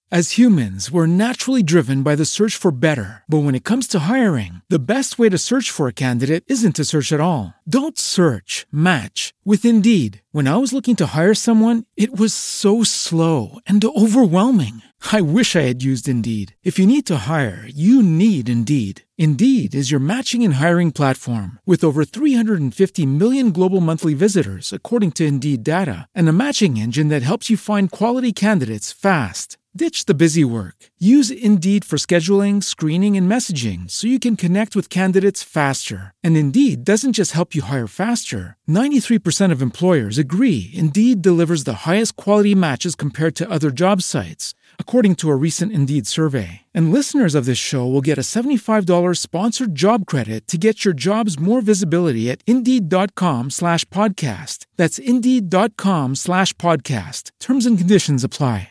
As humans, we're naturally driven by the search for better. But when it comes to hiring, the best way to search for a candidate isn't to search at all. Don't search, match with Indeed. When I was looking to hire someone, it was so slow and overwhelming. I wish I had used Indeed. If you need to hire, you need Indeed. Indeed is your matching and hiring platform with over 350 million global monthly visitors, according to Indeed data, and a matching engine that helps you find quality candidates fast. Ditch the busy work. Use Indeed for scheduling, screening, and messaging so you can connect with candidates faster. And Indeed doesn't just help you hire faster. 93% of employers agree Indeed delivers the highest quality matches compared to other job sites, according to a recent Indeed survey. And listeners of this show will get a $75 sponsored job credit to get your jobs more visibility at Indeed.com/podcast. That's Indeed.com/podcast. Terms and conditions apply.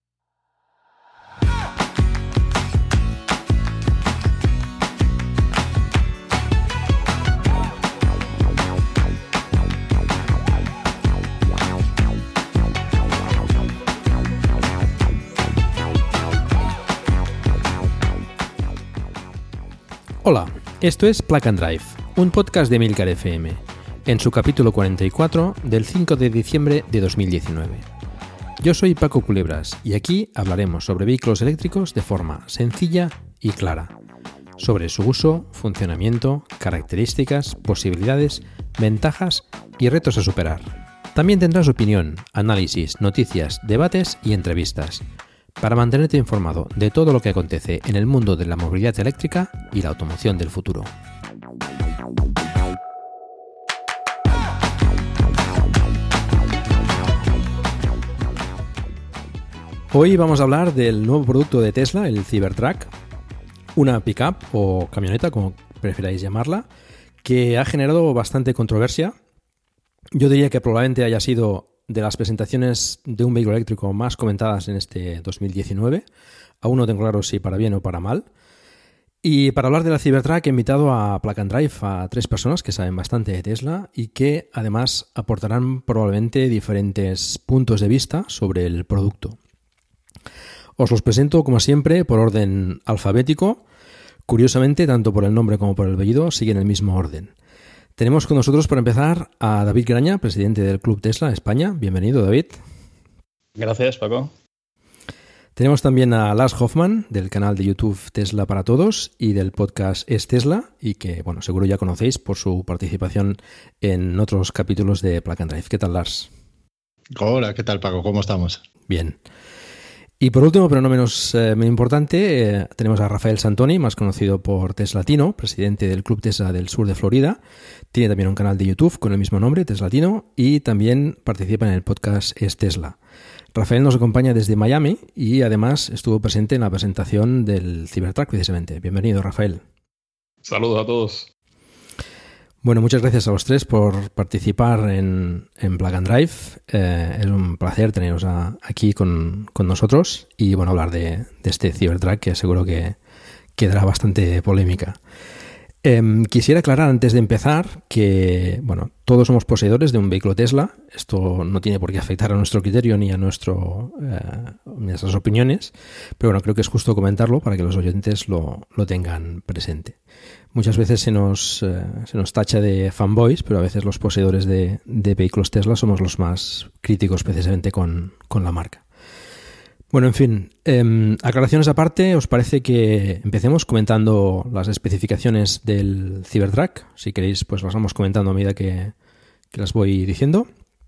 Hola, esto es Plug and Drive, un podcast de Emilcar FM, en su capítulo 44 del 5 de diciembre de 2019. Yo soy Paco Culebras y aquí hablaremos sobre vehículos eléctricos de forma sencilla y clara, sobre su uso, funcionamiento, características, posibilidades, ventajas y retos a superar. También tendrás opinión, análisis, noticias, debates y entrevistas, para mantenerte informado de todo lo que acontece en el mundo de la movilidad eléctrica y la automoción del futuro. Hoy vamos a hablar del nuevo producto de Tesla, el Cybertruck, una pickup o camioneta, como preferáis llamarla, que ha generado bastante controversia. Yo diría que probablemente haya sido de las presentaciones de un vehículo eléctrico más comentadas en este 2019. Aún no tengo claro si para bien o para mal. Y para hablar de la Cybertruck he invitado a Plug and Drive a 3 personas que saben bastante de Tesla y que además aportarán probablemente diferentes puntos de vista sobre el producto. Os los presento como siempre por orden alfabético. Curiosamente, tanto por el nombre como por el apellido siguen el mismo orden. Tenemos con nosotros, para empezar, a David Graña, presidente del Club Tesla España. Bienvenido, David. Gracias, Paco. Tenemos también a Lars Hoffman, del canal de YouTube Tesla para Todos y del podcast Es Tesla, y que, bueno, seguro ya conocéis por su participación en otros capítulos de Plug and Drive. ¿Qué tal, Lars? Hola, ¿qué tal, Paco? ¿Cómo estamos? Bien. Y por último, pero no menos importante, tenemos a Rafael Santoni, más conocido por Teslatino, presidente del Club Tesla del sur de Florida. Tiene también un canal de YouTube con el mismo nombre, Teslatino, y también participa en el podcast Es Tesla. Rafael nos acompaña desde Miami y además estuvo presente en la presentación del Cybertruck precisamente. Bienvenido, Rafael. Saludos a todos. Bueno, muchas gracias a los 3 por participar en Plug and Drive. Es un placer teneros aquí con nosotros y bueno, hablar de este Cybertruck que seguro que dará bastante polémica. Quisiera aclarar antes de empezar que bueno, todos somos poseedores de un vehículo Tesla. Esto no tiene por qué afectar a nuestro criterio ni a nuestras opiniones, pero bueno, creo que es justo comentarlo para que los oyentes lo tengan presente. Muchas veces se nos tacha de fanboys, pero a veces los poseedores de vehículos Tesla somos los más críticos precisamente con la marca. Bueno, en fin, aclaraciones aparte, ¿os parece que empecemos comentando las especificaciones del Cybertruck? Si queréis, pues las vamos comentando a medida que las voy diciendo.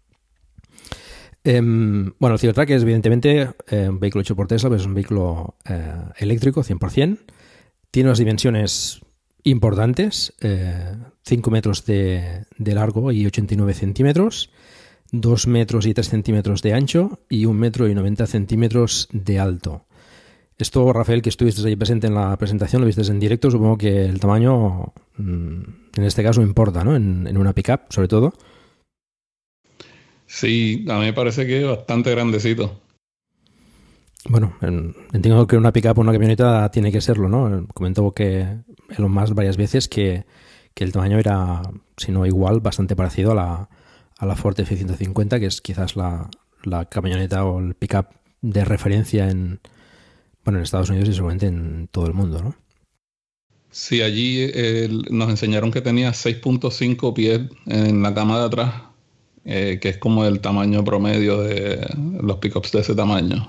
Bueno, el Cybertruck es evidentemente un vehículo hecho por Tesla, pero es un vehículo eléctrico 100%. Tiene unas dimensiones importantes, 5 metros de largo y 89 centímetros, 2 metros y 3 centímetros de ancho y 1 metro y 90 centímetros de alto. Esto, Rafael, que estuviste ahí presente en la presentación, lo viste en directo, supongo que el tamaño en este caso importa, ¿no? En una pickup, sobre todo. Sí, a mí me parece que es bastante grandecito. Bueno, entiendo que una pickup o una camioneta tiene que serlo, ¿no? Comentó que Elon Musk varias veces que el tamaño era, si no igual, bastante parecido a la Ford F-150, que es quizás la camioneta o el pickup de referencia en Bueno, en Estados Unidos y seguramente en todo el mundo, ¿no? Sí, allí nos enseñaron que tenía 6.5 pies en la cama de atrás, que es como el tamaño promedio de los pickups de ese tamaño.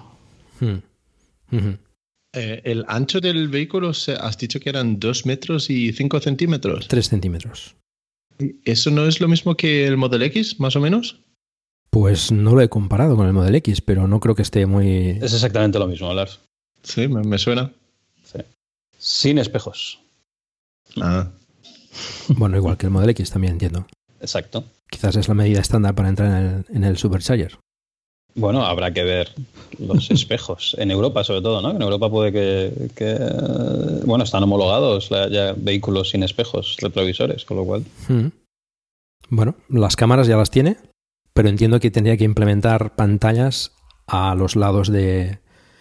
El ancho del vehículo, has dicho que eran 2 metros y 5 centímetros. 3 centímetros. ¿Eso no es lo mismo que el Model X, más o menos? Pues no lo he comparado con el Model X, pero no creo que esté muy... Es exactamente lo mismo, Lars. Sí, me suena. Sí. Sin espejos. Ah. Bueno, igual que el Model X también entiendo. Exacto. Quizás es la medida estándar para entrar en el Supercharger. Bueno, habrá que ver los espejos. En Europa, sobre todo, ¿no? En Europa puede que bueno, están homologados ya vehículos sin espejos retrovisores, con lo cual... Bueno, las cámaras ya las tiene, pero entiendo que tendría que implementar pantallas a los lados del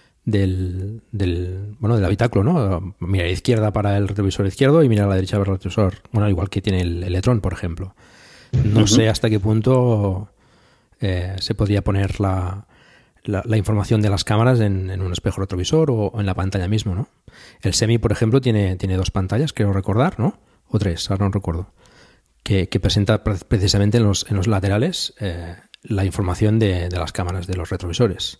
habitáculo, ¿no? Mirar a la izquierda para el retrovisor izquierdo y mirar a la derecha para el retrovisor. Bueno, igual que tiene el e-tron, por ejemplo. No sé hasta qué punto se podría poner la información de las cámaras en un espejo retrovisor o en la pantalla mismo, ¿no? El Semi, por ejemplo, tiene 2 pantallas, creo recordar, ¿no? O 3, ahora no recuerdo. Que presenta precisamente en los laterales la información de las cámaras de los retrovisores.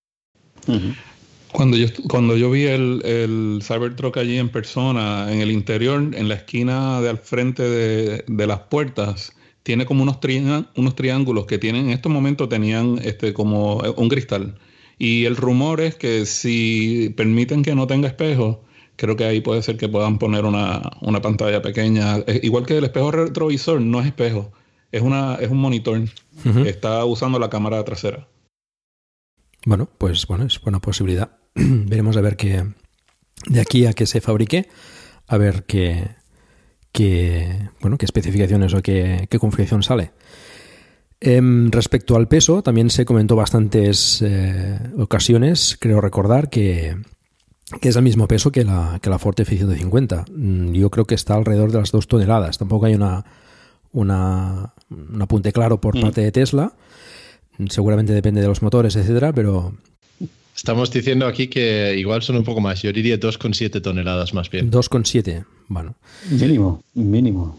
Cuando yo vi el Cybertruck allí en persona, en el interior, en la esquina de al frente de las puertas, tiene como unos triángulos que en estos momentos tenían como un cristal. Y el rumor es que si permiten que no tenga espejos, creo que ahí puede ser que puedan poner una pantalla pequeña. Igual que el espejo retrovisor no es espejo, es un monitor. Está usando la cámara trasera. Bueno, pues es buena posibilidad. Veremos a ver qué de aquí a que se fabrique, a ver qué especificaciones o qué configuración sale. Respecto al peso, también se comentó bastantes ocasiones, creo recordar, que es el mismo peso que la Ford F-150. Yo creo que está alrededor de las 2 toneladas. Tampoco hay un apunte claro por parte de Tesla. Seguramente depende de los motores, etcétera, pero... Estamos diciendo aquí que igual son un poco más. Yo diría 2,7 toneladas más bien. 2,7, bueno. Mínimo.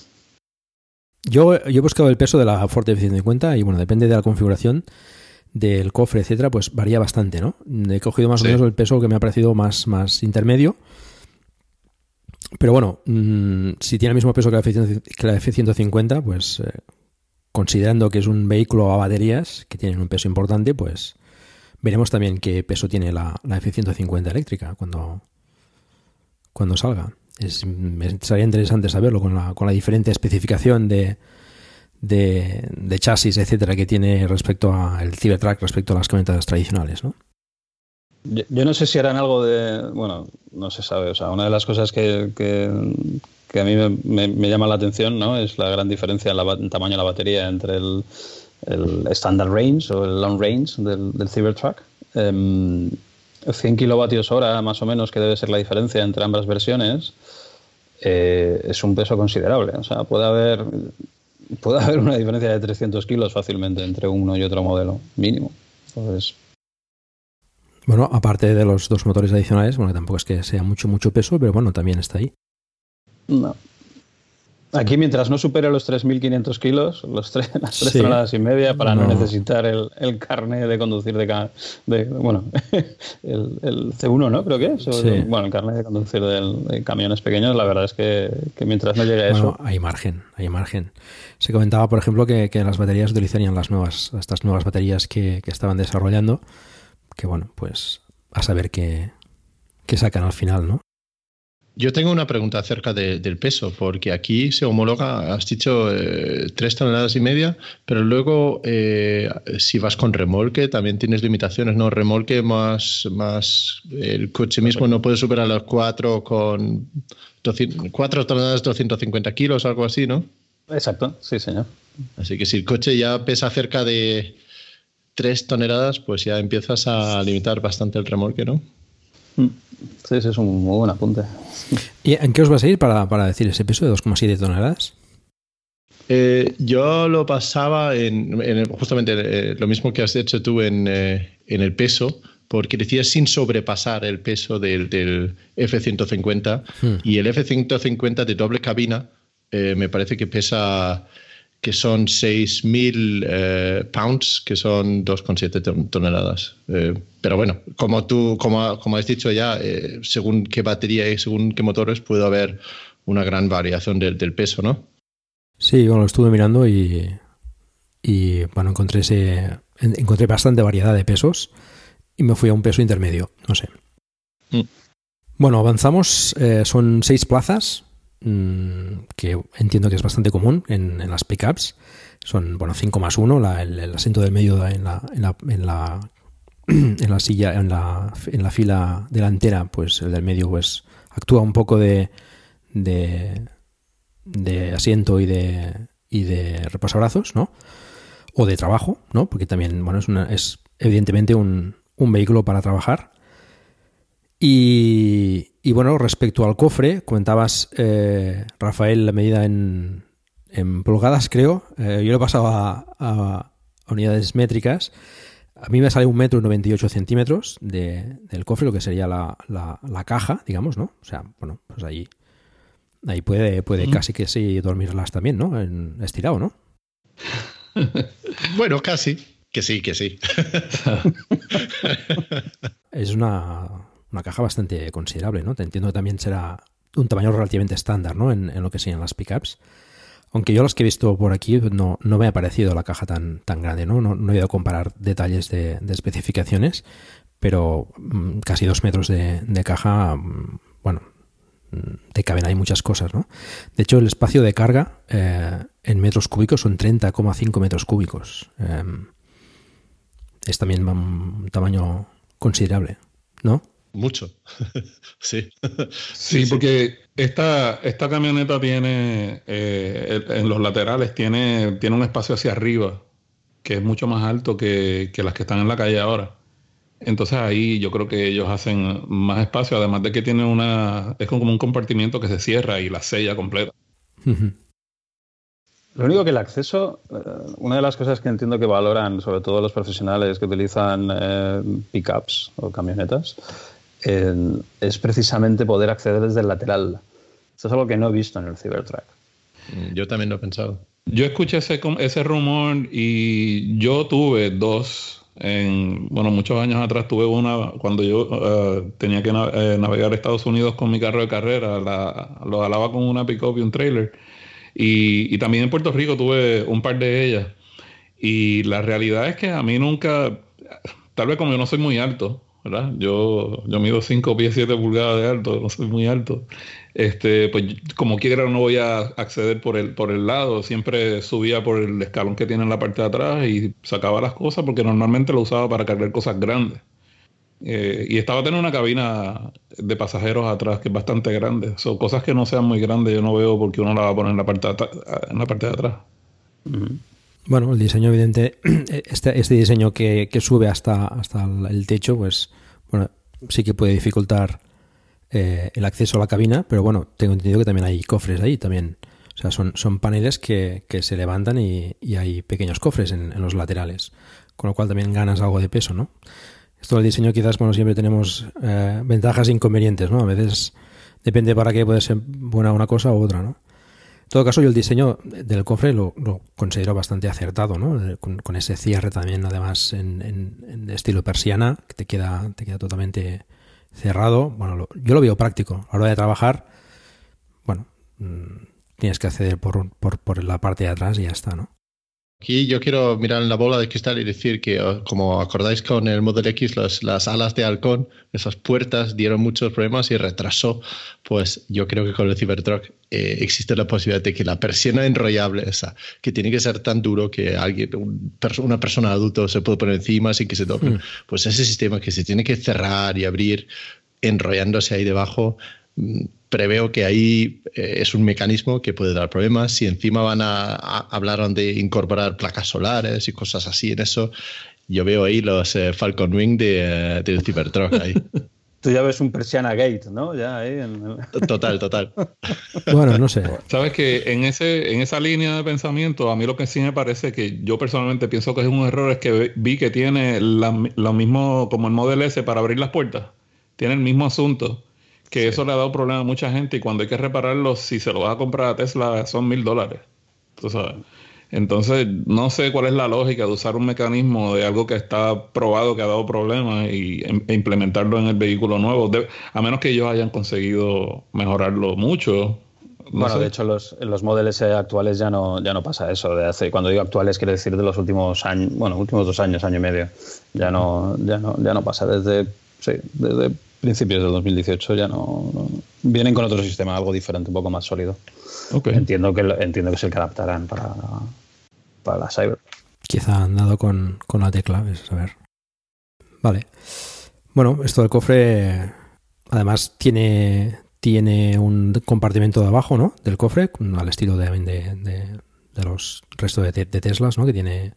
Yo he buscado el peso de la Ford F-150 y bueno, depende de la configuración del cofre, etcétera, pues varía bastante, ¿no? He cogido más o menos el peso que me ha parecido más intermedio. Pero bueno, si tiene el mismo peso que la F-150, pues considerando que es un vehículo a baterías que tienen un peso importante, pues veremos también qué peso tiene la F-150 eléctrica cuando salga. Sería interesante saberlo con la diferente especificación de chasis, etcétera, que tiene respecto al Cybertruck, respecto a las camionetas tradicionales, ¿no? Yo no sé si harán algo de... Bueno, no se sabe. O sea, una de las cosas que a mí me llama la atención, ¿no? Es la gran diferencia en el tamaño de la batería entre el Standard Range o el Long Range del Cybertruck. 100 kilovatios hora, más o menos, que debe ser la diferencia entre ambas versiones, es un peso considerable. O sea, puede haber una diferencia de 300 kilos fácilmente entre uno y otro modelo, mínimo. Entonces... Bueno, aparte de los 2 motores adicionales, bueno, tampoco es que sea mucho peso, pero bueno, también está ahí. No. Aquí, mientras no supere los 3.500 kilos, las 3 toneladas y media, para no necesitar el carnet de conducir el C1, ¿no? Creo que es. Sí. Bueno, el carnet de conducir de camiones pequeños, la verdad es que mientras no llegue a eso... Hay margen. Se comentaba, por ejemplo, que las baterías utilizarían estas nuevas baterías que estaban desarrollando, que bueno, pues a saber qué sacan al final, ¿no? Yo tengo una pregunta acerca del peso, porque aquí se homologa, has dicho 3 toneladas y media, pero luego si vas con remolque también tienes limitaciones, ¿no? Remolque más el coche mismo no puede superar los 4 toneladas 250 kilos, algo así, ¿no? Exacto, sí, señor. Así que si el coche ya pesa cerca de 3 toneladas, pues ya empiezas a limitar bastante el remolque, ¿no? Sí, ese es un muy buen apunte. ¿Y en qué os vas a ir para decir ese peso de 2,7 toneladas? Yo lo pasaba justamente lo mismo que has hecho tú en el peso, porque decía sin sobrepasar el peso del F-150 y el F-150 de doble cabina me parece que pesa, que son 6.000 pounds, que son 2,7 toneladas. Pero bueno, como has dicho ya, según qué batería y según qué motores puede haber una gran variación del peso, ¿no? Sí, bueno, lo estuve mirando y bueno, encontré bastante variedad de pesos y me fui a un peso intermedio, no sé. Bueno, avanzamos, son 6 plazas, que entiendo que es bastante común en las pickups. Son, bueno, 5 más 1, el asiento del medio en la silla, en la fila delantera, pues el del medio pues actúa un poco de asiento y de reposabrazos, ¿no? O de trabajo, ¿no? Porque también, bueno, es evidentemente un vehículo para trabajar. Y bueno, respecto al cofre, comentabas, Rafael, la medida en pulgadas, creo. Yo lo he pasado a unidades métricas. A mí me sale 1,98 m del cofre, lo que sería la caja, digamos, ¿no? O sea, bueno, pues ahí puede casi que sí dormirlas también, ¿no? Estirado, ¿no? Bueno, casi. Que sí. Es una caja bastante considerable, ¿no? Te entiendo que también será un tamaño relativamente estándar, ¿no? En lo que sean las pickups. Aunque yo las que he visto por aquí no me ha parecido la caja tan grande, ¿no? No he ido a comparar detalles de especificaciones, pero casi 2 metros de caja, bueno, te caben ahí muchas cosas, ¿no? De hecho, el espacio de carga en metros cúbicos son 30,5 metros cúbicos. Es también un tamaño considerable, ¿no? Mucho. Sí. Sí, porque esta camioneta tiene, en los laterales, tiene un espacio hacia arriba que es mucho más alto que las que están en la calle ahora. Entonces ahí yo creo que ellos hacen más espacio, además de que tiene es como un compartimiento que se cierra y la sella completa. Lo único que el acceso, una de las cosas que entiendo que valoran, sobre todo los profesionales que utilizan pickups o camionetas, es precisamente poder acceder desde el lateral. Esto es algo que no he visto en el Cybertruck. Yo también lo he pensado. Yo escuché ese rumor y yo tuve dos. Muchos años atrás tuve una cuando yo tenía que navegar a Estados Unidos con mi carro de carrera. Lo jalaba con una pick-up y un trailer. Y también en Puerto Rico tuve un par de ellas. Y la realidad es que a mí nunca, tal vez como yo no soy muy alto, ¿verdad? Yo mido 5 pies 7 pulgadas de alto, no soy muy alto. Pues como quiera no voy a acceder por el lado. Siempre subía por el escalón que tiene en la parte de atrás y sacaba las cosas porque normalmente lo usaba para cargar cosas grandes. Y estaba teniendo una cabina de pasajeros atrás que es bastante grande. Son cosas que no sean muy grandes, yo no veo por qué uno la va a poner en la parte de atrás. Bueno, el diseño evidente, este diseño que sube hasta el techo, pues bueno, sí que puede dificultar el acceso a la cabina, pero bueno, tengo entendido que también hay cofres ahí también. O sea, son paneles que se levantan y hay pequeños cofres en los laterales, con lo cual también ganas algo de peso, ¿no? Esto del diseño quizás, bueno, siempre tenemos ventajas e inconvenientes, ¿no? A veces depende para qué puede ser buena una cosa u otra, ¿no? En todo caso, yo el diseño del cofre lo considero bastante acertado, ¿no? Con ese cierre también, además, en estilo persiana, que te queda totalmente cerrado. Bueno, yo lo veo práctico. A la hora de trabajar, bueno, tienes que acceder por la parte de atrás y ya está, ¿no? Aquí yo quiero mirar en la bola de cristal y decir que, como acordáis con el Model X, las alas de halcón, esas puertas dieron muchos problemas y retrasó. Pues yo creo que con el Cybertruck existe la posibilidad de que la persiana enrollable esa, que tiene que ser tan duro que una persona adulta se puede poner encima sin que se toque, pues ese sistema que se tiene que cerrar y abrir enrollándose ahí debajo, preveo que ahí es un mecanismo que puede dar problemas. Si encima hablaron de incorporar placas solares y cosas así en eso, yo veo ahí los Falcon Wing del Cybertruck ahí. Tú ya ves un Persiana Gate, ¿no? Ya ahí Total. Bueno, no sé. Sabes que en esa línea de pensamiento, a mí lo que sí me parece que yo personalmente pienso que es un error es que vi que tiene lo mismo como el Model S para abrir las puertas. Tiene el mismo asunto. Que sí. Eso le ha dado problema a mucha gente y cuando hay que repararlo, si se lo vas a comprar a Tesla, son $1,000. Tú sabes. Entonces, no sé cuál es la lógica de usar un mecanismo de algo que está probado, que ha dado problemas e implementarlo en el vehículo nuevo, a menos que ellos hayan conseguido mejorarlo mucho. Bueno, de hecho, los Model S actuales ya no pasa eso. Cuando digo actuales, quiero decir de los últimos años, últimos 2 años, año y medio. Ya no pasa. Desde principios del 2018 ya no vienen con otro sistema, algo diferente, un poco más sólido. Okay. Entiendo que es el que adaptarán para la Cyber. Quizá han dado con la tecla, a ver. Vale. Bueno, esto del cofre además tiene un compartimento de abajo, ¿no? Del cofre, al estilo de los restos de Teslas, ¿no? Que tiene...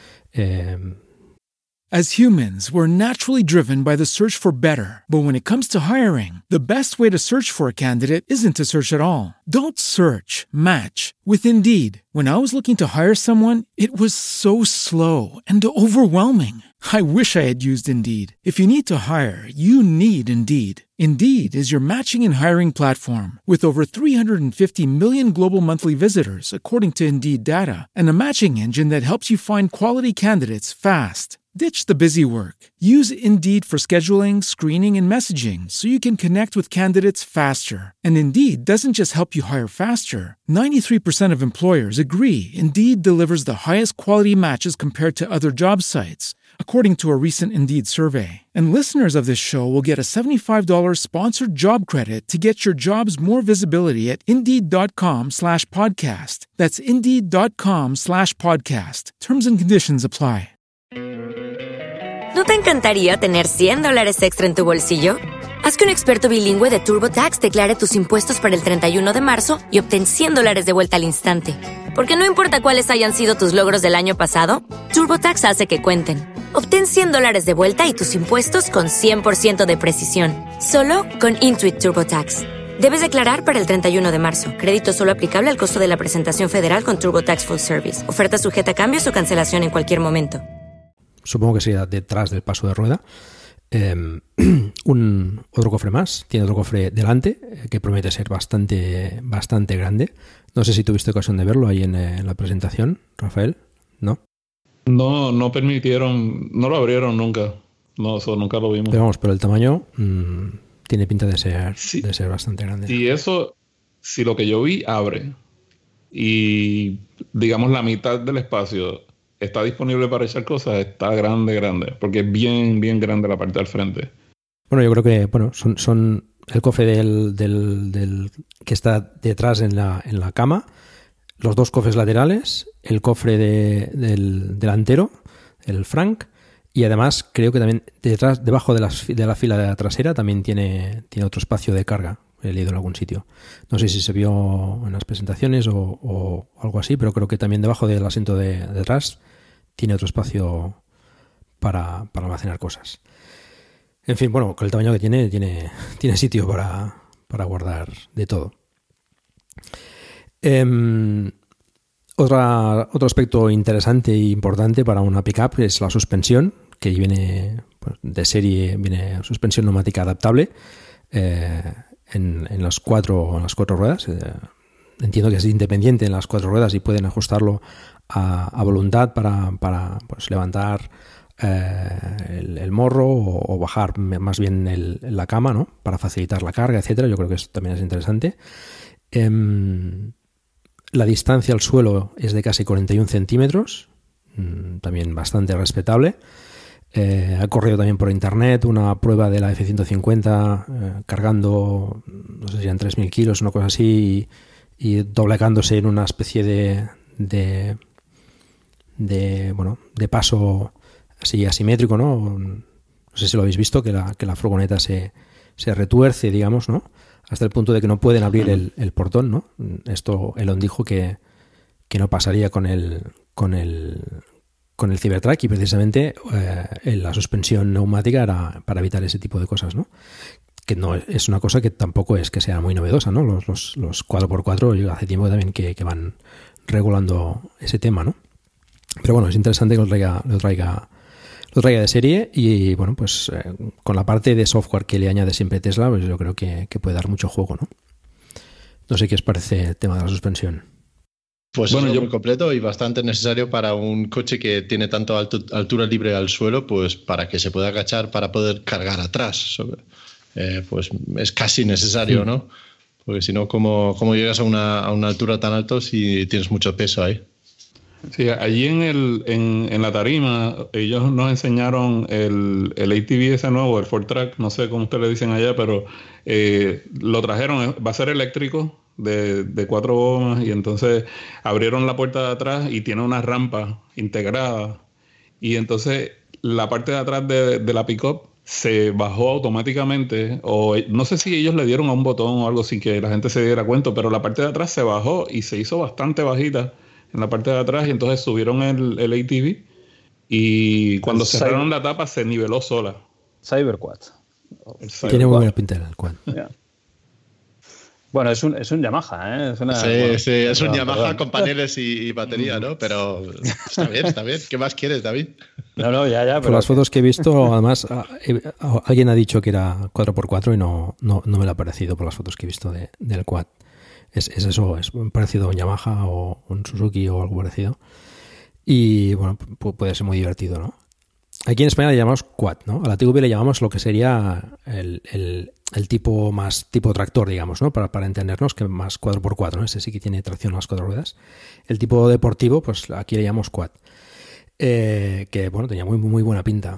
As humans, we're naturally driven by the search for better. But when it comes to hiring, the best way to search for a candidate isn't to search at all. Don't search, match with Indeed. When I was looking to hire someone, it was so slow and overwhelming. I wish I had used Indeed. If you need to hire, you need Indeed. Indeed is your matching and hiring platform with over 350 million global monthly visitors, according to Indeed data, and a matching engine that helps you find quality candidates fast. Ditch the busy work. Use Indeed for scheduling, screening, and messaging so you can connect with candidates faster. And Indeed doesn't just help you hire faster. 93% of employers agree Indeed delivers the highest quality matches compared to other job sites, according to a recent Indeed survey. And listeners of this show will get a $75 sponsored job credit to get your jobs more visibility at Indeed.com/podcast. That's Indeed.com/podcast. Terms and conditions apply. ¿No te encantaría tener $100 extra en tu bolsillo? Haz que un experto bilingüe de TurboTax declare tus impuestos para el 31 de marzo y obtén $100 de vuelta al instante. Porque no importa cuáles hayan sido tus logros del año pasado, TurboTax hace que cuenten. Obtén $100 de vuelta y tus impuestos con 100% de precisión. Solo con Intuit TurboTax. Debes declarar para el 31 de marzo. Crédito solo aplicable al costo de la presentación federal con TurboTax Full Service. Oferta sujeta a cambios o cancelación en cualquier momento. Supongo que sería detrás del paso de rueda. Otro cofre más. Tiene otro cofre delante que promete ser bastante grande. No sé si tuviste ocasión de verlo ahí en la presentación, Rafael. ¿No? No permitieron, no lo abrieron nunca. No, eso nunca lo vimos. Pero vamos, pero el tamaño tiene pinta de ser bastante grande. Si lo que yo vi abre y digamos la mitad del espacio está disponible para echar cosas, está grande, porque es bien grande la parte del frente. Bueno, yo creo que son el cofre del que está detrás en la cama, los dos cofres laterales, el cofre del delantero, el Frank, y además creo que también debajo de la fila trasera también tiene otro espacio de carga. He leído en algún sitio. No sé si se vio en las presentaciones o algo así, pero creo que también debajo del asiento de detrás tiene otro espacio para almacenar cosas. En fin, bueno, con el tamaño que tiene sitio para guardar de todo. Otro aspecto interesante e importante para una pickup es la suspensión, que viene de serie, viene suspensión neumática adaptable en las cuatro ruedas. Entiendo que es independiente en las 4 ruedas y pueden ajustarlo a voluntad para levantar el morro o bajar más bien la cama, ¿no? Para facilitar la carga, etcétera. Yo creo que eso también es interesante. La distancia al suelo es de casi 41 centímetros, también bastante respetable. Ha corrido también por internet una prueba de la F-150 cargando, no sé si eran 3.000 kilos, una cosa así, y doblegándose en una especie de paso así asimétrico, ¿no? No sé si lo habéis visto, que la furgoneta se retuerce, digamos, ¿no? Hasta el punto de que no pueden abrir el portón, ¿no? Esto Elon dijo que no pasaría con el Cybertruck, y precisamente la suspensión neumática era para evitar ese tipo de cosas, ¿no? que no es una cosa que tampoco es que sea muy novedosa, ¿no? Los 4x4 yo hace tiempo también que van regulando ese tema, ¿no? Pero bueno, es interesante que lo traiga de serie y bueno, pues con la parte de software que le añade siempre Tesla, pues yo creo que puede dar mucho juego, ¿no? No sé qué os parece el tema de la suspensión. Pues bueno, muy completo y bastante necesario para un coche que tiene tanto altura libre al suelo, pues para que se pueda agachar para poder cargar atrás. Pues es casi necesario, ¿no? Porque si no, ¿cómo llegas a una altura tan alta si tienes mucho peso ahí? Sí, allí en la tarima ellos nos enseñaron el ATV ese nuevo, el Ford Track, no sé cómo ustedes le dicen allá, pero lo trajeron, va a ser eléctrico de 4 gomas y entonces abrieron la puerta de atrás y tiene una rampa integrada y entonces la parte de atrás de la pick-up se bajó automáticamente o no sé si ellos le dieron a un botón o algo sin que la gente se diera cuenta, pero la parte de atrás se bajó y se hizo bastante bajita en la parte de atrás y entonces subieron el ATV y cuando cerraron la tapa se niveló sola. Cyberquad. Tiene muy buena pinta el quad. Yeah. Bueno, es un Yamaha, ¿eh? Es un Yamaha con paneles y batería, ¿no? Pero está bien. ¿Qué más quieres, David? No, ya. Por las fotos que he visto, además, alguien ha dicho que era 4x4 y no me lo ha parecido por las fotos que he visto del quad. Es eso, es parecido a un Yamaha o un Suzuki o algo parecido. Y bueno, puede ser muy divertido, ¿no? Aquí en España le llamamos quad, ¿no? A la TVB le llamamos lo que sería el tipo más tipo tractor, digamos, ¿no? Para entendernos, que más 4x4, ¿no? Ese sí que tiene tracción a las 4 ruedas. El tipo deportivo, pues aquí le llamamos quad. Que, bueno, tenía muy, muy buena pinta.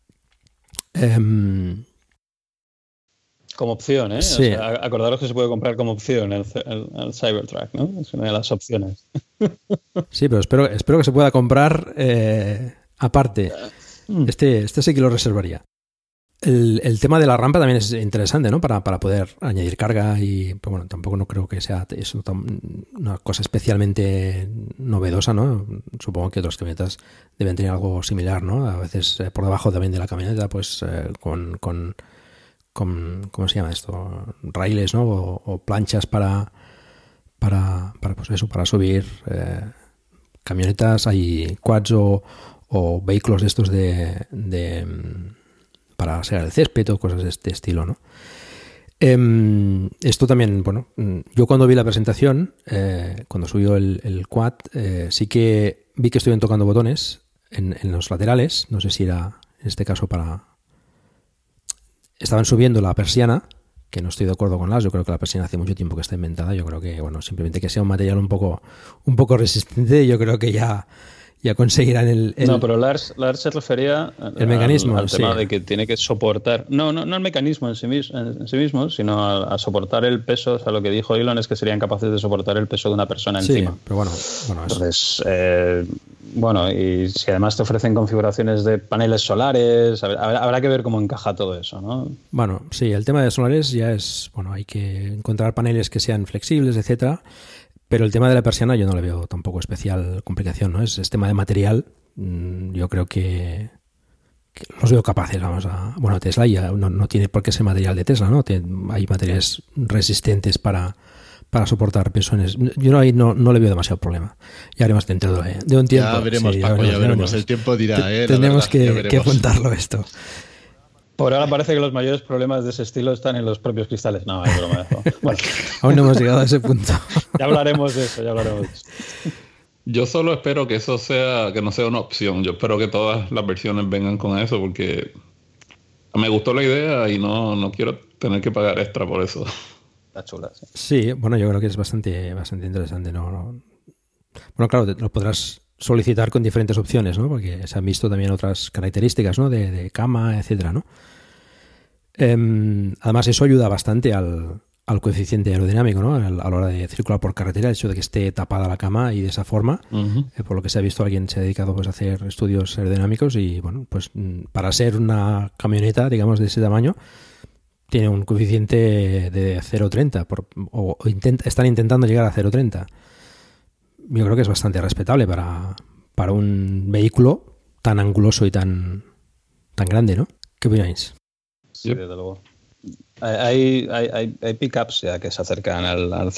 Como opción, ¿eh? Sí. O sea, acordaros que se puede comprar como opción el Cybertruck, ¿no? Es una de las opciones. Sí, pero espero que se pueda comprar aparte. Este sí que lo reservaría. El tema de la rampa también es interesante, ¿no? Para poder añadir carga y, pues bueno, tampoco no creo que sea eso una cosa especialmente novedosa, ¿no? Supongo que otras camionetas deben tener algo similar, ¿no? A veces por debajo también de la camioneta, pues con ¿cómo se llama esto? Raíles, ¿no? O planchas para pues eso, para subir camionetas, hay quads o vehículos de estos para segar el césped o cosas de este estilo, ¿no? Esto también, bueno, yo cuando vi la presentación, cuando subió el quad, sí que vi que estuvieron tocando botones en los laterales, no sé si era en este caso estaban subiendo la persiana, que no estoy de acuerdo con yo creo que la persiana hace mucho tiempo que está inventada, yo creo que, bueno, simplemente que sea un material un poco resistente, yo creo que ya conseguirán el... No, pero Lars se refería el mecanismo, al tema de que tiene que soportar, no el mecanismo en sí mismo, sino a soportar el peso. O sea, lo que dijo Elon es que serían capaces de soportar el peso de una persona encima. Pero bueno entonces, y si además te ofrecen configuraciones de paneles solares, habrá que ver cómo encaja todo eso, ¿no? Bueno, sí, el tema de solares ya es, bueno, hay que encontrar paneles que sean flexibles, etcétera. Pero el tema de la persiana yo no le veo tampoco especial complicación, ¿no? Es tema de material. Yo creo que los veo capaces, bueno, Tesla ya no tiene por qué ser material de Tesla, ¿no? Hay materiales resistentes para soportar peso. Yo ahí no le veo demasiado problema. Ya haremos dentro de un tiempo. Ya veremos, Paco, ya veremos. El tiempo dirá, Tenemos que apuntarlo esto. Por ahora parece que los mayores problemas de ese estilo están en los propios cristales. No, es broma. Bueno. Aún no hemos llegado a ese punto. Ya hablaremos de eso. Yo solo espero que eso que no sea una opción. Yo espero que todas las versiones vengan con eso porque me gustó la idea y no quiero tener que pagar extra por eso. Está chula, sí. Sí, bueno, yo creo que es bastante interesante, ¿no? Bueno, claro, lo podrás solicitar con diferentes opciones, ¿no? Porque se han visto también otras características, ¿no? De cama, etcétera, ¿no? Además, eso ayuda bastante al coeficiente aerodinámico, ¿no? A la hora de circular por carretera, el hecho de que esté tapada la cama y de esa forma, por lo que se ha visto, alguien se ha dedicado pues a hacer estudios aerodinámicos y, bueno, pues para ser una camioneta, digamos, de ese tamaño, tiene un coeficiente de 0,30 están intentando llegar a 0,30. Yo creo que es bastante respetable para un vehículo tan anguloso y tan grande, ¿no? ¿Qué opináis? Sí, desde luego. Hay pickups ya que se acercan al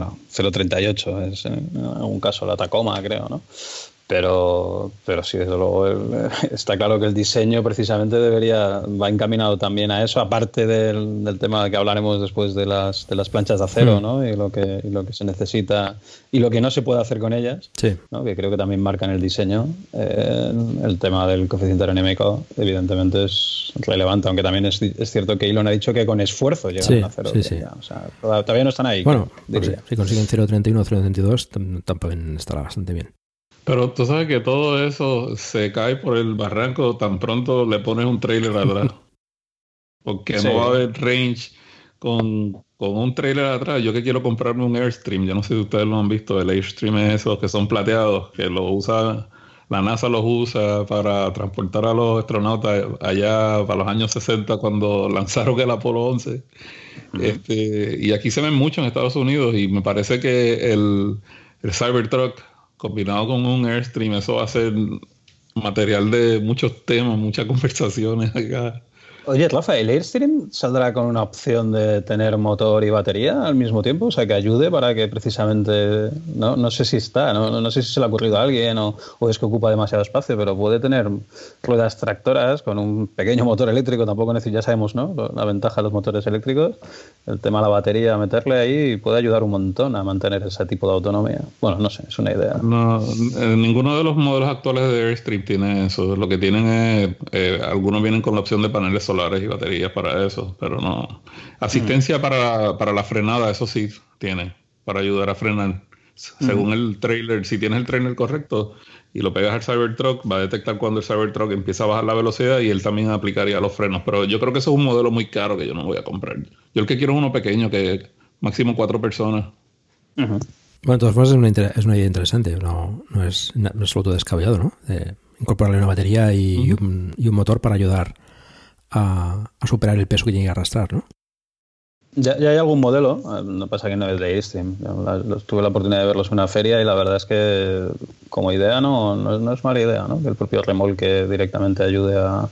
038, es en algún caso la Tacoma, creo, ¿no? Pero sí, desde luego está claro que el diseño precisamente va encaminado también a eso, aparte del tema que hablaremos después de las planchas de acero, ¿no? Y lo que se necesita y lo que no se puede hacer con ellas, sí, ¿no? Que creo que también marcan el diseño. El tema del coeficiente aerodinámico evidentemente es relevante, aunque también es cierto que Elon ha dicho que con esfuerzo llegan a acero. Sí. O sea, todavía no están ahí. Bueno, si consiguen 0.31 o 0.32 también estará bastante bien. Pero tú sabes que todo eso se cae por el barranco tan pronto le pones un trailer atrás. Porque no va a haber range con un trailer atrás. Yo que quiero comprarme un Airstream, yo no sé si ustedes lo han visto, el Airstream es esos que son plateados, que la NASA los usa para transportar a los astronautas allá para los años 60 cuando lanzaron el Apolo 11. Y aquí se ven mucho en Estados Unidos y me parece que el Cybertruck combinado con un Airstream, eso va a ser material de muchos temas, muchas conversaciones acá. Oye, Rafa, ¿el Airstream saldrá con una opción de tener motor y batería al mismo tiempo? O sea, que ayude para que precisamente... No sé si está, no sé si se le ha ocurrido a alguien o es que ocupa demasiado espacio, pero puede tener ruedas tractoras con un pequeño motor eléctrico, tampoco ya sabemos, ¿no? La ventaja de los motores eléctricos, el tema de la batería, meterle ahí puede ayudar un montón a mantener ese tipo de autonomía. Bueno, no sé, es una idea. No, ninguno de los modelos actuales de Airstream tiene eso. Lo que tienen es... algunos vienen con la opción de paneles solares y baterías para eso, pero no. Asistencia para la frenada, eso sí tiene, para ayudar a frenar. Según el trailer, si tienes el trailer correcto y lo pegas al Cybertruck, va a detectar cuando el Cybertruck empieza a bajar la velocidad y él también aplicaría los frenos. Pero yo creo que eso es un modelo muy caro que yo no voy a comprar. Yo el que quiero es uno pequeño, que máximo 4 personas. Bueno, de todas formas es una idea interesante, no es absoluto descabellado, ¿no? Incorporarle una batería y un motor para ayudar a superar el peso que tiene que arrastrar, ¿no? Ya hay algún modelo, no pasa que no es de Airstream. Tuve la oportunidad de verlos en una feria y la verdad es que como idea no es mala idea, ¿no? Que el propio remolque directamente ayude a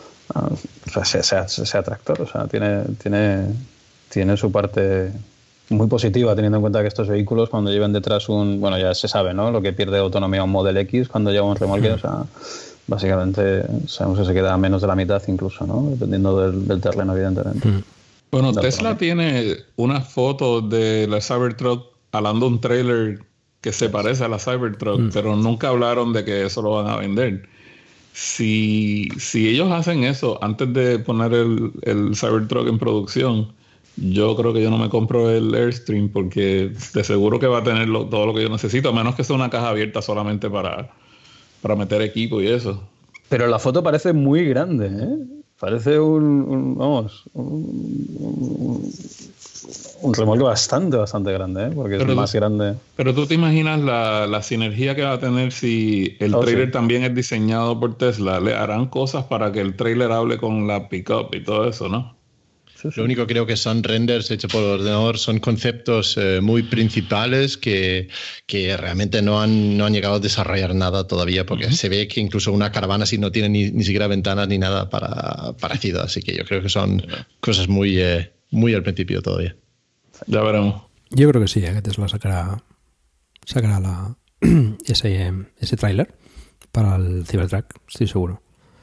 sea tractor. O sea, tiene su parte muy positiva, teniendo en cuenta que estos vehículos cuando lleven detrás bueno, ya se sabe, ¿no? Lo que pierde autonomía un Model X cuando lleva un remolque, o sea... Básicamente sabemos que se queda a menos de la mitad incluso, ¿no? Dependiendo del terreno, evidentemente. Bueno, Tesla tiene una foto de la Cybertruck alando un trailer que se parece a la Cybertruck, pero nunca hablaron de que eso lo van a vender. Si ellos hacen eso antes de poner el Cybertruck en producción, yo creo que yo no me compro el Airstream porque de seguro que va a tener todo lo que yo necesito, a menos que sea una caja abierta solamente para meter equipo y eso. Pero la foto parece muy grande, ¿eh? Parece un remolque bastante grande, ¿eh? Porque es más grande. Pero tú te imaginas la sinergia que va a tener si el trailer también es diseñado por Tesla. Le harán cosas para que el trailer hable con la pickup y todo eso, ¿no? Lo único creo que son renders hechos por ordenador, son conceptos muy principales que realmente no han llegado a desarrollar nada todavía, porque se ve que incluso una caravana así no tiene ni siquiera ventanas ni nada parecido, así que yo creo que son cosas muy al principio todavía. Ya veremos. Yo creo que sí, que Tesla sacará ese tráiler para el Cybertruck, estoy seguro.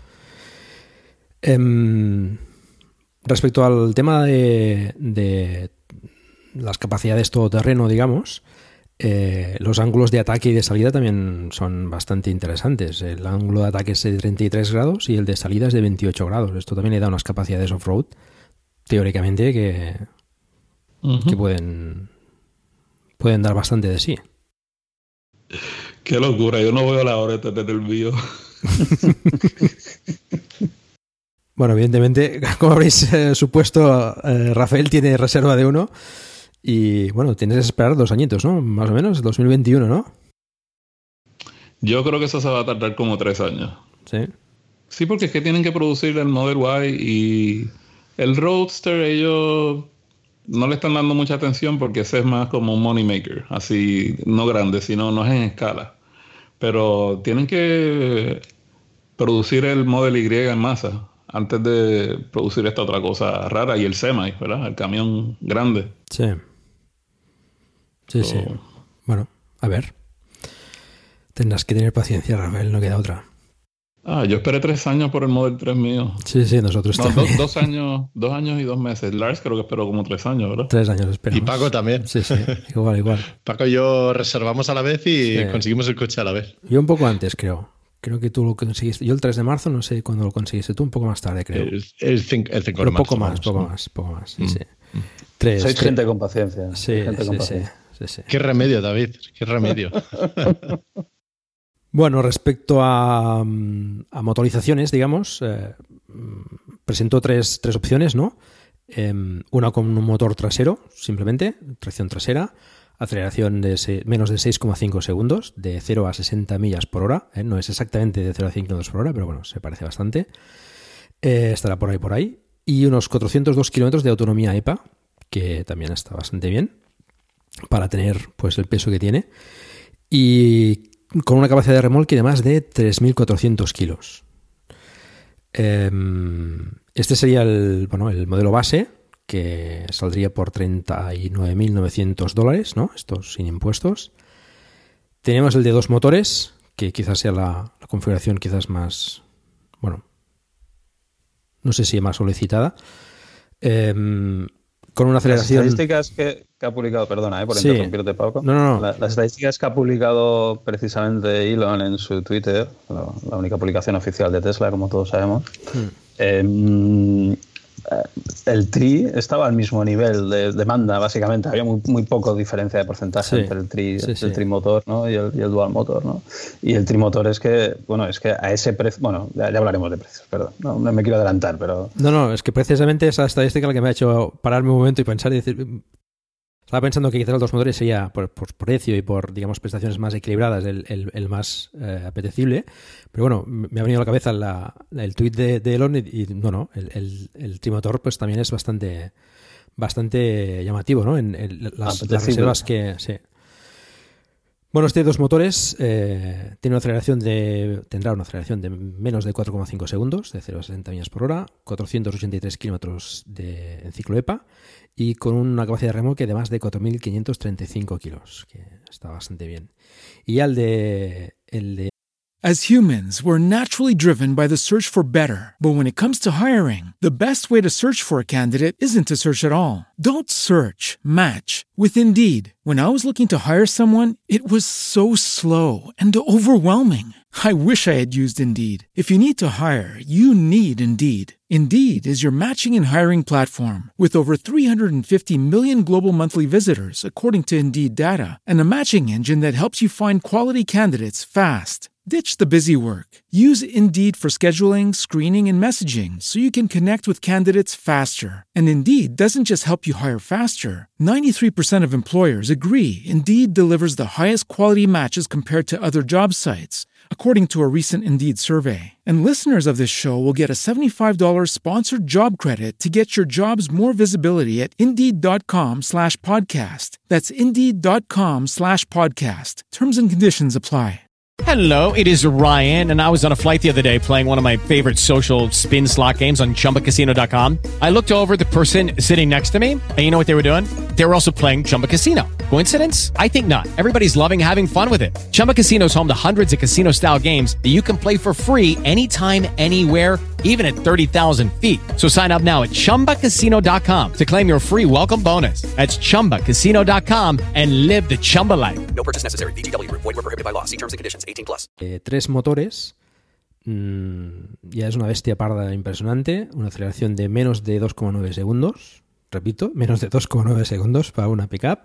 Respecto al tema de las capacidades todoterreno, digamos, los ángulos de ataque y de salida también son bastante interesantes. El ángulo de ataque es de 33 grados y el de salida es de 28 grados. Esto también le da unas capacidades off-road, teóricamente, que pueden dar bastante de sí. Qué locura, yo no veo la hora de tener el mío. Bueno, evidentemente, como habréis supuesto, Rafael tiene reserva de uno y, bueno, tienes que esperar 2 añitos, ¿no? Más o menos, 2021, ¿no? Yo creo que eso se va a tardar como 3 años. Sí. Sí, porque es que tienen que producir el Model Y y el Roadster ellos no le están dando mucha atención porque ese es más como un money maker, así, no grande, sino no es en escala. Pero tienen que producir el Model Y en masa. antes de producir esta otra cosa rara, y el semi, ¿verdad? El camión grande. Sí. Sí. Bueno, a ver. Tendrás que tener paciencia, Rafael, no queda otra. Yo esperé 3 años por el Model 3 mío. Sí, nosotros también. 2 años y 2 meses. Lars creo que esperó como 3 años, ¿verdad? 3 años esperamos. Y Paco también. Sí, igual. Paco y yo reservamos a la vez y conseguimos el coche a la vez. Yo un poco antes, creo. Creo que tú lo conseguiste. Yo el 3 de marzo, no sé cuándo lo conseguiste tú, un poco más tarde, creo. El 5 de Pero marzo. poco más. Sí. 3, Sois gente con paciencia. Sí. Qué remedio, David, qué remedio. Bueno, respecto a motorizaciones, digamos, presentó tres opciones, ¿no? Una con un motor trasero, simplemente, tracción trasera, aceleración de menos de 6,5 segundos, de 0 a 60 millas por hora. No es exactamente de 0 a 100 km por hora, pero bueno, se parece bastante. Estará por ahí. Y unos 402 kilómetros de autonomía EPA, que también está bastante bien para tener pues el peso que tiene. Y con una capacidad de remolque de más de 3.400 kilos. Este sería el modelo base, que saldría por $39.900, ¿no? Esto sin impuestos. Tenemos el de 2 motores, que quizás sea la configuración quizás más, no sé si más solicitada. Con una aceleración... Las estadísticas que ha publicado, perdona, por interrumpirte, Paco. No. Las estadísticas que ha publicado precisamente Elon en su Twitter, la única publicación oficial de Tesla, como todos sabemos, el Tri estaba al mismo nivel de demanda, básicamente. Había muy poco diferencia de porcentaje entre el Trimotor, ¿no? y el Dual Motor, ¿no? Y el Trimotor es que a ese precio... Bueno, ya hablaremos de precios, perdón. No me quiero adelantar, pero... No, es que precisamente esa estadística la que me ha hecho pararme un momento y pensar y decir... Estaba pensando que quizás los 2 motores sería por precio y por, digamos, prestaciones más equilibradas el más apetecible. Pero bueno, me ha venido a la cabeza el tuit de Elon y no, el trimotor pues también es bastante llamativo, ¿no? En las reservas que... Sí. Bueno, este 2 motores tendrá una aceleración de menos de 4,5 segundos, de 0 a 60 millas por hora, 483 kilómetros en ciclo EPA y con una capacidad de remolque de más de 4.535 kilos, que está bastante bien. Y ya el de As humans, we're naturally driven by the search for better. But when it comes to hiring, the best way to search for a candidate isn't to search at all. Don't search, match with Indeed. When I was looking to hire someone, it was so slow and overwhelming. I wish I had used Indeed. If you need to hire, you need Indeed. Indeed is your matching and hiring platform with over 350 million global monthly visitors, according to Indeed data, and a matching engine that helps you find quality candidates fast. Ditch the busy work. Use Indeed for scheduling, screening, and messaging so you can connect with candidates faster. And Indeed doesn't just help you hire faster. 93% of employers agree Indeed delivers the highest quality matches compared to other job sites, according to a recent Indeed survey. And listeners of this show will get a $75 sponsored job credit to get your jobs more visibility at Indeed.com/podcast. That's Indeed.com/podcast. Terms and conditions apply. Hello, it is Ryan, and I was on a flight the other day playing one of my favorite social spin slot games on ChumbaCasino.com. I looked over at the person sitting next to me, and you know what they were doing? They were also playing Chumba Casino. Coincidence? I think not. Everybody's loving having fun with it. Chumba Casino is home to hundreds of casino-style games that you can play for free anytime, anywhere, even at 30,000 feet. So sign up now at ChumbaCasino.com to claim your free welcome bonus. That's ChumbaCasino.com and live the Chumba life. No purchase necessary. VGW. Void where prohibited by law. See terms and conditions. 18+. 3 motores, ya es una bestia parda impresionante, una aceleración de menos de 2,9 segundos, repito, menos de 2,9 segundos para una pickup,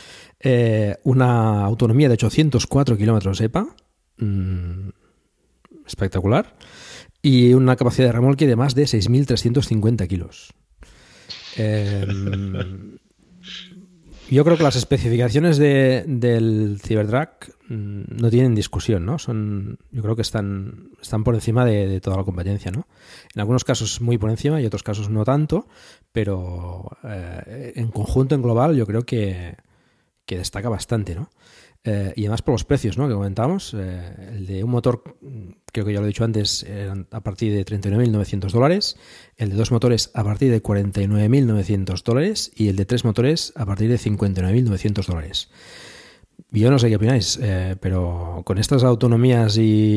una autonomía de 804 kilómetros EPA, espectacular, y una capacidad de remolque de más de 6.350 kilos. Yo creo que las especificaciones del Cybertruck no tienen discusión, ¿no? Yo creo que están por encima de toda la competencia, ¿no? En algunos casos muy por encima y otros casos no tanto, pero en conjunto, en global, yo creo que destaca bastante, ¿no? Y además por los precios, ¿no?, que comentábamos. El de un motor, creo que ya lo he dicho antes, eran a partir de $39.900, el de 2 motores a partir de $49.900 y el de 3 motores a partir de $59.900. Yo no sé qué opináis, pero con estas autonomías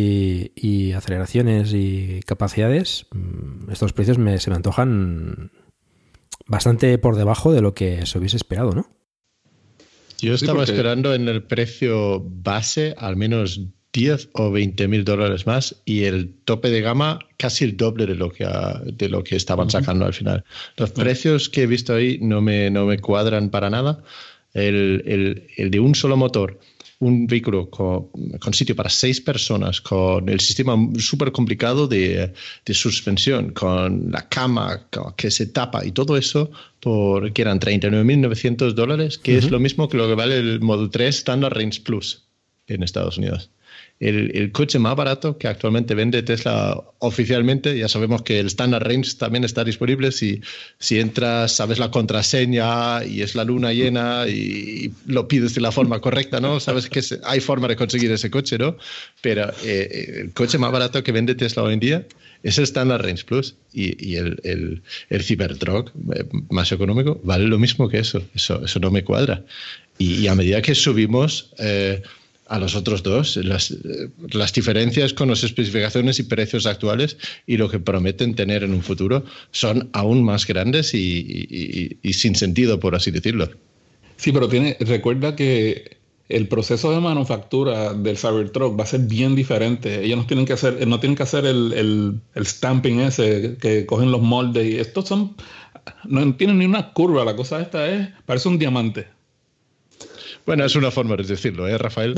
y aceleraciones y capacidades, estos precios se me antojan bastante por debajo de lo que se hubiese esperado, ¿no? Yo estaba esperando en el precio base al menos 10 o 20 mil dólares más y el tope de gama casi el doble de lo que estaban sacando al final. Los precios que he visto ahí no me cuadran para nada. El de un solo motor, un vehículo con sitio para 6 personas, con el sistema súper complicado de suspensión, con la cama que se tapa y todo eso, que eran $39.900, que es lo mismo que lo que vale el Model 3 Standard Range Plus en Estados Unidos. El coche más barato que actualmente vende Tesla oficialmente, ya sabemos que el Standard Range también está disponible si entras, sabes la contraseña y es la luna llena y lo pides de la forma correcta, ¿no? Sabes que hay forma de conseguir ese coche, ¿no? Pero el coche más barato que vende Tesla hoy en día es el Standard Range Plus y el Cybertruck más económico vale lo mismo que eso no me cuadra. Y a medida que subimos a los otros dos, las diferencias con las especificaciones y precios actuales y lo que prometen tener en un futuro son aún más grandes y sin sentido, por así decirlo. Sí, pero recuerda que el proceso de manufactura del Cybertruck va a ser bien diferente. Ellos no tienen que hacer el stamping ese que cogen los moldes y estos no tienen ni una curva. La cosa esta parece un diamante. Bueno, es una forma de decirlo, Rafael?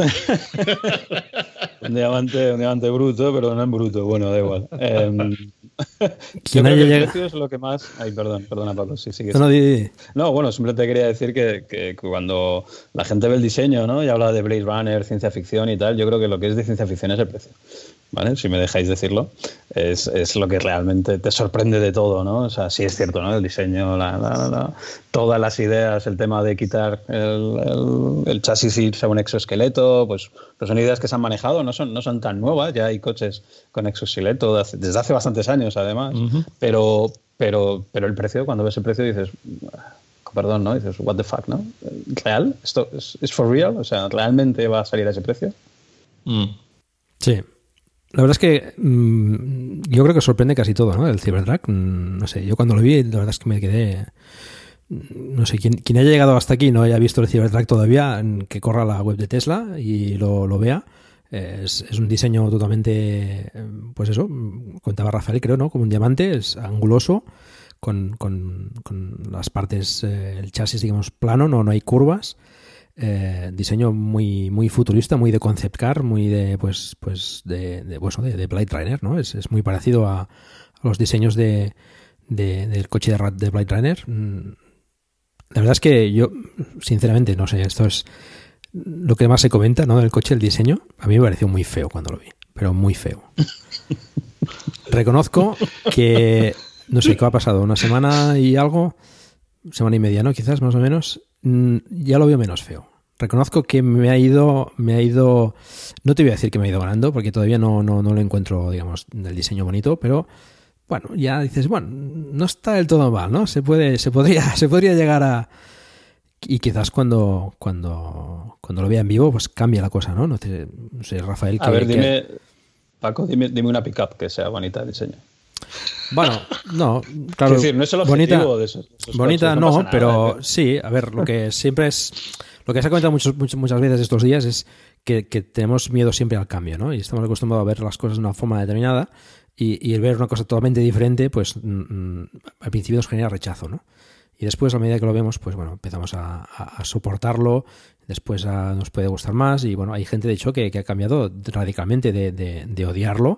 un diamante bruto, pero no en bruto. Bueno, da igual. ¿Quién haya llegado? El precio es lo que más... Ay, perdona, Pablo. Sí, sí. No, bueno, simplemente quería decir que cuando la gente ve el diseño, ¿no?, y habla de Blade Runner, ciencia ficción y tal, yo creo que lo que es de ciencia ficción es el precio. ¿Vale? Si me dejáis decirlo, es lo que realmente te sorprende de todo, ¿no? O sea, sí es cierto, ¿no? El diseño, todas las ideas, el tema de quitar el chasis y irse a un exoesqueleto, pues son ideas que se han manejado, no son tan nuevas, ya hay coches con exoesqueleto desde hace bastantes años, además, pero el precio, cuando ves el precio dices, perdón, ¿no? Dices, what the fuck, ¿no? ¿Real? ¿Esto es for real? O sea, ¿realmente va a salir a ese precio? Sí. La verdad es que yo creo que sorprende casi todo, ¿no? El Cybertruck. No sé, yo cuando lo vi, la verdad es que me quedé... No sé, quien haya llegado hasta aquí no haya visto el Cybertruck todavía, que corra la web de Tesla y lo vea. Es un diseño totalmente, pues eso, contaba Rafael, creo, ¿no? Como un diamante, es anguloso, con las partes, el chasis, digamos, plano, no hay curvas. Diseño muy, muy futurista, muy de concept car, muy de de Blade Runner, ¿no? Es muy parecido a los diseños del coche de Blade Runner. La verdad es que yo, sinceramente, no sé, esto es lo que más se comenta, ¿no?, del coche, el diseño. A mí me pareció muy feo cuando lo vi, pero muy feo. Reconozco que, no sé, ¿qué ha pasado? Una semana y algo, semana y media, ¿no? Quizás, más o menos. Ya lo veo menos feo. Reconozco que me ha ido, no te voy a decir que me ha ido ganando, porque todavía no lo encuentro, digamos, del diseño bonito, pero bueno, ya dices, bueno, no está del todo mal, ¿no? Se podría llegar a... Y quizás cuando lo vea en vivo, pues cambia la cosa, ¿no? No sé, Rafael... Paco, dime una pickup que sea bonita de diseño. Bueno, no, claro. Es decir, no es el objetivo de esos bonita coches, no, pasa nada, pero sí, a ver, lo que siempre es... Lo que se ha comentado muchas veces estos días es que tenemos miedo siempre al cambio, ¿no? Y estamos acostumbrados a ver las cosas de una forma determinada y el ver una cosa totalmente diferente, pues al principio nos genera rechazo, ¿no? Y después, a medida que lo vemos, pues bueno, empezamos a soportarlo, después nos puede gustar más y bueno, hay gente de hecho que ha cambiado radicalmente de odiarlo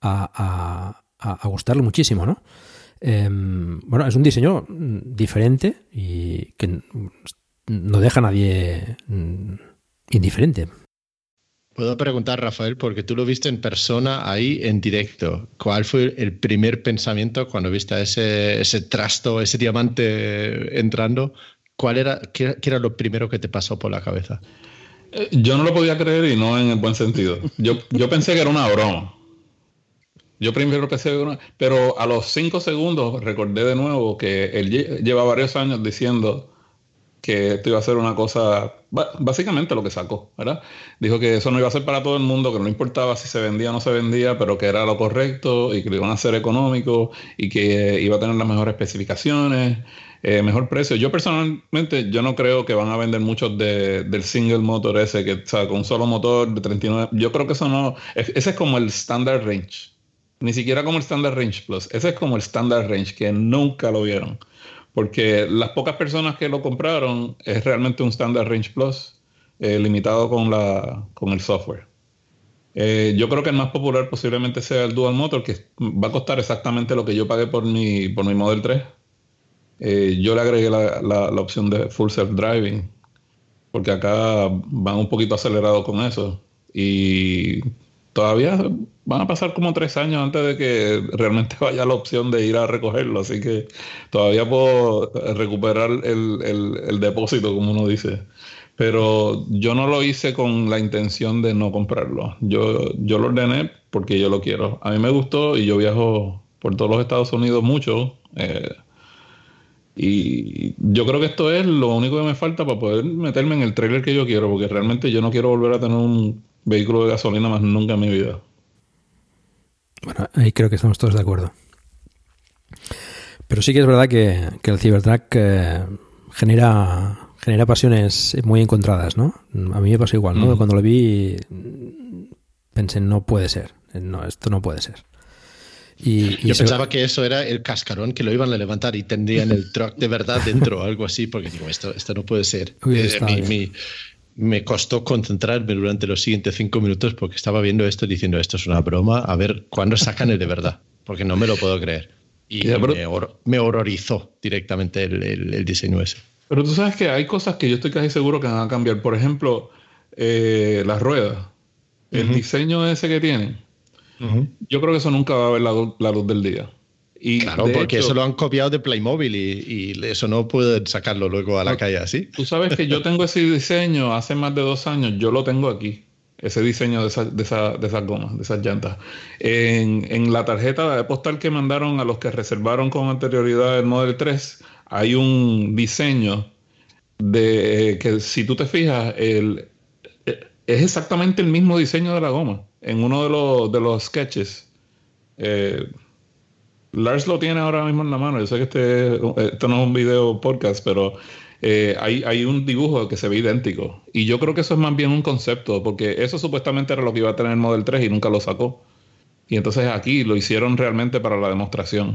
a gustarle muchísimo, ¿no? Bueno, es un diseño diferente y que no deja a nadie indiferente. Puedo preguntar, Rafael, porque tú lo viste en persona ahí en directo. ¿Cuál fue el primer pensamiento cuando viste ese trasto, ese diamante entrando? ¿Qué era lo primero que te pasó por la cabeza? Yo no lo podía creer y no en el buen sentido. Yo pensé que era una broma. Yo primero pensé que era una... Pero a los 5 segundos recordé de nuevo que él lleva varios años diciendo que esto iba a ser una cosa... Básicamente lo que sacó, ¿verdad? Dijo que eso no iba a ser para todo el mundo, que no importaba si se vendía o no se vendía, pero que era lo correcto y que lo iban a hacer económico y que iba a tener las mejores especificaciones, mejor precio. Yo personalmente, yo no creo que van a vender muchos del single motor ese, que, o sea, con un solo motor de 39. Yo creo que eso no... Ese es como el standard range. Ni siquiera como el standard range plus. Ese es como el standard range, que nunca lo vieron. Porque las pocas personas que lo compraron es realmente un standard range plus limitado con el software. Yo creo que el más popular posiblemente sea el dual motor, que va a costar exactamente lo que yo pagué por mi Model 3. Yo le agregué la opción de full self-driving, porque acá van un poquito acelerados con eso. Y todavía van a pasar como 3 años antes de que realmente vaya la opción de ir a recogerlo. Así que todavía puedo recuperar el depósito, como uno dice. Pero yo no lo hice con la intención de no comprarlo. Yo lo ordené porque yo lo quiero. A mí me gustó y yo viajo por todos los Estados Unidos mucho. Y yo creo que esto es lo único que me falta para poder meterme en el trailer que yo quiero, porque realmente yo no quiero volver a tener un vehículo de gasolina más nunca en mi vida. Bueno, ahí creo que estamos todos de acuerdo. Pero sí que es verdad que el Cybertruck genera pasiones muy encontradas, ¿no? A mí me pasó igual, ¿no? Cuando lo vi pensé, no puede ser. No, esto no puede ser. Yo pensaba que eso era el cascarón que lo iban a levantar y tendrían el truck de verdad dentro o algo así, porque digo, esto no puede ser. Me costó concentrarme durante los siguientes 5 minutos porque estaba viendo esto diciendo, esto es una broma, a ver cuándo sacan el de verdad, porque no me lo puedo creer. Y me horrorizó directamente el diseño ese. Pero tú sabes que hay cosas que yo estoy casi seguro que van a cambiar. Por ejemplo, las ruedas. El diseño ese que tienen. Yo creo que eso nunca va a ver la luz del día. Y claro, porque hecho, eso lo han copiado de Playmobil y eso no pueden sacarlo luego a la calle así. Tú sabes que yo tengo ese diseño hace más de 2 años. Yo lo tengo aquí. Ese diseño de esas gomas, de esas llantas. En la tarjeta postal que mandaron a los que reservaron con anterioridad el Model 3, hay un diseño de que, si tú te fijas, es exactamente el mismo diseño de la goma. En uno de los sketches. Lars lo tiene ahora mismo en la mano. Yo sé que esto no es un video podcast, pero hay un dibujo que se ve idéntico. Y yo creo que eso es más bien un concepto, porque eso supuestamente era lo que iba a tener el Model 3 y nunca lo sacó. Y entonces aquí lo hicieron realmente para la demostración.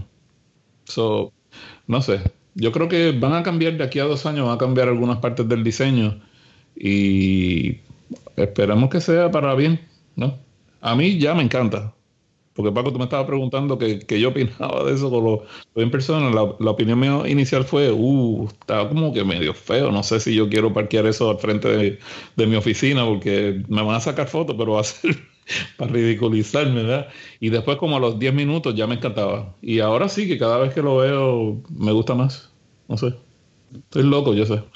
No sé. Yo creo que van a cambiar de aquí a 2 años, van a cambiar algunas partes del diseño. Y esperamos que sea para bien, ¿no? A mí ya me encanta. Porque, Paco, tú me estabas preguntando que yo opinaba de eso con lo en persona. La opinión mía inicial fue, estaba como que medio feo. No sé si yo quiero parquear eso al frente de mi oficina porque me van a sacar fotos, pero va a ser para ridiculizarme, ¿verdad? Y después, como a los 10 minutos, ya me encantaba. Y ahora sí, que cada vez que lo veo, me gusta más. No sé. Estoy loco, yo sé.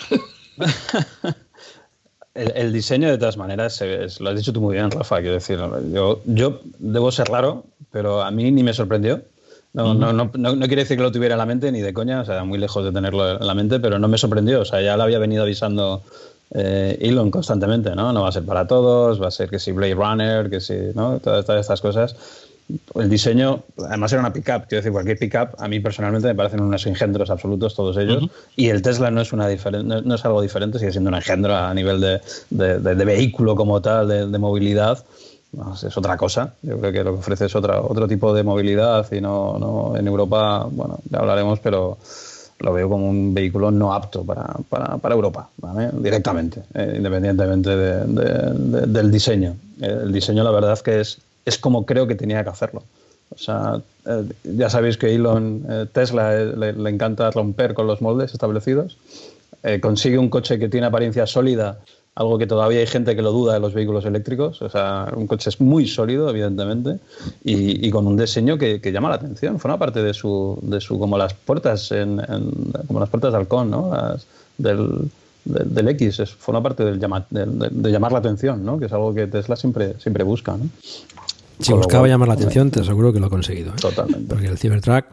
El diseño, de todas maneras, lo has dicho tú muy bien, Rafa. Quiero decir, yo debo ser raro, pero a mí ni me sorprendió. No quiere decir que lo tuviera en la mente, ni de coña, o sea, muy lejos de tenerlo en la mente, pero no me sorprendió. O sea, ya lo había venido avisando Elon constantemente, ¿no? No va a ser para todos, va a ser que si Blade Runner, que si, ¿no? Todas estas cosas. El diseño, además era una pick-up, quiero decir, cualquier pick-up a mí personalmente me parecen unos engendros absolutos todos ellos, y el Tesla no es algo diferente, sigue siendo un engendro a nivel de vehículo como tal, de movilidad. No, es otra cosa. Yo creo que lo que ofrece es otro tipo de movilidad, y no en Europa, bueno, ya hablaremos, pero lo veo como un vehículo no apto para Europa, ¿vale? Directamente, independientemente del diseño. El diseño, la verdad, que es como creo que tenía que hacerlo. O sea, ya sabéis que Tesla le encanta romper con los moldes establecidos. Consigue un coche que tiene apariencia sólida, algo que todavía hay gente que lo duda de los vehículos eléctricos. O sea, un coche es muy sólido, evidentemente, y con un diseño que llama la atención. Forma parte de su como las puertas como las puertas de halcón, ¿no? del X, forma parte de llamar la atención, ¿no? Que es algo que Tesla siempre busca, ¿no? Si buscaba llamar la atención, te aseguro que lo ha conseguido, ¿eh? Totalmente. Porque el Cybertruck,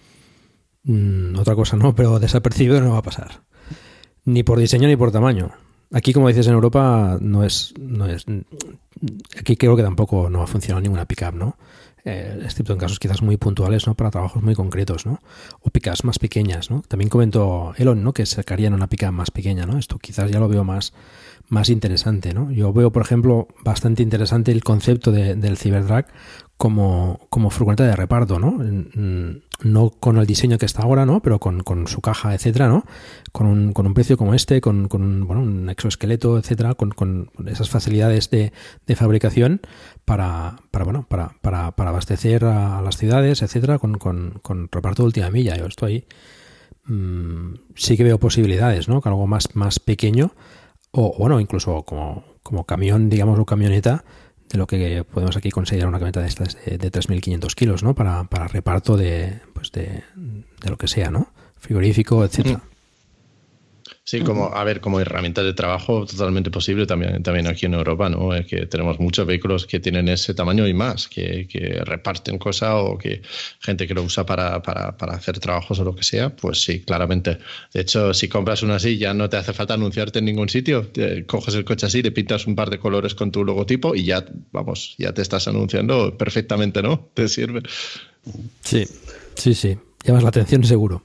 otra cosa no, pero desapercibido no va a pasar. Ni por diseño ni por tamaño. Aquí, como dices, en Europa no es. Aquí creo que tampoco no va a funcionar ninguna pickup, ¿no? Excepto en casos quizás muy puntuales, ¿no? Para trabajos muy concretos, ¿no? O pickups más pequeñas, ¿no? También comentó Elon, ¿no? Que sacarían una pickup más pequeña, ¿no? Esto quizás ya lo veo más interesante, ¿no? Yo veo, por ejemplo, bastante interesante el concepto del Cybertruck como furgoneta de reparto, ¿no? No con el diseño que está ahora, ¿no? Pero con su caja, etcétera, ¿no? Con un precio como este, con un exoesqueleto, etcétera, con esas facilidades de fabricación para abastecer a las ciudades, etcétera, con reparto de última milla. Yo estoy sí que veo posibilidades, ¿no? Que algo más pequeño o bueno, incluso como camión, digamos, o camioneta, de lo que podemos aquí considerar una camioneta de estas de 3.500 kilos, ¿no? Para reparto de lo que sea, ¿no? Frigorífico, etcétera. Sí, como herramienta de trabajo totalmente posible también aquí en Europa, ¿no? Es que tenemos muchos vehículos que tienen ese tamaño y más, que reparten cosas o que gente que lo usa para hacer trabajos o lo que sea, pues sí, claramente. De hecho, si compras una así ya no te hace falta anunciarte en ningún sitio, coges el coche así, le pintas un par de colores con tu logotipo y ya te estás anunciando perfectamente, ¿no? Te sirve. Sí. Llamas la atención seguro.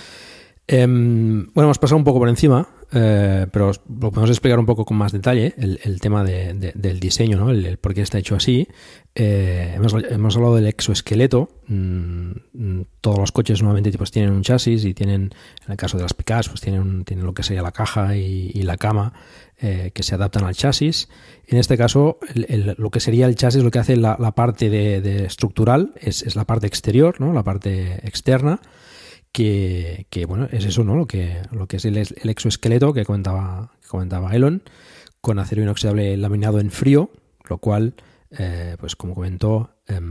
Bueno, hemos pasado un poco por encima, pero lo podemos explicar un poco con más detalle, el tema del diseño, ¿no? El por qué está hecho así. Hemos hablado del exoesqueleto. Todos los coches nuevamente pues tienen un chasis y tienen, en el caso de las pickups, pues tienen lo que sería la caja y la cama que se adaptan al chasis. En este caso, lo que sería el chasis, lo que hace la parte de estructural es la parte exterior, ¿no? La parte externa. Que bueno, es eso, ¿no? Lo que es el exoesqueleto que comentaba Elon, con acero inoxidable laminado en frío, lo cual, pues como comentó,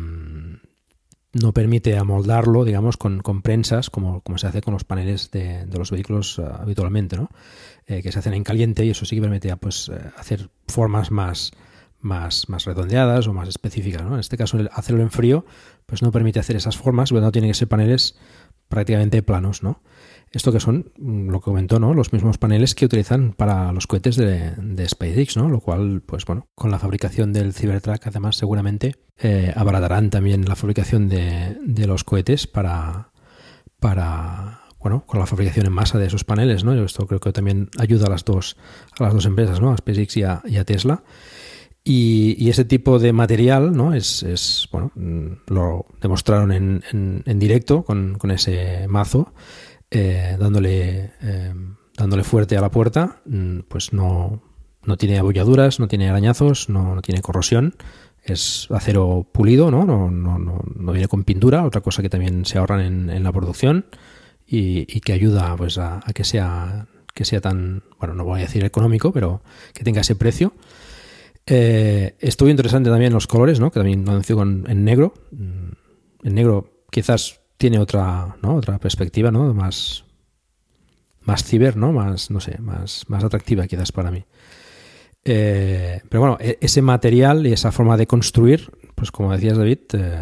no permite amoldarlo, digamos, con prensas, como se hace con los paneles de los vehículos habitualmente, ¿no? Que se hacen en caliente, y eso sí que permite pues hacer formas más redondeadas o más específicas, ¿no? En este caso, hacerlo en frío, pues no permite hacer esas formas, no tienen que ser paneles prácticamente planos, ¿no? Esto que son, lo que comentó, ¿no? Los mismos paneles que utilizan para los cohetes de SpaceX, ¿no? Lo cual, pues bueno, con la fabricación del Cybertruck, además, seguramente abaratarán también la fabricación de los cohetes para bueno, con la fabricación en masa de esos paneles, ¿no? Esto creo que también ayuda a las dos empresas, ¿no? A SpaceX y a Tesla. Y ese tipo de material, ¿no? Es bueno, lo demostraron en directo con ese mazo, dándole fuerte a la puerta. Pues no tiene abolladuras, no tiene arañazos, no tiene corrosión. Es acero pulido, ¿no? No viene con pintura, otra cosa que también se ahorran en la producción y que ayuda pues a que sea tan, bueno, no voy a decir económico, pero que tenga ese precio. Estuvo interesante también los colores, ¿no? Que también lo anunció en negro. En negro quizás tiene otra perspectiva, ¿no? Más ciber, ¿no? Más atractiva quizás para mí. Pero bueno, ese material y esa forma de construir, pues como decías, David,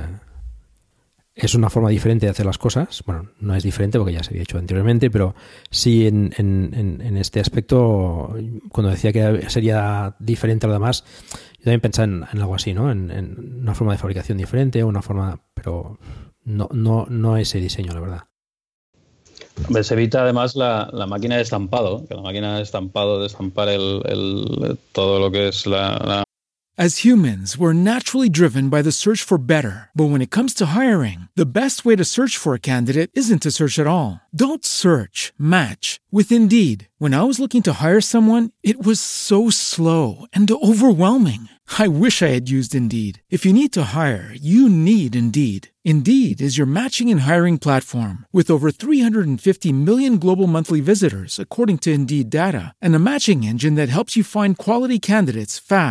es una forma diferente de hacer las cosas. Bueno, no es diferente porque ya se había hecho anteriormente, pero sí en este aspecto, cuando decía que sería diferente a lo demás, yo también pensaba en algo así, ¿no? En una forma de fabricación diferente, pero no ese diseño, la verdad. Se evita además la máquina de estampado, que la máquina de estampado, de estampar todo lo que es la... As humans, we're naturally driven by the search for better. But when it comes to hiring, the best way to search for a candidate isn't to search at all. Don't search, match with Indeed. When I was looking to hire someone, it was so slow and overwhelming. I wish I had used Indeed. If you need to hire, you need Indeed. Indeed is your matching and hiring platform with over 350 million global monthly visitors, according to Indeed data, and a matching engine that helps you find quality candidates fast.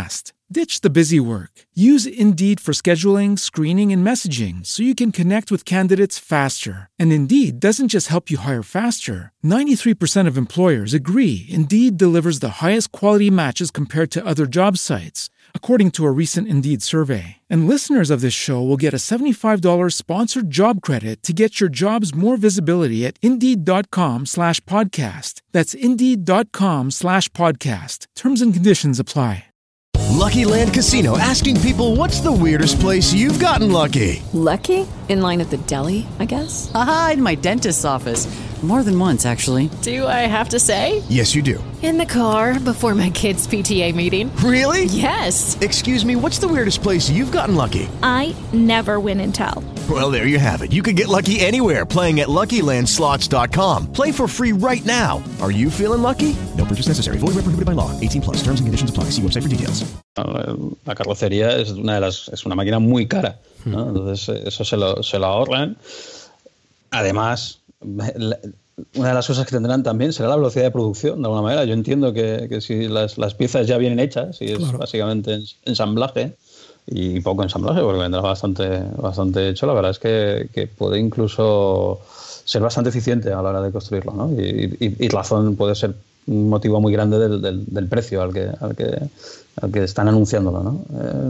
Ditch the busy work. Use Indeed for scheduling, screening, and messaging so you can connect with candidates faster. And Indeed doesn't just help you hire faster. 93% of employers agree Indeed delivers the highest quality matches compared to other job sites, according to a recent Indeed survey. And listeners of this show will get a $75 sponsored job credit to get your jobs more visibility at Indeed.com/podcast. That's Indeed.com/podcast. Terms and conditions apply. Lucky Land Casino, asking people, what's the weirdest place you've gotten lucky? Lucky? In line at the deli, I guess? Aha, in my dentist's office. More than once, actually. Do I have to say? Yes, you do. In the car before my kids' PTA meeting. Really? Yes. Excuse me, what's the weirdest place you've gotten lucky? I never win and tell. Well, there you have it. You can get lucky anywhere, playing at LuckyLandSlots.com. Play for free right now. Are you feeling lucky? No purchase necessary. Void where prohibited by law. 18+. Terms and conditions apply. See website for details. La carrocería es una máquina muy cara, ¿no? Entonces eso se lo ahorran. Además, una de las cosas que tendrán también será la velocidad de producción, de alguna manera. Yo entiendo que si las piezas ya vienen hechas, y es básicamente ensamblaje y poco ensamblaje, porque vendrá bastante hecho, la verdad es que puede incluso ser bastante eficiente a la hora de construirlo, ¿no? Y razón puede ser un motivo muy grande del precio al que están anunciándolo, ¿no?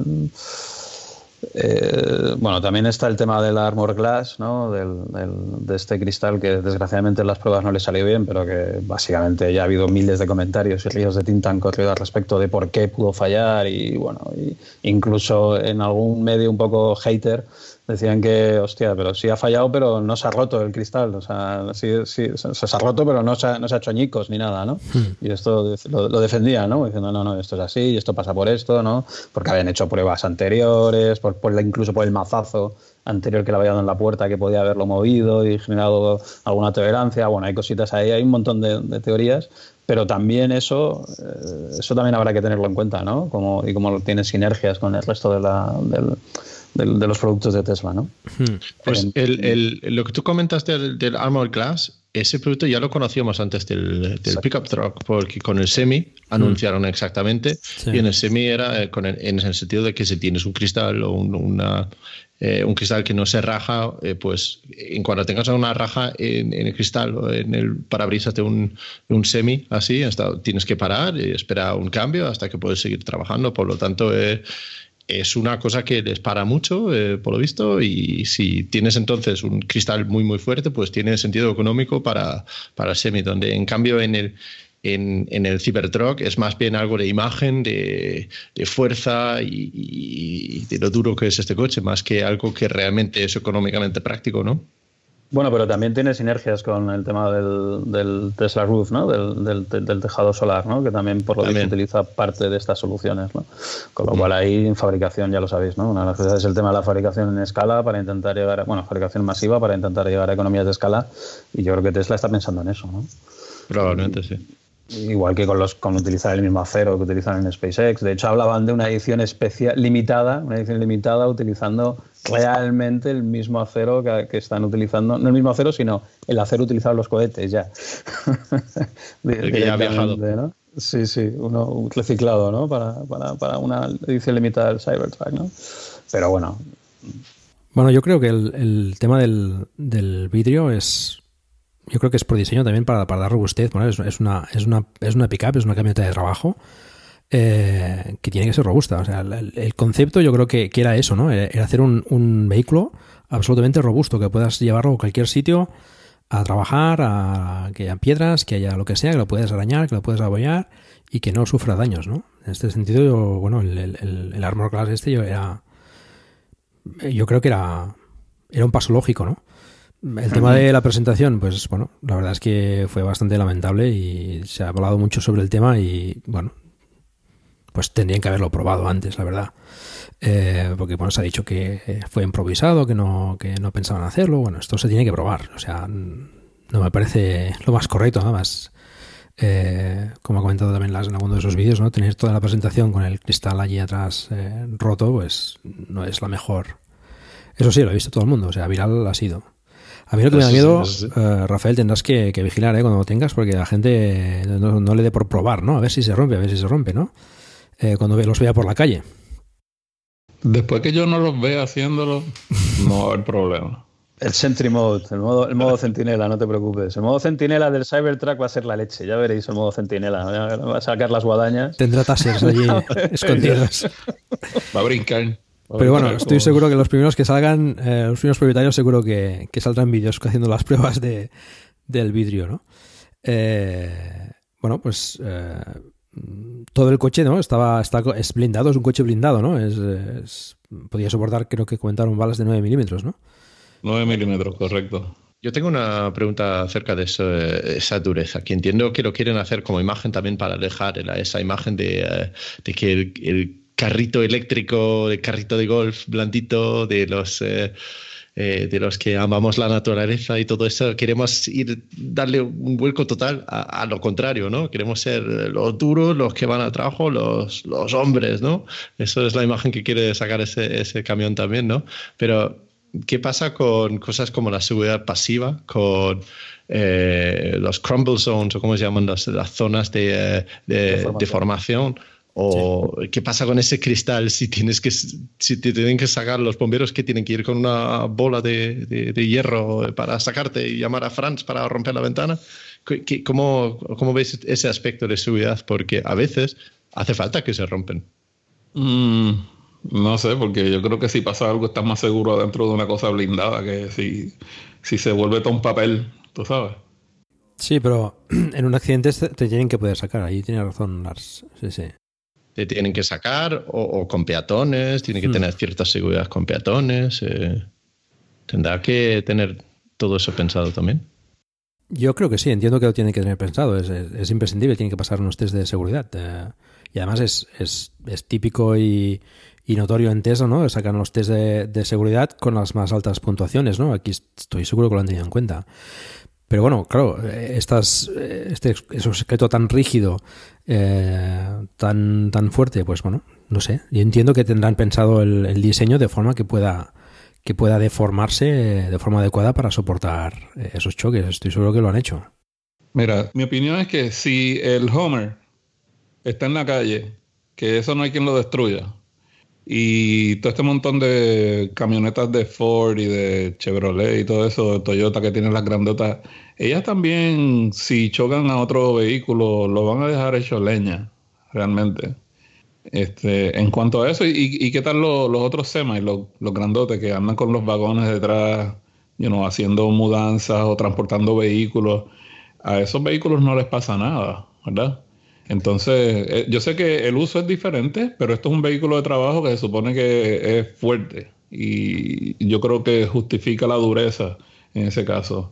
Bueno, también está el tema del Armor Glass, ¿no? De este cristal que desgraciadamente en las pruebas no le salió bien, pero que básicamente ya ha habido miles de comentarios y ríos de tinta han corrido al respecto de por qué pudo fallar y bueno, incluso en algún medio un poco hater decían que, hostia, pero sí ha fallado, pero no se ha roto el cristal. O sea, sí se ha roto, pero no se ha hecho añicos ni nada, ¿no? Y esto lo defendían, ¿no? Diciendo, no, esto es así, y esto pasa por esto, ¿no? Porque habían hecho pruebas anteriores, incluso por el mazazo anterior que le había dado en la puerta, que podía haberlo movido y generado alguna tolerancia. Bueno, hay cositas ahí, hay un montón de teorías, pero también eso también habrá que tenerlo en cuenta, ¿no? Como tiene sinergias con el resto de los productos de Tesla, ¿no? Pues lo que tú comentas del Armor Glass, ese producto ya lo conocíamos antes del Pickup Truck, porque con el Semi anunciaron exactamente, sí. Y en el Semi era en el sentido de que si tienes un cristal o un cristal que no se raja, pues en cuanto tengas una raja en el cristal o en el parabrisas de un Semi así, tienes que parar y esperar un cambio hasta que puedes seguir trabajando. Por lo tanto, es una cosa que les para mucho, por lo visto, y si tienes entonces un cristal muy muy fuerte, pues tiene sentido económico para el Semi, donde en cambio en el Cybertruck es más bien algo de imagen, de fuerza y de lo duro que es este coche, más que algo que realmente es económicamente práctico, ¿no? Bueno, pero también tiene sinergias con el tema del Tesla Roof, ¿no? Del tejado solar, ¿no? Que también por lo visto utiliza parte de estas soluciones, ¿no? Con lo cual ahí en fabricación ya lo sabéis, ¿no? Una de las cosas es el tema de la fabricación en escala para intentar llegar fabricación masiva para intentar llegar a economías de escala, y yo creo que Tesla está pensando en eso, ¿no? Probablemente sí. Igual que con utilizar el mismo acero que utilizan en SpaceX. De hecho, hablaban de una edición limitada utilizando realmente el mismo acero que están utilizando. No el mismo acero, sino el acero utilizado en los cohetes ya. El que ya ha viajado. ¿No? Sí, un reciclado, ¿no? Para una edición limitada del Cybertruck, ¿no? Pero bueno. Bueno, yo creo que el tema del vidrio es... Yo creo que es por diseño también para dar robustez. Bueno, es una pick-up, es una camioneta de trabajo que tiene que ser robusta. O sea, el concepto yo creo que era eso, ¿no? Era hacer un vehículo absolutamente robusto, que puedas llevarlo a cualquier sitio a trabajar, que haya piedras, que haya lo que sea, que lo puedes arañar, que lo puedes abollar y que no sufra daños, ¿no? En este sentido, el Armor Glass yo creo que era un paso lógico, ¿no? El tema de la presentación, pues bueno, la verdad es que fue bastante lamentable y se ha hablado mucho sobre el tema y bueno, pues tendrían que haberlo probado antes, la verdad. Porque bueno, se ha dicho que fue improvisado, que no pensaban hacerlo. Bueno, esto se tiene que probar, o sea, no me parece lo más correcto, nada más. Como ha comentado también en alguno de esos vídeos, ¿no? Tener toda la presentación con el cristal allí atrás roto, pues no es la mejor. Eso sí, lo ha visto todo el mundo, o sea, viral ha sido. A mí lo que me da miedo, Rafael, tendrás que vigilar cuando lo tengas, porque la gente no le dé por probar, ¿no? A ver si se rompe, ¿no? cuando los vea por la calle. Después que yo no los vea haciéndolo, no va a haber problema. El Sentry Mode, el modo centinela, no te preocupes. El modo centinela del Cybertruck va a ser la leche, ya veréis el modo centinela. Va a sacar las guadañas. Tendrá tasers allí escondidos. Va a brincar. Pero bueno, estoy seguro que los primeros que salgan, los primeros propietarios seguro que saldrán vídeos haciendo las pruebas del vidrio, ¿no? Bueno, pues todo el coche, ¿no? Es blindado, es un coche blindado, ¿no? Podía soportar, creo que comentaron, balas de 9 milímetros, ¿no? 9 milímetros, correcto. Yo tengo una pregunta acerca de esa dureza, que entiendo que lo quieren hacer como imagen también para alejar esa imagen de que el carrito eléctrico, el carrito de golf blandito de los que amamos la naturaleza y todo eso, queremos darle un vuelco total a lo contrario, ¿no? Queremos ser los duros, los que van al trabajo, los hombres, ¿no? Eso es la imagen que quiere sacar ese camión también, ¿no? Pero ¿qué pasa con cosas como la seguridad pasiva, con los crumble zones, o cómo se llaman las zonas de deformación? ¿O sí, qué pasa con ese cristal si te tienen que sacar los bomberos, que tienen que ir con una bola de hierro para sacarte y llamar a Franz para romper la ventana? ¿Cómo ves ese aspecto de seguridad? Porque a veces hace falta que se rompen. No sé, porque yo creo que si pasa algo estás más seguro dentro de una cosa blindada que si se vuelve todo un papel, tú sabes. Sí, pero en un accidente te tienen que poder sacar. Ahí tiene razón Lars. Sí. Te tienen que sacar o con peatones, tienen que tener cierta seguridad con peatones. Tendrá que tener todo eso pensado también. Yo creo que sí, entiendo que lo tienen que tener pensado. Es imprescindible, tienen que pasar unos test de seguridad. Y además es típico y notorio en Tesla, ¿no? Sacan los test de seguridad con las más altas puntuaciones, ¿no? Aquí estoy seguro que lo han tenido en cuenta. Pero bueno, claro, ese secreto tan rígido, tan fuerte, pues bueno, no sé. Yo entiendo que tendrán pensado el diseño de forma que pueda deformarse de forma adecuada para soportar esos choques. Estoy seguro que lo han hecho. Mira, mi opinión es que si el Homer está en la calle, que eso no hay quien lo destruya, y todo este montón de camionetas de Ford y de Chevrolet y todo eso, de Toyota, que tienen las grandotas, ellas también, si chocan a otro vehículo, lo van a dejar hecho leña, realmente. En cuanto a eso, ¿y qué tal los otros semis, los grandotes que andan con los vagones detrás, haciendo mudanzas o transportando vehículos? A esos vehículos no les pasa nada, ¿verdad? Entonces, yo sé que el uso es diferente, pero esto es un vehículo de trabajo que se supone que es fuerte y yo creo que justifica la dureza en ese caso.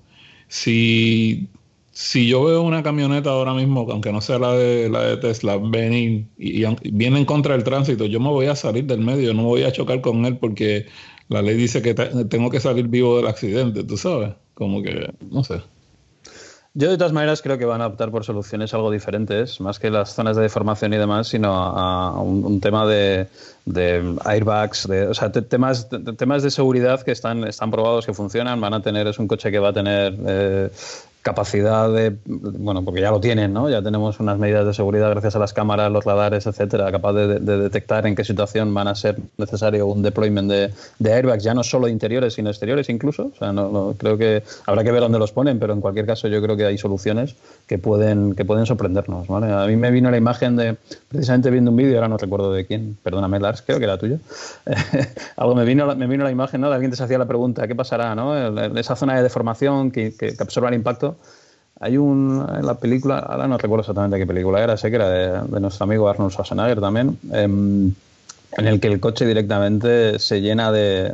Si yo veo una camioneta ahora mismo, aunque no sea la de Tesla, venir y viene en contra del tránsito, yo me voy a salir del medio, no me voy a chocar con él porque la ley dice que tengo que salir vivo del accidente, tú sabes, como que, no sé. Yo de todas maneras creo que van a optar por soluciones algo diferentes, más que las zonas de deformación y demás, sino a un tema de airbags, temas de seguridad que están probados, que funcionan. Es un coche que va a tener capacidad porque ya lo tienen, ¿no? Ya tenemos unas medidas de seguridad gracias a las cámaras, los radares, etcétera, capaz de detectar en qué situación van a ser necesario un deployment de airbags, ya no solo interiores, sino exteriores incluso. O sea, no creo que habrá que ver dónde los ponen, pero en cualquier caso yo creo que hay soluciones que pueden sorprendernos, ¿vale? A mí me vino la imagen precisamente viendo un vídeo, ahora no recuerdo de quién, perdóname Lars, creo que era tuyo. Me vino la imagen, ¿no? De alguien que se hacía la pregunta, ¿qué pasará, no? Esa zona de deformación que absorba el impacto. Hay en la película, ahora no recuerdo exactamente qué película era, sé que era de nuestro amigo Arnold Schwarzenegger también, en el que el coche directamente se llena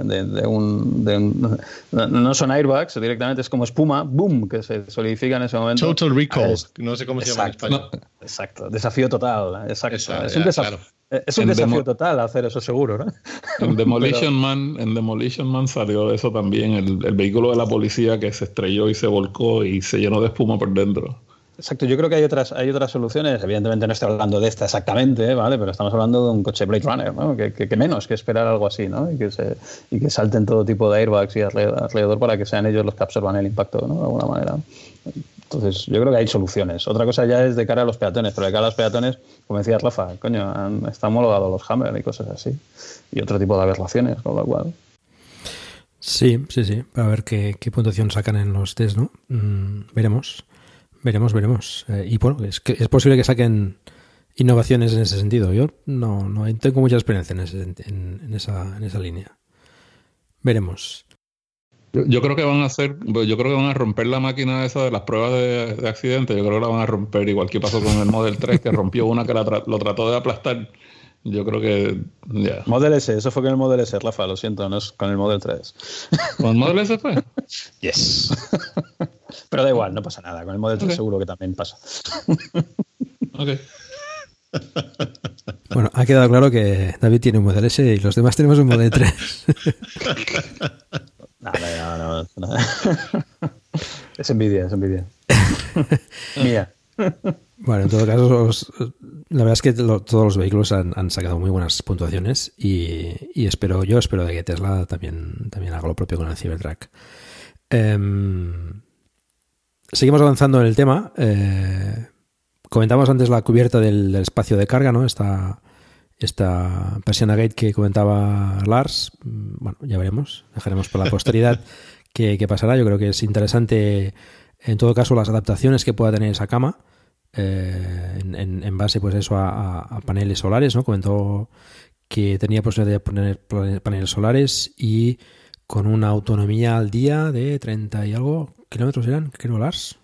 no son airbags, directamente es como espuma, boom, que se solidifica en ese momento. Total Recall, no sé cómo se llama en español. Exacto, desafío total, exacto. Es un En desafío total hacer eso seguro, ¿no? En Demolition Man salió eso también, el vehículo de la policía que se estrelló y se volcó y se llenó de espuma por dentro. Exacto, yo creo que hay otras soluciones. Evidentemente no estoy hablando de esta exactamente, ¿vale? Pero estamos hablando de un coche Blade Runner, ¿no? Que menos que esperar algo así, ¿no? Y que salten todo tipo de airbags y alrededor para que sean ellos los que absorban el impacto, ¿no? De alguna manera. Entonces, yo creo que hay soluciones. Otra cosa ya es de cara a los peatones, pero de cara a los peatones, como decía Rafa, están homologados los Hammer y cosas así. Y otro tipo de aberraciones, con lo cual... Sí, para ver qué puntuación sacan en los test, ¿no? Veremos. Y bueno, es posible que saquen innovaciones en ese sentido. Yo no tengo mucha experiencia en esa línea. Veremos. Yo creo que van a romper la máquina esa de las pruebas de accidente. Yo creo que la van a romper, igual que pasó con el Model 3, que rompió una que lo trató de aplastar. Yo creo que ya. Model S, eso fue con el Model S, Rafa, lo siento, no es con el Model 3. ¿Con el Model S fue? Yes. Pero da igual, no pasa nada. Con el Model 3 seguro que también pasa. Ok. Bueno, ha quedado claro que David tiene un Model S y los demás tenemos un Model 3. No. Es envidia. Mía. Bueno, en todo caso, la verdad es que todos los vehículos han sacado muy buenas puntuaciones y espero de que Tesla también haga lo propio con el Cybertruck. Seguimos avanzando en el tema. Comentamos antes la cubierta del espacio de carga, ¿no? Esta Persiana Gate que comentaba Lars. Bueno, ya veremos. Dejaremos para la posteridad qué pasará. Yo creo que es interesante, en todo caso, las adaptaciones que pueda tener esa cama. En base pues eso a paneles solares, ¿no? Comentó que tenía posibilidad de poner paneles solares y con una autonomía al día de 30 y algo kilómetros eran, creo, Lars.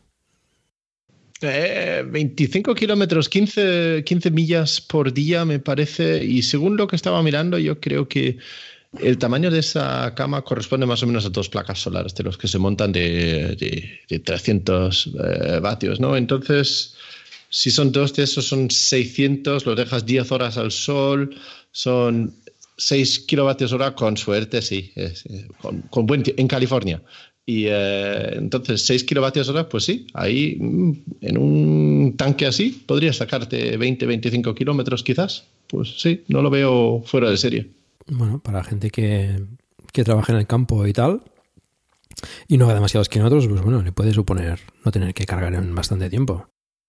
25 kilómetros, 15 millas por día me parece, y según lo que estaba mirando yo creo que el tamaño de esa cama corresponde más o menos a 2 placas solares de los que se montan de 300 vatios, ¿no? Entonces, si son 2 de esos son 600, lo dejas 10 horas al sol, son 6 kilovatios hora con suerte, sí, con buen tiempo, en California. Y entonces 6 kilovatios hora, pues sí, ahí en un tanque así podrías sacarte 20-25 kilómetros quizás. Pues sí, no lo veo fuera de serie. Bueno, para gente que trabaja en el campo y tal y no haga demasiados kilómetros, pues bueno, le puede suponer no tener que cargar en bastante tiempo.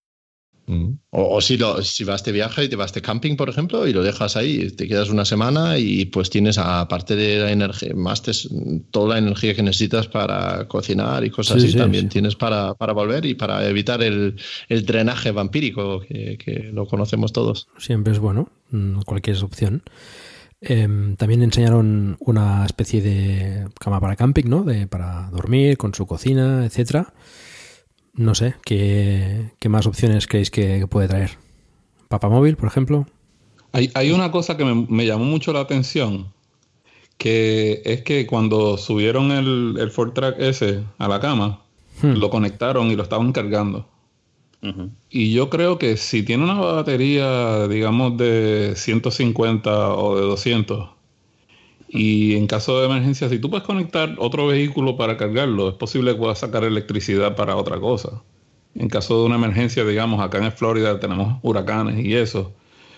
O si vas de viaje y te vas de camping, por ejemplo, y lo dejas ahí, te quedas una semana y pues tienes, aparte de la energía, más toda la energía que necesitas para cocinar y cosas así, también tienes para volver y para evitar el drenaje vampírico que lo conocemos todos. Siempre es bueno, cualquier opción. También enseñaron una especie de cama para camping, ¿no? Para dormir, con su cocina, etcétera. No sé, ¿qué más opciones creéis que puede traer? ¿Papamóvil, por ejemplo? Hay una cosa que me llamó mucho la atención, que es que cuando subieron el Ford Track S a la cama, lo conectaron y lo estaban cargando. Uh-huh. Y yo creo que si tiene una batería, digamos, de 150 o de 200, y en caso de emergencia, si tú puedes conectar otro vehículo para cargarlo, es posible que puedas sacar electricidad para otra cosa. En caso de una emergencia, digamos, acá en Florida tenemos huracanes y eso.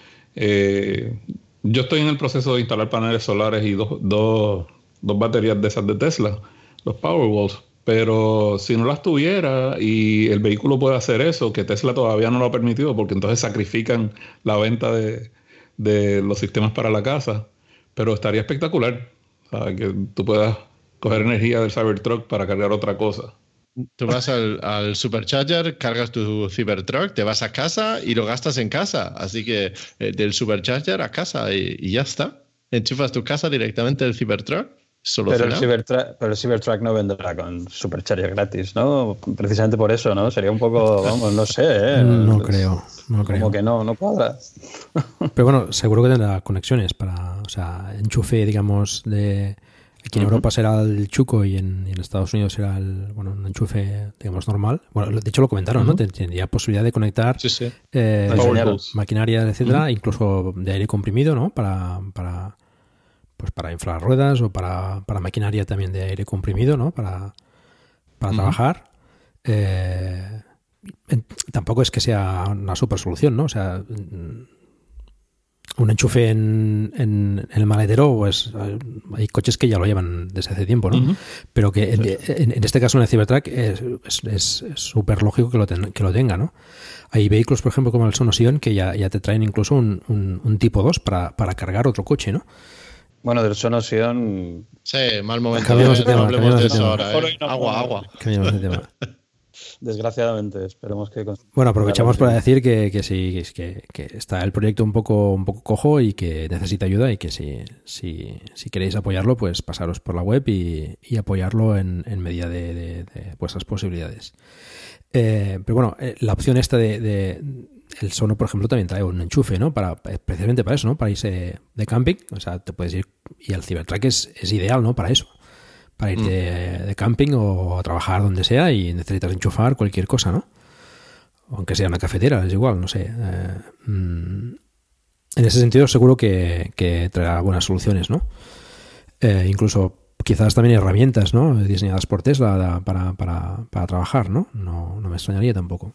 Yo estoy en el proceso de instalar paneles solares y dos baterías de esas de Tesla, los Powerwalls. Pero si no las tuviera y el vehículo puede hacer eso, que Tesla todavía no lo ha permitido, porque entonces sacrifican la venta de los sistemas para la casa. Pero estaría espectacular, ¿sabes? Que tú puedas coger energía del Cybertruck para cargar otra cosa. Tú vas al Supercharger, cargas tu Cybertruck, te vas a casa y lo gastas en casa. Así que del Supercharger a casa y ya está. Enchufas tu casa directamente del Cybertruck. Pero el Cybertruck no vendrá con Supercharger gratis, ¿no? Precisamente por eso, ¿no? Sería un poco, vamos, no sé, ¿eh? No creo. Como que no cuadra. Pero bueno, seguro que tendrá conexiones para, o sea, enchufe, digamos, aquí en Europa será el chuco y en Estados Unidos será un enchufe, digamos, normal. Bueno, de hecho lo comentaron, ¿no? Tendría posibilidad de conectar maquinaria, etcétera, incluso de aire comprimido, ¿no? Para inflar ruedas o para maquinaria también de aire comprimido, ¿no? Para trabajar. Tampoco es que sea una super solución, ¿no? O sea, un enchufe en el maletero, pues hay coches que ya lo llevan desde hace tiempo, ¿no? Uh-huh. Pero que en este caso en el Cybertruck es súper lógico que lo tenga, ¿no? Hay vehículos, por ejemplo, como el Sonosion, que ya te traen incluso un tipo 2 para cargar otro coche, ¿no? Bueno, del Sonosion... Sí, mal momento. Cambiamos de tema. No hablemos de eso ahora, Agua. Cambiamos de tema. Desgraciadamente, esperemos que... Bueno, aprovechamos para decir que sí, que está el proyecto un poco cojo y que necesita ayuda y que si queréis apoyarlo, pues pasaros por la web y apoyarlo en medida de vuestras posibilidades. Pero bueno, la opción esta de el Sono, por ejemplo, también trae un enchufe, ¿no? Precisamente para eso, ¿no? Para irse de camping, o sea, te puedes ir, y el Cybertruck es ideal, ¿no? Para eso. Para ir de camping o a trabajar donde sea y necesitas enchufar cualquier cosa, ¿no? Aunque sea una cafetera, es igual, no sé. En ese sentido seguro que traerá buenas soluciones, ¿no? Incluso quizás también herramientas, ¿no? Diseñadas por Tesla para trabajar, ¿no? No me extrañaría tampoco.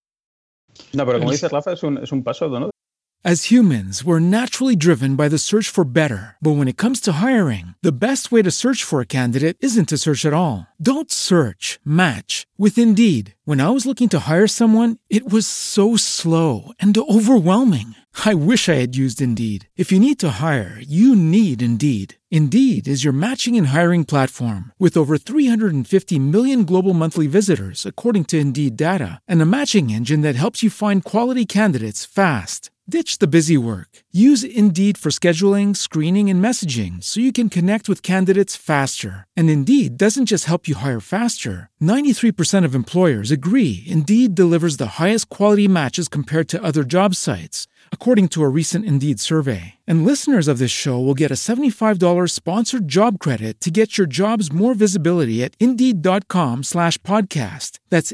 No, pero como dice Rafa, es un paso, ¿no? As humans, we're naturally driven by the search for better. But when it comes to hiring, the best way to search for a candidate isn't to search at all. Don't search, match with Indeed. When I was looking to hire someone, it was so slow and overwhelming. I wish I had used Indeed. If you need to hire, you need Indeed. Indeed is your matching and hiring platform with over 350 million global monthly visitors, according to Indeed data, and a matching engine that helps you find quality candidates fast. Ditch the busy work. Use Indeed for scheduling, screening, and messaging so you can connect with candidates faster. And Indeed doesn't just help you hire faster. 93% of employers agree Indeed delivers the highest quality matches compared to other job sites, according to a recent Indeed survey. And listeners of this show will get a $75 sponsored job credit to get your jobs more visibility at Indeed.com/podcast. That's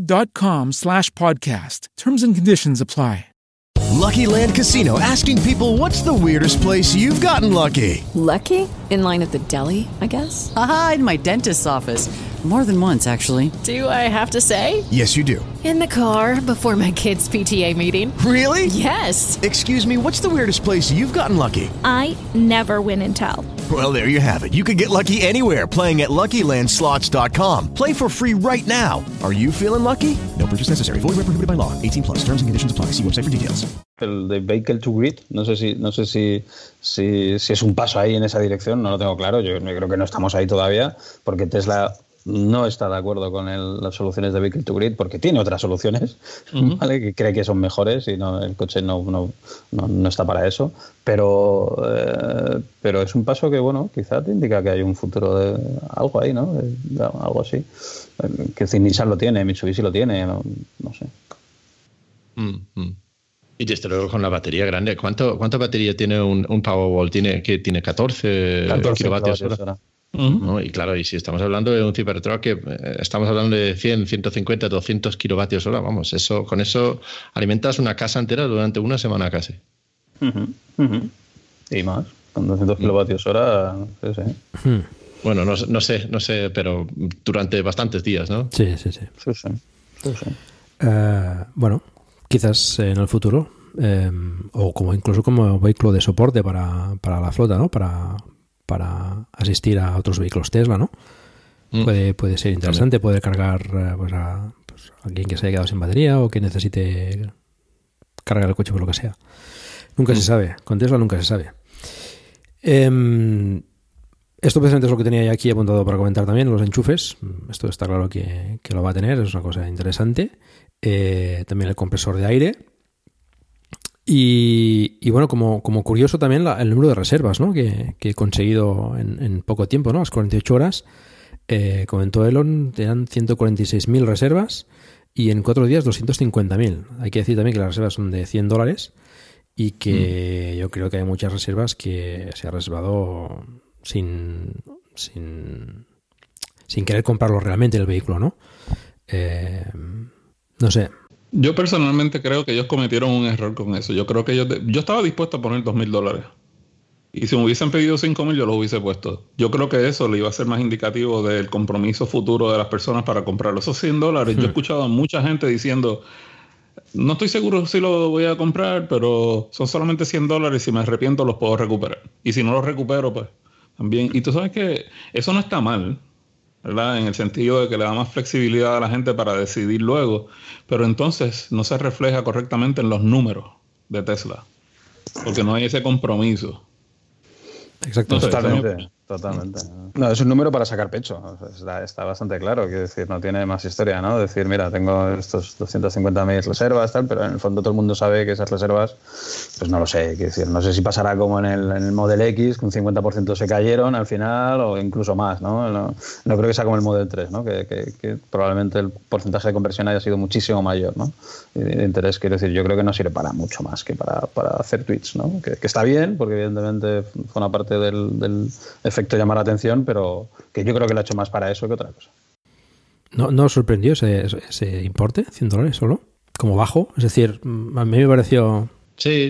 Indeed.com/podcast. Terms and conditions apply. Lucky Land Casino, asking people, what's the weirdest place you've gotten lucky? Lucky? In line at the deli, I guess? Aha, in my dentist's office. More than once, actually. Do I have to say? Yes, you do. In the car before my kids' PTA meeting. Really? Yes. Excuse me, what's the weirdest place you've gotten lucky? I never win and tell. Well, there you have it. You can get lucky anywhere, playing at LuckyLandSlots.com. Play for free right now. Are you feeling lucky? No purchase necessary. Void where prohibited by law. 18+. Terms and conditions apply. See website for details. El de Vehicle to Grid, no sé si es un paso ahí en esa dirección, no lo tengo claro. Yo creo que no estamos ahí todavía, porque Tesla no está de acuerdo con las soluciones de Vehicle to Grid, porque tiene otras soluciones, ¿vale? Que cree que son mejores y no, el coche no está para eso. Pero es un paso que, bueno, quizá te indica que hay un futuro de algo ahí, ¿no? Algo así. Que Nissan lo tiene, Mitsubishi lo tiene, no sé. Y desde luego con la batería grande. ¿Cuánta batería tiene un Powerwall? ¿Tiene 14 kilovatios hora? ¿No? Y claro, y si estamos hablando de un Cybertruck, que estamos hablando de 100, 150, 200 kilovatios hora, vamos, con eso alimentas una casa entera durante una semana casi. Y más, con 200 kilovatios hora, sí. Bueno, no sé, pero durante bastantes días, ¿no? Sí. Bueno, quizás en el futuro, o incluso como vehículo de soporte para la flota, ¿no? Para asistir a otros vehículos Tesla, ¿no? Puede ser interesante poder cargar pues a alguien que se haya quedado sin batería o que necesite cargar el coche por lo que sea. Nunca se sabe. Con Tesla nunca se sabe. Esto precisamente es lo que tenía ya aquí apuntado para comentar también, los enchufes. Esto está claro que lo va a tener, es una cosa interesante. También el compresor de aire. Y bueno, como curioso también el número de reservas, ¿no? que he conseguido en poco tiempo, ¿no? Las 48 horas. Comentó Elon, eran 146.000 reservas y en 4 días 250.000. Hay que decir también que las reservas son de $100 y que yo creo que hay muchas reservas que se ha reservado sin querer comprarlo realmente el vehículo, ¿no? No sé. Yo personalmente creo que ellos cometieron un error con eso. Yo creo que yo estaba dispuesto a poner $2,000. Y si me hubiesen pedido 5,000, yo los hubiese puesto. Yo creo que eso le iba a ser más indicativo del compromiso futuro de las personas para comprarlo. Esos $100, yo he escuchado a mucha gente diciendo, no estoy seguro si lo voy a comprar, pero son solamente $100 y si me arrepiento los puedo recuperar. Y si no los recupero, pues también. Y tú sabes que eso no está mal, ¿verdad? En el sentido de que le da más flexibilidad a la gente para decidir luego, pero entonces no se refleja correctamente en los números de Tesla, porque no hay ese compromiso. Exacto. Totalmente. No, es un número para sacar pecho. O sea, está bastante claro. Quiero decir, no tiene más historia, ¿no? Decir, mira, tengo estos 250.000 reservas, tal, pero en el fondo todo el mundo sabe que esas reservas, pues no lo sé. Quiero decir, no sé si pasará como en el Model X, que un 50% se cayeron al final, o incluso más, ¿no? No creo que sea como el Model 3, ¿no? Que probablemente el porcentaje de conversión haya sido muchísimo mayor, ¿no? Y de interés, quiero decir, yo creo que no sirve para mucho más que para hacer tweets, ¿no? Que está bien, porque evidentemente fue una parte del efecto llamar la atención, pero que yo creo que lo ha hecho más para eso que otra cosa. ¿No os sorprendió ese importe? $100 solo, como bajo. Es decir, a mí me pareció... Sí,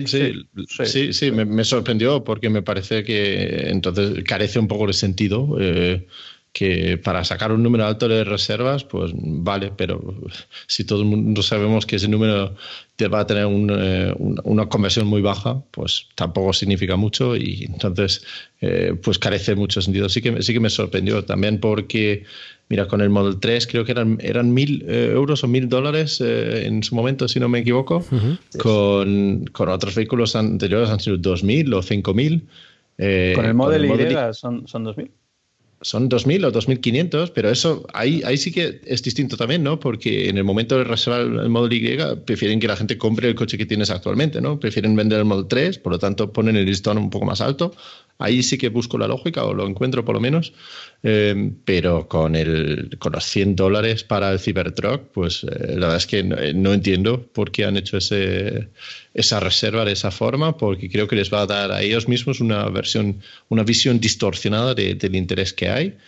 me sorprendió porque me parece que entonces carece un poco de sentido. Que para sacar un número alto de reservas, pues vale, pero si todo el mundo sabemos que ese número te va a tener una conversión muy baja, pues tampoco significa mucho y entonces pues carece mucho sentido. Sí que me sorprendió también porque, mira, con el Model 3 creo que eran 1.000 euros o $1.000 en su momento, si no me equivoco. Uh-huh. Con otros vehículos anteriores han sido 2.000 o 5.000. Con el Model Y son 2.000. Son 2.000 o 2.500, pero eso ahí sí que es distinto también, ¿no? Porque en el momento de reservar el Model Y prefieren que la gente compre el coche que tienes actualmente, ¿no? Prefieren vender el Model 3, por lo tanto ponen el listón un poco más alto. Ahí sí que busco la lógica, o lo encuentro por lo menos, pero con los $100 para el Cybertruck, pues la verdad es que no entiendo por qué han hecho esa reserva de esa forma, porque creo que les va a dar a ellos mismos una visión distorsionada del interés que hay,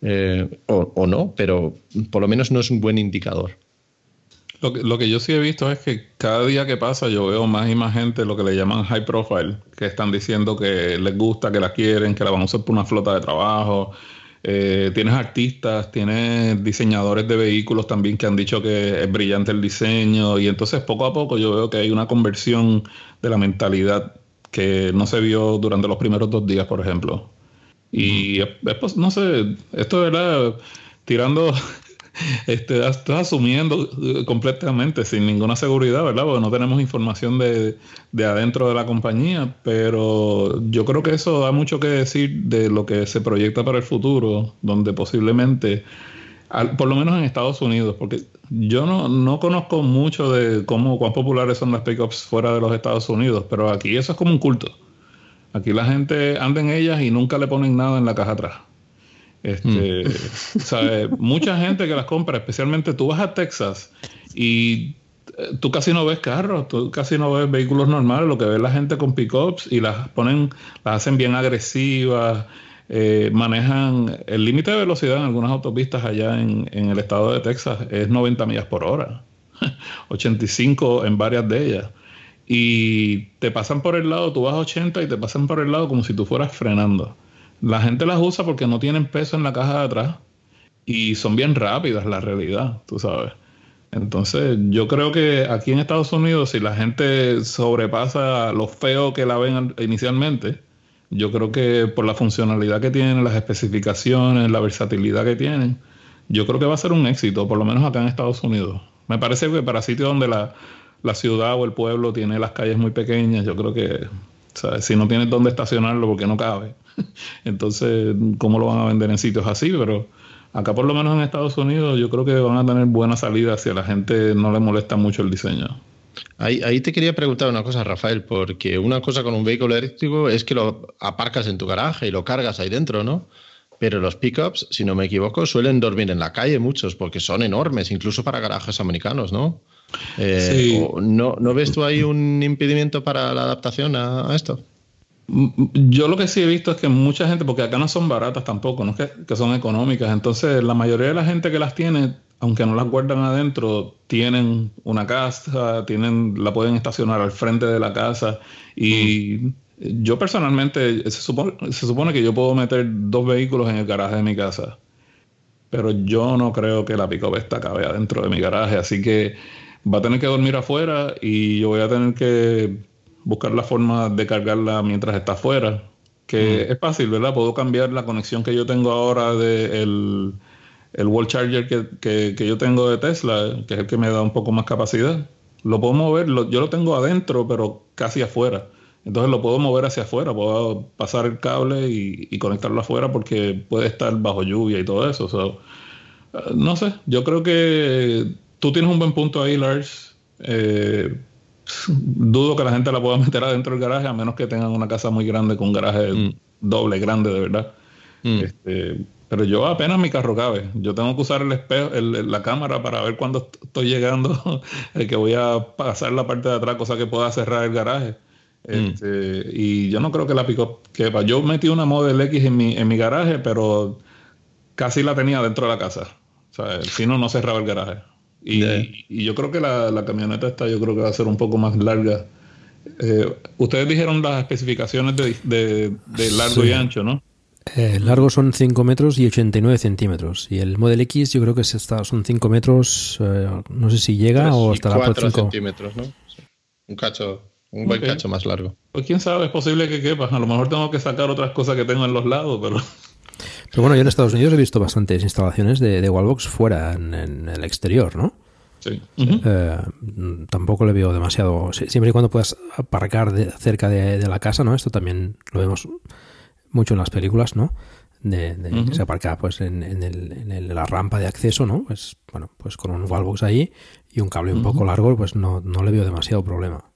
o no, pero por lo menos no es un buen indicador. Lo que yo sí he visto es que cada día que pasa yo veo más y más gente, lo que le llaman high profile, que están diciendo que les gusta, que la quieren, que la van a usar por una flota de trabajo. Tienes artistas, tienes diseñadores de vehículos también que han dicho que es brillante el diseño, y entonces poco a poco yo veo que hay una conversión de la mentalidad que no se vio durante los primeros 2 días, por ejemplo. Y pues, no sé, esto de verdad, tirando... estás asumiendo completamente sin ninguna seguridad, ¿verdad? Porque no tenemos información de adentro de la compañía, pero yo creo que eso da mucho que decir de lo que se proyecta para el futuro, donde posiblemente, por lo menos en Estados Unidos, porque yo no conozco mucho de cuán populares son las pickups fuera de los Estados Unidos, pero aquí eso es como un culto. Aquí la gente anda en ellas y nunca le ponen nada en la caja atrás. ¿Sabes? Mucha gente que las compra, especialmente tú vas a Texas y tú casi no ves carros, tú casi no ves vehículos normales, lo que ves la gente con pickups y las hacen bien agresivas, manejan el límite de velocidad en algunas autopistas allá en el estado de Texas es 90 millas por hora, 85 en varias de ellas, y te pasan por el lado, tú vas a 80 y te pasan por el lado como si tú fueras frenando. La gente las usa porque no tienen peso en la caja de atrás y son bien rápidas, la realidad, tú sabes. Entonces, yo creo que aquí en Estados Unidos, si la gente sobrepasa lo feo que la ven inicialmente, yo creo que por la funcionalidad que tienen, las especificaciones, la versatilidad que tienen, yo creo que va a ser un éxito, por lo menos acá en Estados Unidos. Me parece que para sitios donde la ciudad o el pueblo tiene las calles muy pequeñas, yo creo que, ¿sabes? Si no tienes dónde estacionarlo porque no cabe, entonces, ¿cómo lo van a vender en sitios así? Pero acá, por lo menos en Estados Unidos, yo creo que van a tener buena salida si a la gente no le molesta mucho el diseño. Ahí te quería preguntar una cosa, Rafael, porque una cosa con un vehículo eléctrico es que lo aparcas en tu garaje y lo cargas ahí dentro, ¿no? Pero los pickups, si no me equivoco, suelen dormir en la calle muchos porque son enormes, incluso para garajes americanos, ¿no? Sí. ¿No ves tú ahí un impedimento para la adaptación a esto? Yo lo que sí he visto es que mucha gente, porque acá no son baratas tampoco, no es que son económicas, entonces la mayoría de la gente que las tiene, aunque no las guardan adentro, tienen una casa, la pueden estacionar al frente de la casa, y yo personalmente se supone que yo puedo meter 2 vehículos en el garaje de mi casa, pero yo no creo que la pick-up esta cabe adentro de mi garaje, así que va a tener que dormir afuera y yo voy a tener que buscar la forma de cargarla mientras está afuera, que es fácil, ¿verdad? Puedo cambiar la conexión que yo tengo ahora del wall charger que yo tengo de Tesla, que es el que me da un poco más capacidad. Lo puedo mover, yo lo tengo adentro, pero casi afuera. Entonces lo puedo mover hacia afuera, puedo pasar el cable y conectarlo afuera porque puede estar bajo lluvia y todo eso. So, no sé, yo creo que tú tienes un buen punto ahí, Lars. Dudo que la gente la pueda meter adentro del garaje, a menos que tengan una casa muy grande con un garaje doble, grande, de verdad. Pero yo apenas mi carro cabe. Yo tengo que usar el espejo, la cámara para ver cuándo estoy llegando, que voy a pasar la parte de atrás, cosa que pueda cerrar el garaje. Y yo no creo que la pick-up quepa. Yo metí una Model X en mi garaje, pero casi la tenía dentro de la casa. O sea, si no cerraba el garaje. Y yo creo que la camioneta esta yo creo que va a ser un poco más larga. Ustedes dijeron las especificaciones de largo y ancho, ¿no? Largo son 5 metros y 89 centímetros. Y el Model X yo creo que son 5 metros, no sé si llega o estará por 4 centímetros, ¿no? Sí. Un buen cacho más largo. Pues quién sabe, es posible que quepa. A lo mejor tengo que sacar otras cosas que tengo en los lados, pero bueno, yo en Estados Unidos he visto bastantes instalaciones de Wallbox fuera, en el exterior, ¿no? Sí. Tampoco le veo demasiado. Siempre y cuando puedas aparcar cerca de la casa, ¿no? Esto también lo vemos mucho en las películas, ¿no? Que se aparca pues en la rampa de acceso, ¿no? Pues bueno, pues con un Wallbox ahí y un cable un poco largo, pues no le veo demasiado problema.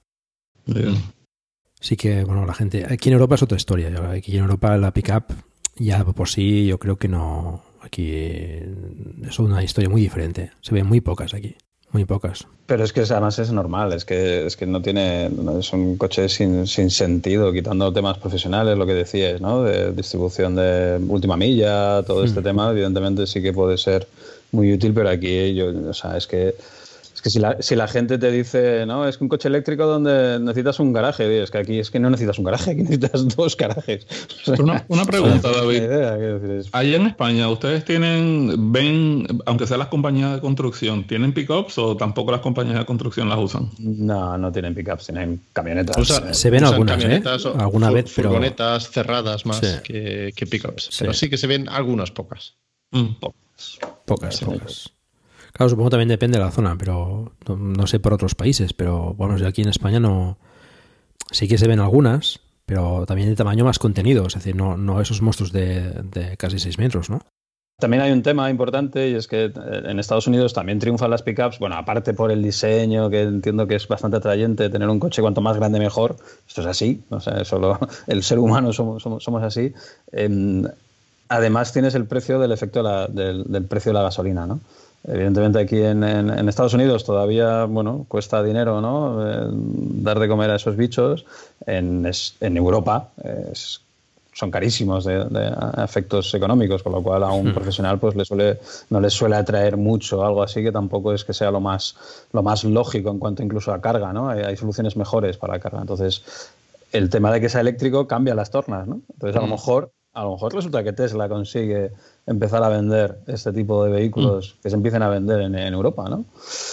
Sí que, bueno, la gente... Aquí en Europa es otra historia. Aquí en Europa la pick-up ya por sí yo creo que no... Aquí es una historia muy diferente. Se ven muy pocas aquí. Muy pocas. Pero es que además es normal. Es que no tiene... Es un coche sin sentido, quitando temas profesionales, lo que decías, ¿no? De distribución de última milla, todo este tema, evidentemente sí que puede ser muy útil, pero aquí es que si la gente te dice, no, es que un coche eléctrico donde necesitas un garaje, es que aquí es que no necesitas un garaje, aquí necesitas 2 garajes. O sea, una pregunta, David. Allá en España, ¿ustedes ven, aunque sean las compañías de construcción, tienen pick-ups o tampoco las compañías de construcción las usan? No tienen pick-ups, tienen camionetas. Se ven algunas, alguna vez, pero... Furgonetas cerradas más que pick-ups. Sí. Pero sí que se ven algunas pocas. Pocas. Claro, supongo que también depende de la zona, pero no sé por otros países, pero bueno, aquí en España no, sí que se ven algunas, pero también de tamaño más contenido, es decir, no esos monstruos de casi 6 metros, ¿no? También hay un tema importante y es que en Estados Unidos también triunfan las pickups, bueno, aparte por el diseño, que entiendo que es bastante atrayente, tener un coche cuanto más grande mejor, esto es así, o sea, solo el ser humano somos así. Además tienes el precio del efecto del precio de la gasolina, ¿no? Evidentemente aquí en Estados Unidos todavía, bueno, cuesta dinero, ¿no? Dar de comer a esos bichos. En Europa son carísimos de efectos económicos, con lo cual a un profesional pues no le suele atraer mucho algo así, que tampoco es que sea lo más lógico en cuanto incluso a carga, ¿no? Hay soluciones mejores para la carga. Entonces, el tema de que sea eléctrico cambia las tornas, ¿no? Entonces, a lo mejor resulta que Tesla consigue empezar a vender este tipo de vehículos que se empiecen a vender en Europa, ¿no?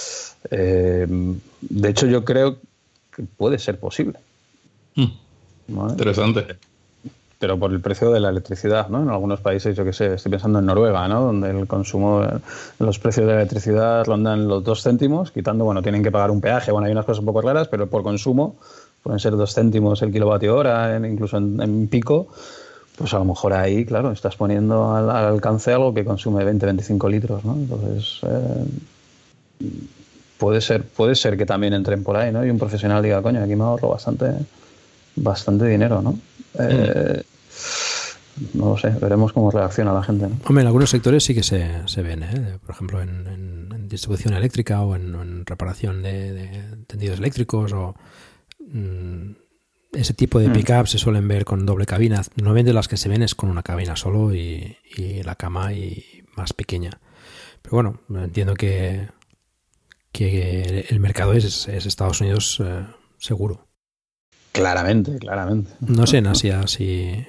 De hecho, yo creo que puede ser posible. ¿Vale? Interesante. Pero por el precio de la electricidad, ¿no? En algunos países, yo qué sé, estoy pensando en Noruega, ¿no? Donde el consumo, los precios de la electricidad rondan los 2 céntimos, quitando, bueno, tienen que pagar un peaje, bueno, hay unas cosas un poco raras, pero por consumo pueden ser 2 céntimos el kilovatio hora, incluso en pico. Pues a lo mejor ahí, claro, estás poniendo al alcance algo que consume 20-25 litros, ¿no? Entonces, puede ser que también entren por ahí, ¿no? Y un profesional diga, coño, aquí me ahorro bastante dinero, ¿no? No lo sé, veremos cómo reacciona la gente, ¿no? Hombre, en algunos sectores sí que se ven, ¿eh? Por ejemplo, en distribución eléctrica o en reparación de tendidos eléctricos o... ese tipo de pick-up se suelen ver con doble cabina. Normalmente las que se ven es con una cabina solo y la cama y más pequeña. Pero bueno, entiendo que el mercado es Estados Unidos seguro. Claramente. No sé en Asia,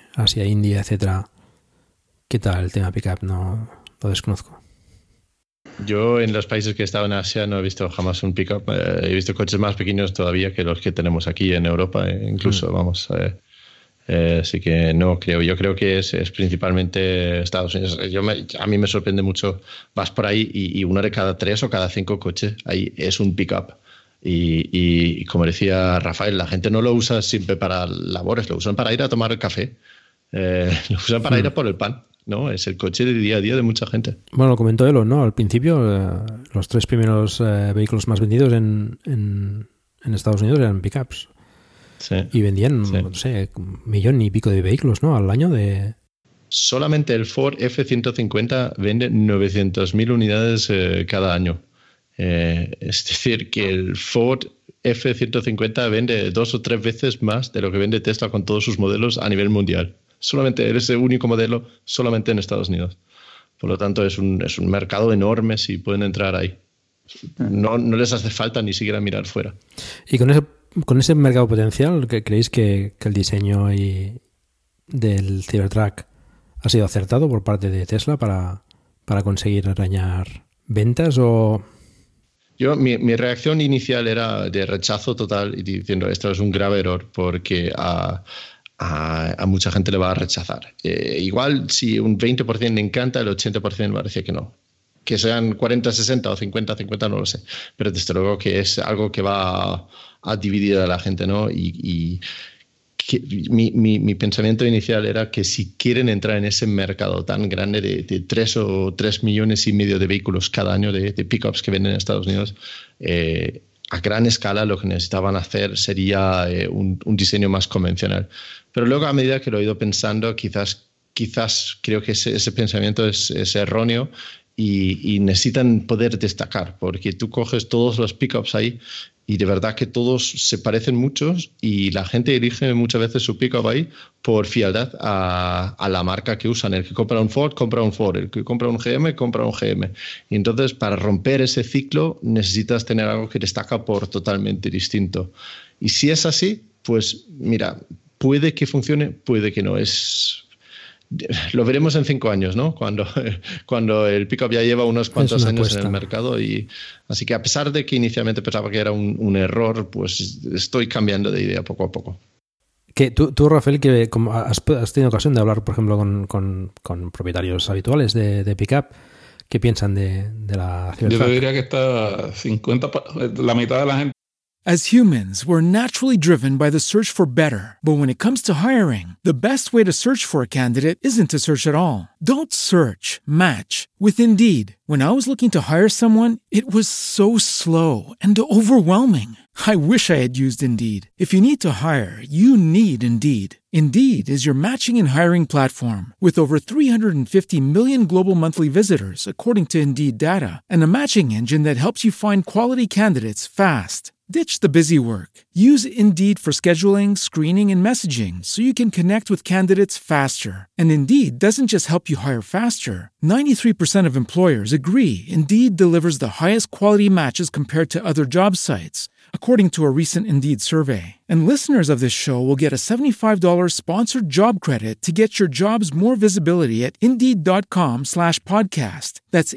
India, etcétera, ¿qué tal el tema pick-up? No lo desconozco. Yo en los países que he estado en Asia no he visto jamás un pick-up. He visto coches más pequeños todavía que los que tenemos aquí en Europa, incluso, vamos. Así que no creo. Yo creo que es principalmente Estados Unidos. A mí me sorprende mucho. Vas por ahí y uno de cada 3 o cada 5 coches ahí es un pick-up. Y como decía Rafael, la gente no lo usa siempre para labores, lo usan para ir a tomar el café, lo usan para ir a por el pan, ¿no? Es el coche de día a día de mucha gente. Bueno, lo comentó Elon, ¿no? Al principio, los 3 primeros vehículos más vendidos en Estados Unidos eran pickups. Sí. Y vendían, no sé, 1 millón y pico de vehículos, ¿no? Al año de... Solamente el Ford F-150 vende 900.000 unidades cada año. Es decir, que el Ford F-150 vende 2 o 3 veces más de lo que vende Tesla con todos sus modelos a nivel mundial. Solamente ese único modelo, solamente en Estados Unidos. Por lo tanto, es un mercado enorme si pueden entrar ahí. No les hace falta ni siquiera mirar fuera. Y con ese mercado potencial, ¿creéis que el diseño del Cybertruck ha sido acertado por parte de Tesla para conseguir arañar ventas o...? Mi reacción inicial era de rechazo total y diciendo esto es un grave error porque a mucha gente le va a rechazar. Igual si un 20% le encanta, el 80% parece que no. Que sean 40-60 o 50-50 no lo sé. Pero desde luego que es algo que va a dividir a la gente, ¿no? Y mi pensamiento inicial era que si quieren entrar en ese mercado tan grande de 3 millones y medio de vehículos cada año de pickups que venden en Estados Unidos, a gran escala lo que necesitaban hacer sería un diseño más convencional. Pero luego a medida que lo he ido pensando, quizás creo que ese pensamiento es erróneo y necesitan poder destacar, porque tú coges todos los pickups ahí y de verdad que todos se parecen muchos y la gente elige muchas veces su pick-up ahí por fidelidad a la marca que usan. El que compra un Ford, compra un Ford. El que compra un GM, compra un GM. Y entonces, para romper ese ciclo, necesitas tener algo que destaca por totalmente distinto. Y si es así, pues mira, puede que funcione, puede que no. Lo veremos en 5 años, ¿no? Cuando el pick-up ya lleva unos cuantos años en el mercado. Y así que a pesar de que inicialmente pensaba que era un error, pues estoy cambiando de idea poco a poco. Tú, Rafael, que has tenido ocasión de hablar, por ejemplo, con propietarios habituales de pick-up, ¿qué piensan de la Cybertruck? Yo te diría que está 50, la mitad de la gente. As humans, we're naturally driven by the search for better. But when it comes to hiring, the best way to search for a candidate isn't to search at all. Don't search, match with Indeed. When I was looking to hire someone, it was so slow and overwhelming. I wish I had used Indeed. If you need to hire, you need Indeed. Indeed is your matching and hiring platform with over 350 million global monthly visitors, according to Indeed data, and a matching engine that helps you find quality candidates fast. Ditch the busy work. Use Indeed for scheduling, screening, and messaging so you can connect with candidates faster. And Indeed doesn't just help you hire faster. 93% of employers agree Indeed delivers the highest quality matches compared to other job sites, according to a recent Indeed survey. And listeners of this show will get a $75 sponsored job credit to get your jobs more visibility at Indeed.com/podcast. That's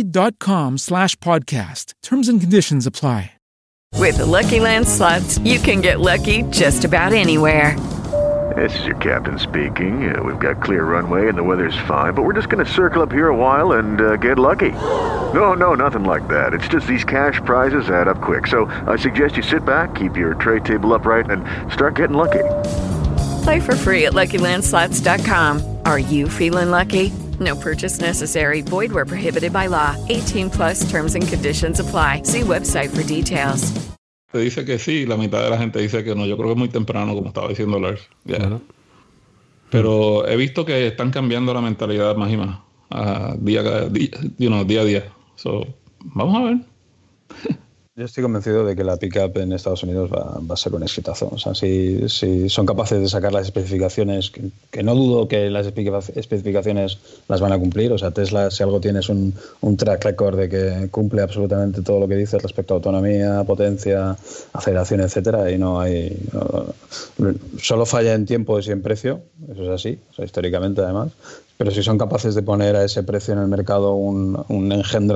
Indeed.com/podcast. Terms and conditions apply. With the Lucky Land Slots, you can get lucky just about anywhere. This is your captain speaking. We've got clear runway and the weather's fine, but we're just going to circle up here a while and get lucky. No, nothing like that. It's just these cash prizes add up quick. So I suggest you sit back, keep your tray table upright, and start getting lucky. Play for free at LuckyLandSlots.com. Are you feeling lucky? No purchase necessary. Void where prohibited by law. 18+ terms and conditions apply. See website for details. Te dice que sí, la mitad de la gente dice que no. Yo creo que es muy temprano, como estaba diciendo Lars. Yeah. Bueno. Pero he visto que están cambiando la mentalidad más y más. Día a día. So, vamos a ver. Yo estoy convencido de que la pickup en Estados Unidos va a ser un exitazo. O sea, si son capaces de sacar las especificaciones, que no dudo que las especificaciones las van a cumplir. O sea, Tesla, si algo tiene, es un track record de que cumple absolutamente todo lo que dice respecto a autonomía, potencia, aceleración, etcétera. Y solo falla en tiempo y en precio. Eso es así, o sea, históricamente además. Pero si son capaces de poner a ese precio en el mercado un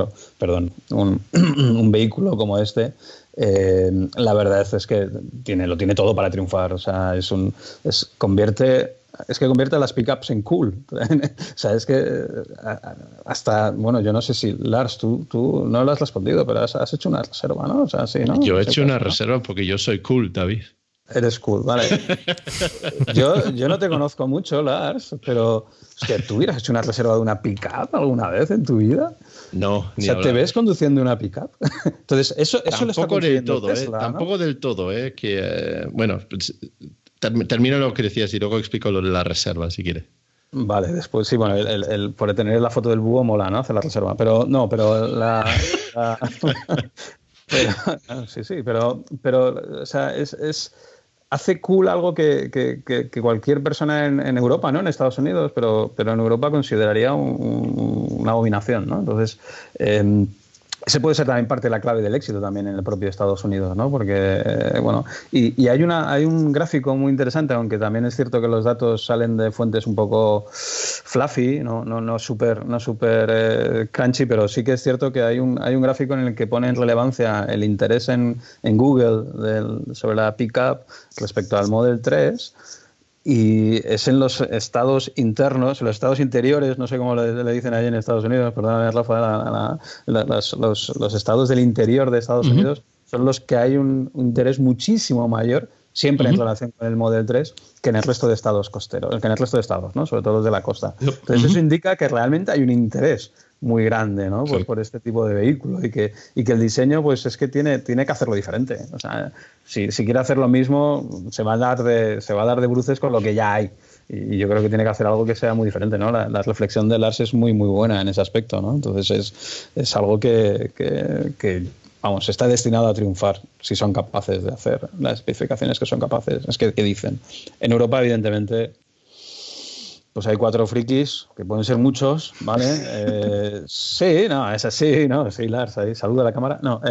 vehículo como este, la verdad es que lo tiene todo para triunfar. O sea, convierte a las pickups en cool. O sea, es que hasta, bueno, yo no sé si, Lars, tú no lo has respondido, pero has hecho una reserva, ¿no? O sea, sí, ¿no? Yo he hecho una reserva porque yo soy cool, David. Eres cool, vale. Yo no te conozco mucho, Lars, pero es que tú hubieras hecho una reserva de una pickup alguna vez en tu vida. No, ni o sea, hablar. ¿Te ves conduciendo una pickup? Entonces, eso lo está consiguiendo Tesla, ¿no? Tampoco del todo, bueno, termino lo que decías y luego explico lo de la reserva, si quieres. Vale, después sí, bueno, por tener la foto del búho mola, ¿no? Hacer la reserva, pero o sea, hace cool algo que cualquier persona en Europa, ¿no? En Estados Unidos, pero en Europa consideraría una abominación, ¿no? Entonces, ese puede ser también parte de la clave del éxito también en el propio Estados Unidos, ¿no? Porque, bueno, y hay un gráfico muy interesante, aunque también es cierto que los datos salen de fuentes un poco fluffy, no súper crunchy, pero sí que es cierto que hay un gráfico en el que pone en relevancia el interés en Google sobre la pickup respecto al Model 3. Y es en los estados internos, en los estados interiores, no sé cómo le dicen allí en Estados Unidos, perdóname, Rafa, los estados del interior de Estados Unidos son los que hay un interés muchísimo mayor, siempre en relación con el Model 3, que en el resto de estados costeros, que en el resto de estados, ¿no? Sobre todo los de la costa. Entonces eso indica que realmente hay un interés muy grande, ¿no? Por este tipo de vehículo y que el diseño, pues es que tiene que hacerlo diferente. O sea, si quiere hacer lo mismo, se va a dar de bruces con lo que ya hay. Y yo creo que tiene que hacer algo que sea muy diferente, ¿no? La reflexión de Lars es muy, muy buena en ese aspecto, ¿no? Entonces es algo que vamos, está destinado a triunfar si son capaces de hacer las especificaciones que son capaces, que dicen. En Europa, evidentemente, pues hay 4 frikis, que pueden ser muchos, ¿vale? Sí, no, es así, ¿no? Sí, Lars, ahí, saluda a la cámara. No,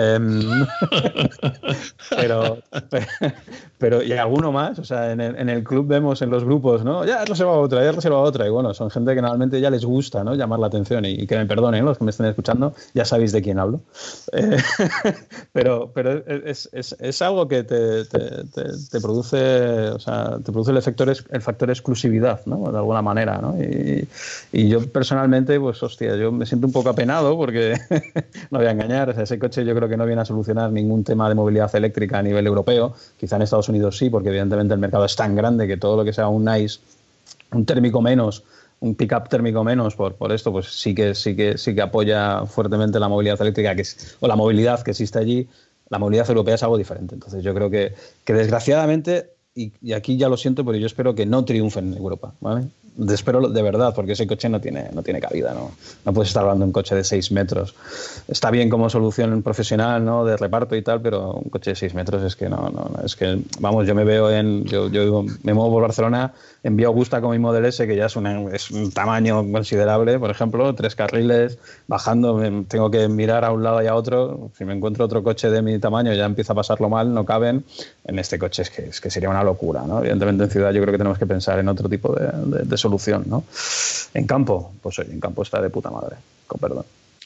pero y alguno más, o sea, en el club vemos en los grupos, ¿no? Ya has reservado otra, y bueno, son gente que normalmente ya les gusta, ¿no? Llamar la atención y que me perdonen los que me estén escuchando, ya sabéis de quién hablo. Pero es algo que te produce, o sea, te produce el factor exclusividad, ¿no? De alguna manera, ¿no? Y yo personalmente, pues hostia, yo me siento un poco apenado porque no voy a engañar, o sea, ese coche yo creo que no viene a solucionar ningún tema de movilidad eléctrica a nivel europeo, quizá en Estados Unidos sí, porque evidentemente el mercado es tan grande que todo lo que sea un NICE, un térmico menos, un pick-up térmico menos por esto, pues sí que apoya fuertemente la movilidad eléctrica o la movilidad que existe allí. La movilidad europea es algo diferente. Entonces yo creo que desgraciadamente, y aquí ya lo siento, pero yo espero que no triunfen en Europa, ¿vale? Espero de verdad, porque ese coche no tiene cabida, no puedes estar hablando de un coche de 6 metros. Está bien como solución profesional, ¿no? De reparto y tal, pero un coche de 6 metros es que no, es que, vamos, yo me veo yo me muevo por Barcelona en Vía Augusta con mi Model S, que ya es un tamaño considerable, por ejemplo, 3 carriles, bajando, tengo que mirar a un lado y a otro. Si me encuentro otro coche de mi tamaño ya empieza a pasarlo mal, no caben. En este coche es que sería una locura, ¿no? Evidentemente en ciudad yo creo que tenemos que pensar en otro tipo de solución, ¿no? En campo, pues oye, en campo está de puta madre, con perdón.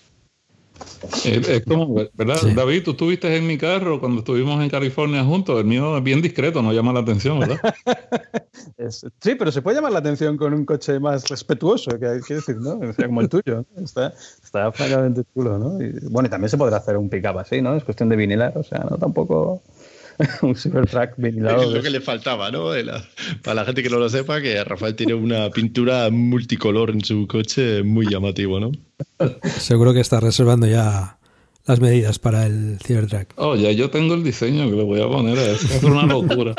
Es como, ¿verdad? Sí. David, tú estuviste en mi carro cuando estuvimos en California juntos. El mío es bien discreto, no llama la atención, ¿verdad? Sí, pero se puede llamar la atención con un coche más respetuoso, que hay que decir, ¿no? O sea, como el tuyo, ¿no? Está francamente chulo, ¿no? Y bueno, y también se podrá hacer un pick-up así, ¿no? Es cuestión de vinilar, o sea, no tampoco un Cybertruck vinilado. Es lo que le faltaba, ¿no? Para la gente que no lo sepa, que Rafael tiene una pintura multicolor en su coche muy llamativo, ¿no? Seguro que está reservando ya las medidas para el Cybertruck. Oh, ya yo tengo el diseño que le voy a poner a eso. Es una locura.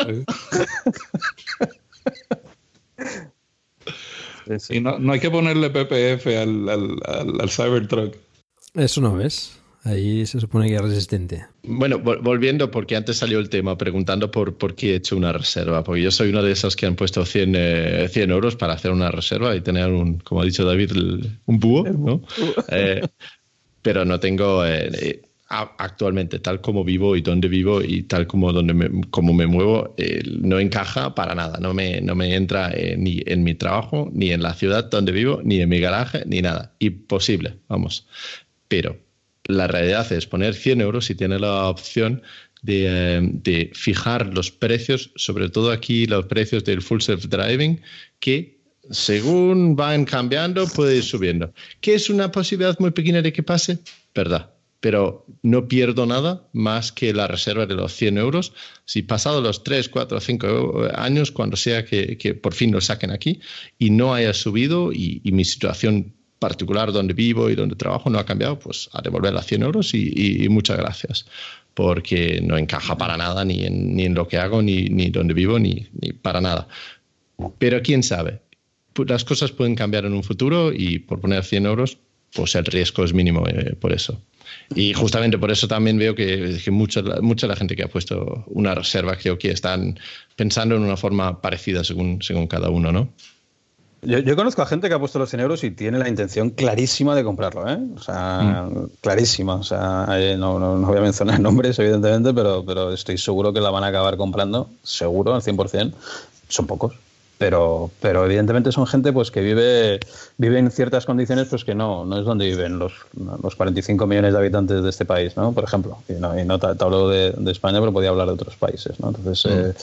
Sí. Y no hay que ponerle PPF al Cybertruck. Eso no ves. Ahí se supone que es resistente. Bueno, volviendo, porque antes salió el tema, preguntando por qué he hecho una reserva. Porque yo soy uno de esos que han puesto 100 euros para hacer una reserva y tener como ha dicho David, un búho, ¿no? Pero no tengo... actualmente, tal como vivo y donde vivo y tal como como me muevo, no encaja para nada. No me entra ni en mi trabajo, ni en la ciudad donde vivo, ni en mi garaje, ni nada. Imposible, vamos. Pero la realidad es poner 100 euros y tener la opción de fijar los precios, sobre todo aquí los precios del full self-driving, que según van cambiando puede ir subiendo. ¿Que es una posibilidad muy pequeña de que pase? Verdad. Pero no pierdo nada más que la reserva de los 100 euros. Si pasado los 3, 4, 5 años, cuando sea que por fin lo saquen aquí y no haya subido y mi situación particular donde vivo y donde trabajo no ha cambiado, pues a devolver las 100 euros y muchas gracias. Porque no encaja para nada ni en lo que hago, ni donde vivo, ni para nada. Pero quién sabe, las cosas pueden cambiar en un futuro y por poner 100 euros, pues el riesgo es mínimo por eso. Y justamente por eso también veo que mucha de la gente que ha puesto una reserva, creo que están pensando en una forma parecida según cada uno, ¿no? Yo conozco a gente que ha puesto los 100 euros y tiene la intención clarísima de comprarlo, ¿eh? O sea, clarísima. O sea, no voy a mencionar nombres, evidentemente, pero estoy seguro que la van a acabar comprando, seguro, al 100%. Son pocos. Pero evidentemente son gente pues que vive en ciertas condiciones pues que no es donde viven los 45 millones de habitantes de este país, ¿no? Por ejemplo. Y no te hablo de España, pero podía hablar de otros países, ¿no? Entonces,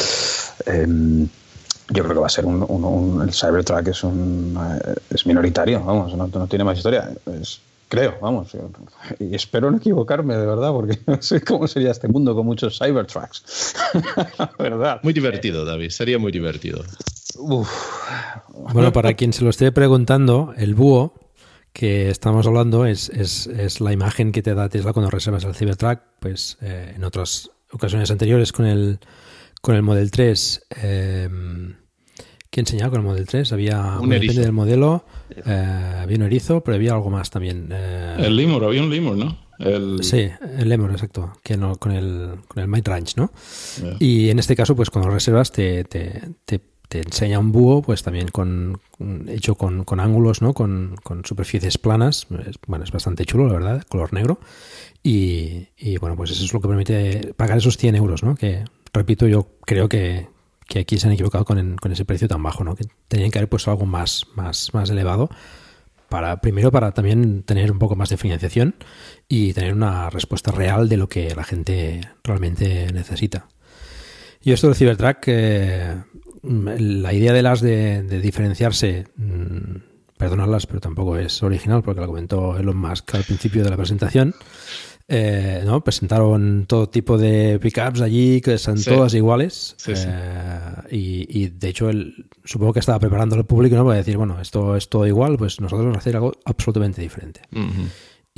yo creo que va a ser el Cybertruck es minoritario, vamos, no tiene más historia. Creo, vamos, y espero no equivocarme, de verdad, porque no sé cómo sería este mundo con muchos Cybertrucks. ¿Verdad? Muy divertido, David, sería muy divertido. Bueno, para quien se lo esté preguntando, el búho que estamos hablando es la imagen que te da Tesla cuando reservas el Cybertruck, pues en otras ocasiones anteriores con el Model 3... ¿Qué enseñaba con el Model 3? Había un erizo. Depende del modelo, había un erizo, pero había algo más también. El Lemur, había un Lemur, ¿no? Sí, el Lemur, exacto, que no, con el Mid-Range, ¿no? Yeah. Y en este caso, pues cuando reservas te enseña un búho, pues también hecho con ángulos, ¿no? Con superficies planas. Bueno, es bastante chulo, la verdad, color negro. Y bueno, pues eso es lo que permite pagar esos 100 euros, ¿no? Que, repito, yo creo que aquí se han equivocado con ese precio tan bajo, ¿no? Que tenían que haber puesto algo más elevado primero para también tener un poco más de financiación y tener una respuesta real de lo que la gente realmente necesita. Y esto del Cybertruck, la idea de diferenciarse, perdonadlas, pero tampoco es original porque la comentó Elon Musk al principio de la presentación. ¿No? Presentaron todo tipo de pickups allí que son todas iguales. Sí. Y de hecho supongo que estaba preparando al público, ¿no? Para decir, bueno, esto es todo igual, pues nosotros vamos a hacer algo absolutamente diferente. Uh-huh.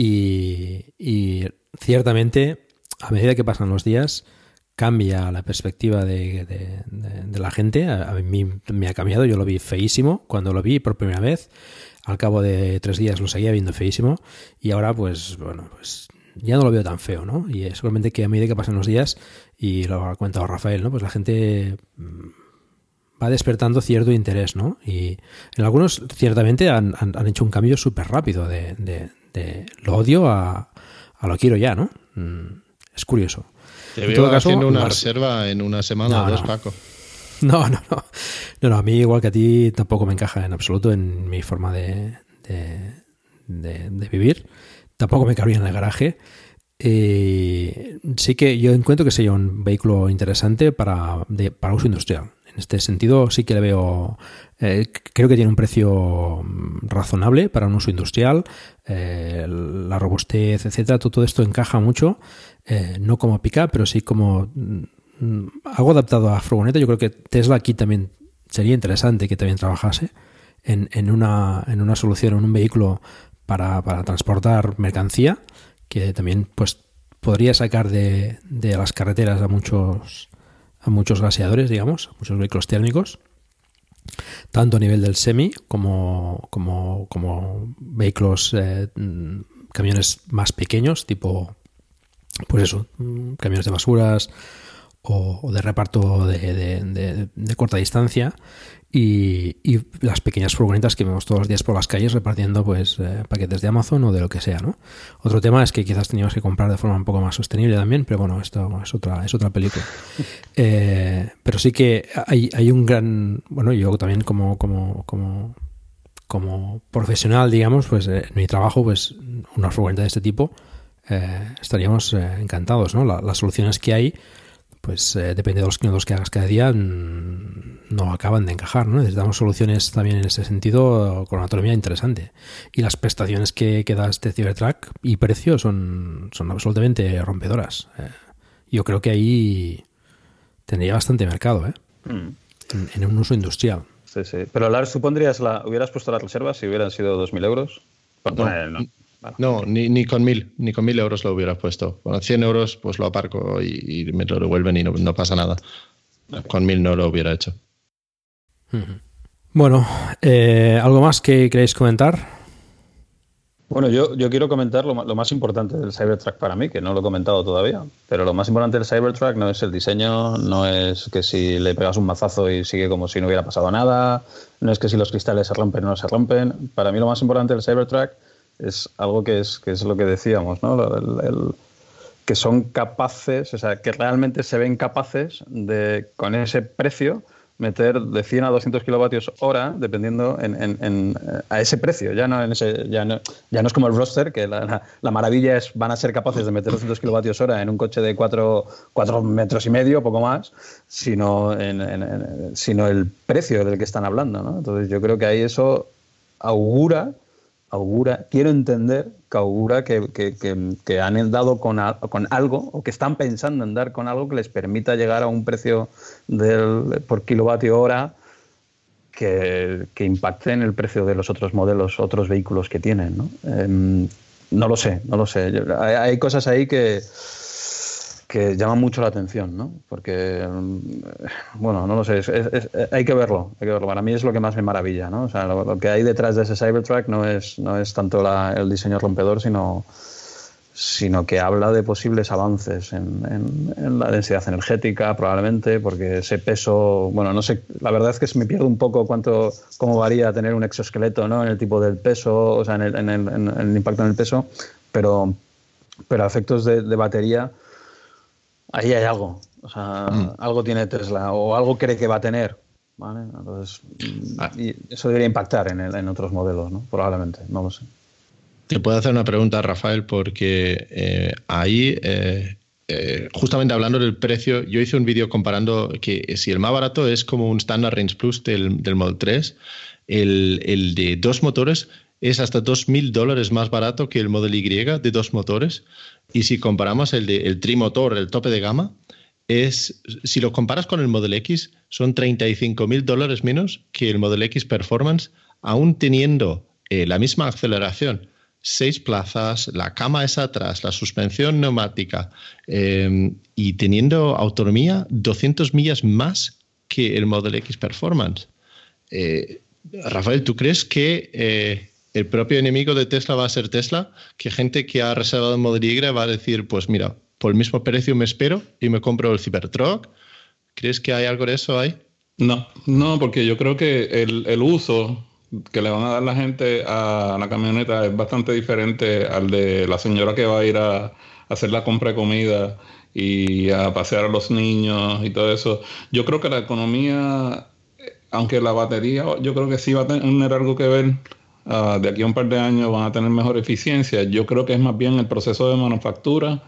Y ciertamente a medida que pasan los días cambia la perspectiva de la gente. A mí me ha cambiado, yo lo vi feísimo cuando lo vi por primera vez. Al cabo de 3 días lo seguía viendo feísimo y ahora pues bueno, pues ya no lo veo tan feo, ¿no? Y es solamente que a medida que pasan los días, y lo ha comentado Rafael, ¿no? Pues la gente va despertando cierto interés, ¿no? Y en algunos ciertamente han hecho un cambio súper rápido de lo odio a lo quiero ya, ¿no? Es curioso. Te veo haciendo una reserva en una semana o dos, Paco. No, a mí igual que a ti tampoco me encaja en absoluto en mi forma de vivir. Tampoco me cabría en el garaje. Sí que yo encuentro que sería un vehículo interesante para uso industrial. En este sentido sí que le veo... creo que tiene un precio razonable para un uso industrial. La robustez, etcétera, todo esto encaja mucho. No como pick-up, pero sí como algo adaptado a furgoneta. Yo creo que Tesla aquí también sería interesante que también trabajase en una solución, en un vehículo para transportar mercancía, que también pues podría sacar de las carreteras a muchos gaseadores, digamos, a muchos vehículos térmicos, tanto a nivel del semi como vehículos, camiones más pequeños, tipo, pues eso, camiones de basuras o de reparto de corta distancia, y las pequeñas furgonetas que vemos todos los días por las calles repartiendo pues paquetes de Amazon o de lo que sea, ¿no? Otro tema es que quizás teníamos que comprar de forma un poco más sostenible también, pero bueno, esto es otra película. Pero sí que hay un gran... Bueno, yo también como profesional, digamos, pues en mi trabajo, pues una furgoneta de este tipo estaríamos encantados, ¿no? Las soluciones que hay, pues depende de los kilómetros que hagas cada día, no acaban de encajar, ¿no? Necesitamos soluciones también en ese sentido con una autonomía interesante. Y las prestaciones que da este Cybertruck y precios son absolutamente rompedoras. Yo creo que ahí tendría bastante mercado, en un uso industrial. Sí. Pero Lars, ¿tú hubieras puesto las reservas si hubieran sido 2.000 euros? No, ni con 1.000 euros lo hubiera puesto. Con 100 euros pues lo aparco y me lo devuelven y no pasa nada. Con 1.000 no lo hubiera hecho. Bueno, ¿algo más que queréis comentar? Bueno, yo quiero comentar lo más importante del Cybertruck para mí, que no lo he comentado todavía. Pero lo más importante del Cybertruck no es el diseño, no es que si le pegas un mazazo y sigue como si no hubiera pasado nada, no es que si los cristales se rompen o no se rompen. Para mí lo más importante del Cybertruck es algo que es lo que decíamos, ¿no? Que son capaces, o sea, que realmente se ven capaces de, con ese precio, meter de 100 a 200 kilovatios hora, dependiendo a ese precio. Ya no es como el Roadster, que la maravilla es van a ser capaces de meter 200 kilovatios hora en un coche de 4 metros y medio, poco más, sino el precio del que están hablando, ¿no? Entonces yo creo que ahí eso augura, quiero entender que augura que han dado con algo, o que están pensando en dar con algo que les permita llegar a un precio por kilovatio hora que impacte en el precio de los otros modelos, otros vehículos que tienen, ¿no? No lo sé. Hay cosas ahí que llaman mucho la atención, ¿no? Porque, bueno, no lo sé, hay que verlo. Para mí es lo que más me maravilla, ¿no? O sea, lo que hay detrás de ese Cybertruck no es tanto el diseño rompedor, sino que habla de posibles avances en la densidad energética, probablemente, porque ese peso, bueno, no sé, la verdad es que me pierdo un poco cómo varía tener un exoesqueleto, ¿no? En el tipo del peso, o sea, en el impacto en el peso, pero a efectos de batería, ahí hay algo, o sea, algo tiene Tesla o algo cree que va a tener, ¿vale? Entonces, y eso debería impactar en otros modelos, ¿no? Probablemente, no lo sé. Te puedo hacer una pregunta, Rafael, porque ahí, justamente hablando del precio, yo hice un vídeo comparando que si el más barato es como un Standard Range Plus del Model 3, el de 2 motores es hasta $2.000 más barato que el Model Y de 2 motores. Y si comparamos el trimotor, el tope de gama, si lo comparas con el Model X, son $35.000 menos que el Model X Performance, aún teniendo la misma aceleración, 6 plazas, la cama es atrás, la suspensión neumática, y teniendo autonomía 200 millas más que el Model X Performance. Rafael, ¿tú crees que el propio enemigo de Tesla va a ser Tesla? Que gente que ha reservado el Model Y va a decir, pues mira, por el mismo precio me espero y me compro el Cybertruck. ¿Crees que hay algo de eso ahí? No, porque yo creo que el uso que le van a dar la gente a la camioneta es bastante diferente al de la señora que va a ir a hacer la compra de comida y a pasear a los niños y todo eso. Yo creo que la economía, aunque la batería, yo creo que sí va a tener algo que ver. De aquí a un par de años van a tener mejor eficiencia. Yo creo que es más bien el proceso de manufactura,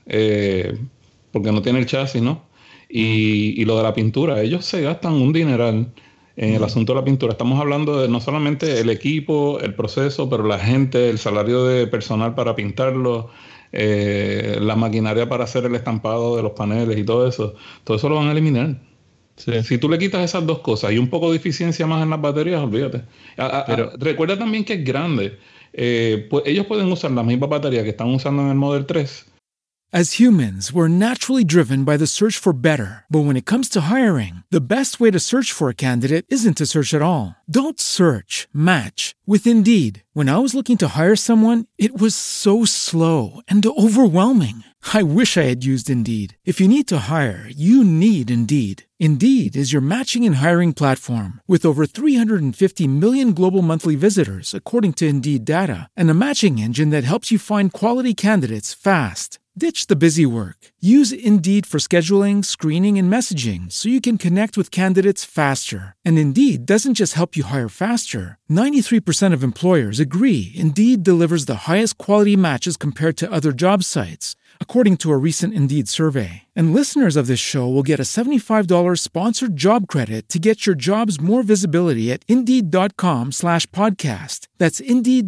porque no tiene el chasis, ¿no? Y lo de la pintura. Ellos se gastan un dineral en el asunto de la pintura. Estamos hablando de no solamente el equipo, el proceso, pero la gente, el salario de personal para pintarlo, la maquinaria para hacer el estampado de los paneles y todo eso lo van a eliminar. Sí. Si tú le quitas esas dos cosas y un poco de eficiencia más en las baterías, olvídate. Pero recuerda también que es grande. Pues ellos pueden usar las mismas baterías que están usando en el Model 3 As humans, we're naturally driven by the search for better. But when it comes to hiring, the best way to search for a candidate isn't to search at all. Don't search, match with Indeed. When I was looking to hire someone, it was so slow and overwhelming. I wish I had used Indeed. If you need to hire, you need Indeed. Indeed is your matching and hiring platform with over 350 million global monthly visitors, according to Indeed data, and a matching engine that helps you find quality candidates fast. Ditch the busy work. Use Indeed for scheduling, screening, and messaging so you can connect with candidates faster. And Indeed doesn't just help you hire faster. 93% of employers agree Indeed delivers the highest quality matches compared to other job sites, according to a recent Indeed survey. And listeners of this show will get a $75 sponsored job credit to get your jobs more visibility at Indeed.com/podcast. That's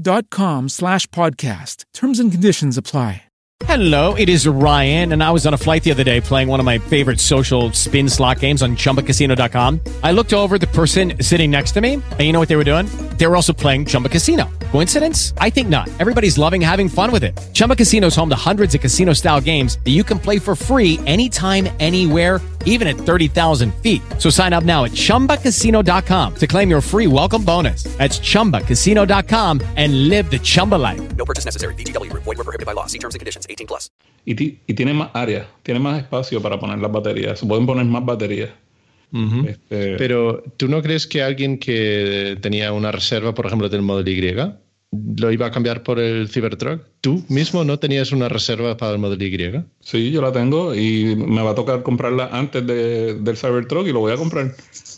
Indeed.com/podcast. Terms and conditions apply. Hello, it is Ryan, and I was on a flight the other day playing one of my favorite social spin slot games on ChumbaCasino.com. I looked over at the person sitting next to me, and you know what they were doing? They were also playing Chumba Casino. Coincidence? I think not. Everybody's loving having fun with it. Chumba Casino is home to hundreds of casino-style games that you can play for free anytime, anywhere, even at 30,000 feet. So sign up now at ChumbaCasino.com to claim your free welcome bonus. That's ChumbaCasino.com and live the Chumba life. No purchase necessary. VGW. Void were prohibited by law. See terms and conditions. 18+. Y tiene más área, tiene más espacio para poner las baterías. Se pueden poner más baterías. Uh-huh. Pero ¿tú no crees que alguien que tenía una reserva, por ejemplo, del Model Y, lo iba a cambiar por el Cybertruck? ¿Tú mismo no tenías una reserva para el Model Y? Sí, yo la tengo y me va a tocar comprarla antes del Cybertruck y lo voy a comprar.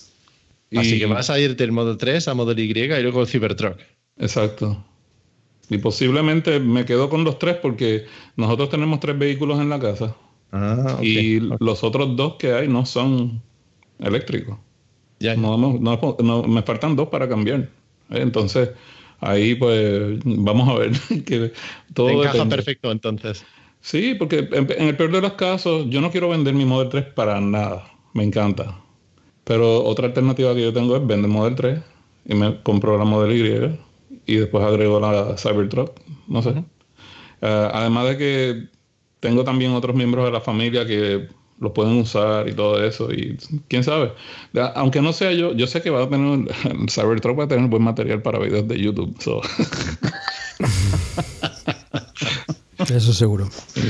Así que vas a ir del Model 3 a Model Y y luego el Cybertruck. Exacto. Y posiblemente me quedo con los 3 porque nosotros tenemos 3 vehículos en la casa. Okay. Y los otros 2 que hay no son eléctricos. Ya. No, me faltan 2 para cambiar. Entonces, ahí pues vamos a ver. Que todo encaja depende. Perfecto entonces. Sí, porque en el peor de los casos, yo no quiero vender mi Model 3 para nada. Me encanta. Pero otra alternativa que yo tengo es vender Model 3 y me compro la Model Y. Y después agrego la Cybertruck, no sé. Además de que tengo también otros miembros de la familia que lo pueden usar y todo eso. Y quién sabe. Aunque no sea yo sé que va a tener el Cybertruck va a tener buen material para videos de YouTube. So. Eso seguro.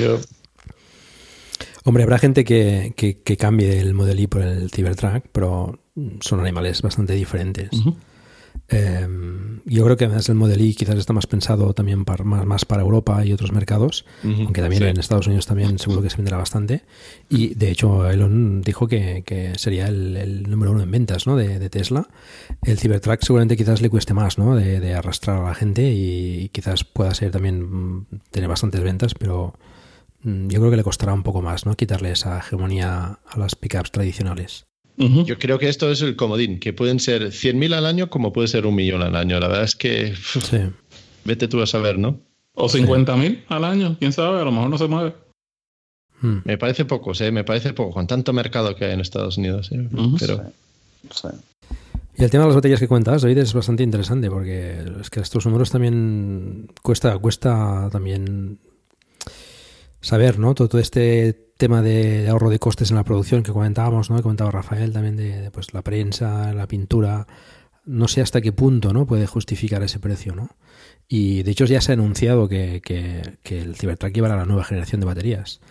Hombre, habrá gente que cambie el Model Y por el Cybertruck, pero son animales bastante diferentes. Uh-huh. Yo creo que además el Model Y quizás está más pensado también más para Europa y otros mercados, uh-huh, aunque también en Estados Unidos también seguro que se venderá bastante. Y de hecho Elon dijo que sería el número 1 en ventas, ¿no? de Tesla. El Cybertruck seguramente quizás le cueste más, ¿no? de arrastrar a la gente y quizás pueda ser también tener bastantes ventas, pero yo creo que le costará un poco más, ¿no? Quitarle esa hegemonía a las pickups tradicionales. Uh-huh. Yo creo que esto es el comodín, que pueden ser 100.000 al año como puede ser 1.000.000 al año. La verdad es que sí. Vete tú a saber, ¿no? O 50.000 al año, quién sabe, a lo mejor no se mueve. Me parece poco, me parece poco, con tanto mercado que hay en Estados Unidos. Uh-huh. Pero... Sí. Y el tema de las baterías que cuentas, David, es bastante interesante porque es que estos números también cuesta también saber, ¿no? Todo este tema de ahorro de costes en la producción que comentábamos, ¿no? Que comentaba Rafael también de pues la prensa, la pintura. No sé hasta qué punto, ¿no? Puede justificar ese precio, ¿no? Y de hecho ya se ha anunciado que el Cybertruck llevará la nueva generación de baterías.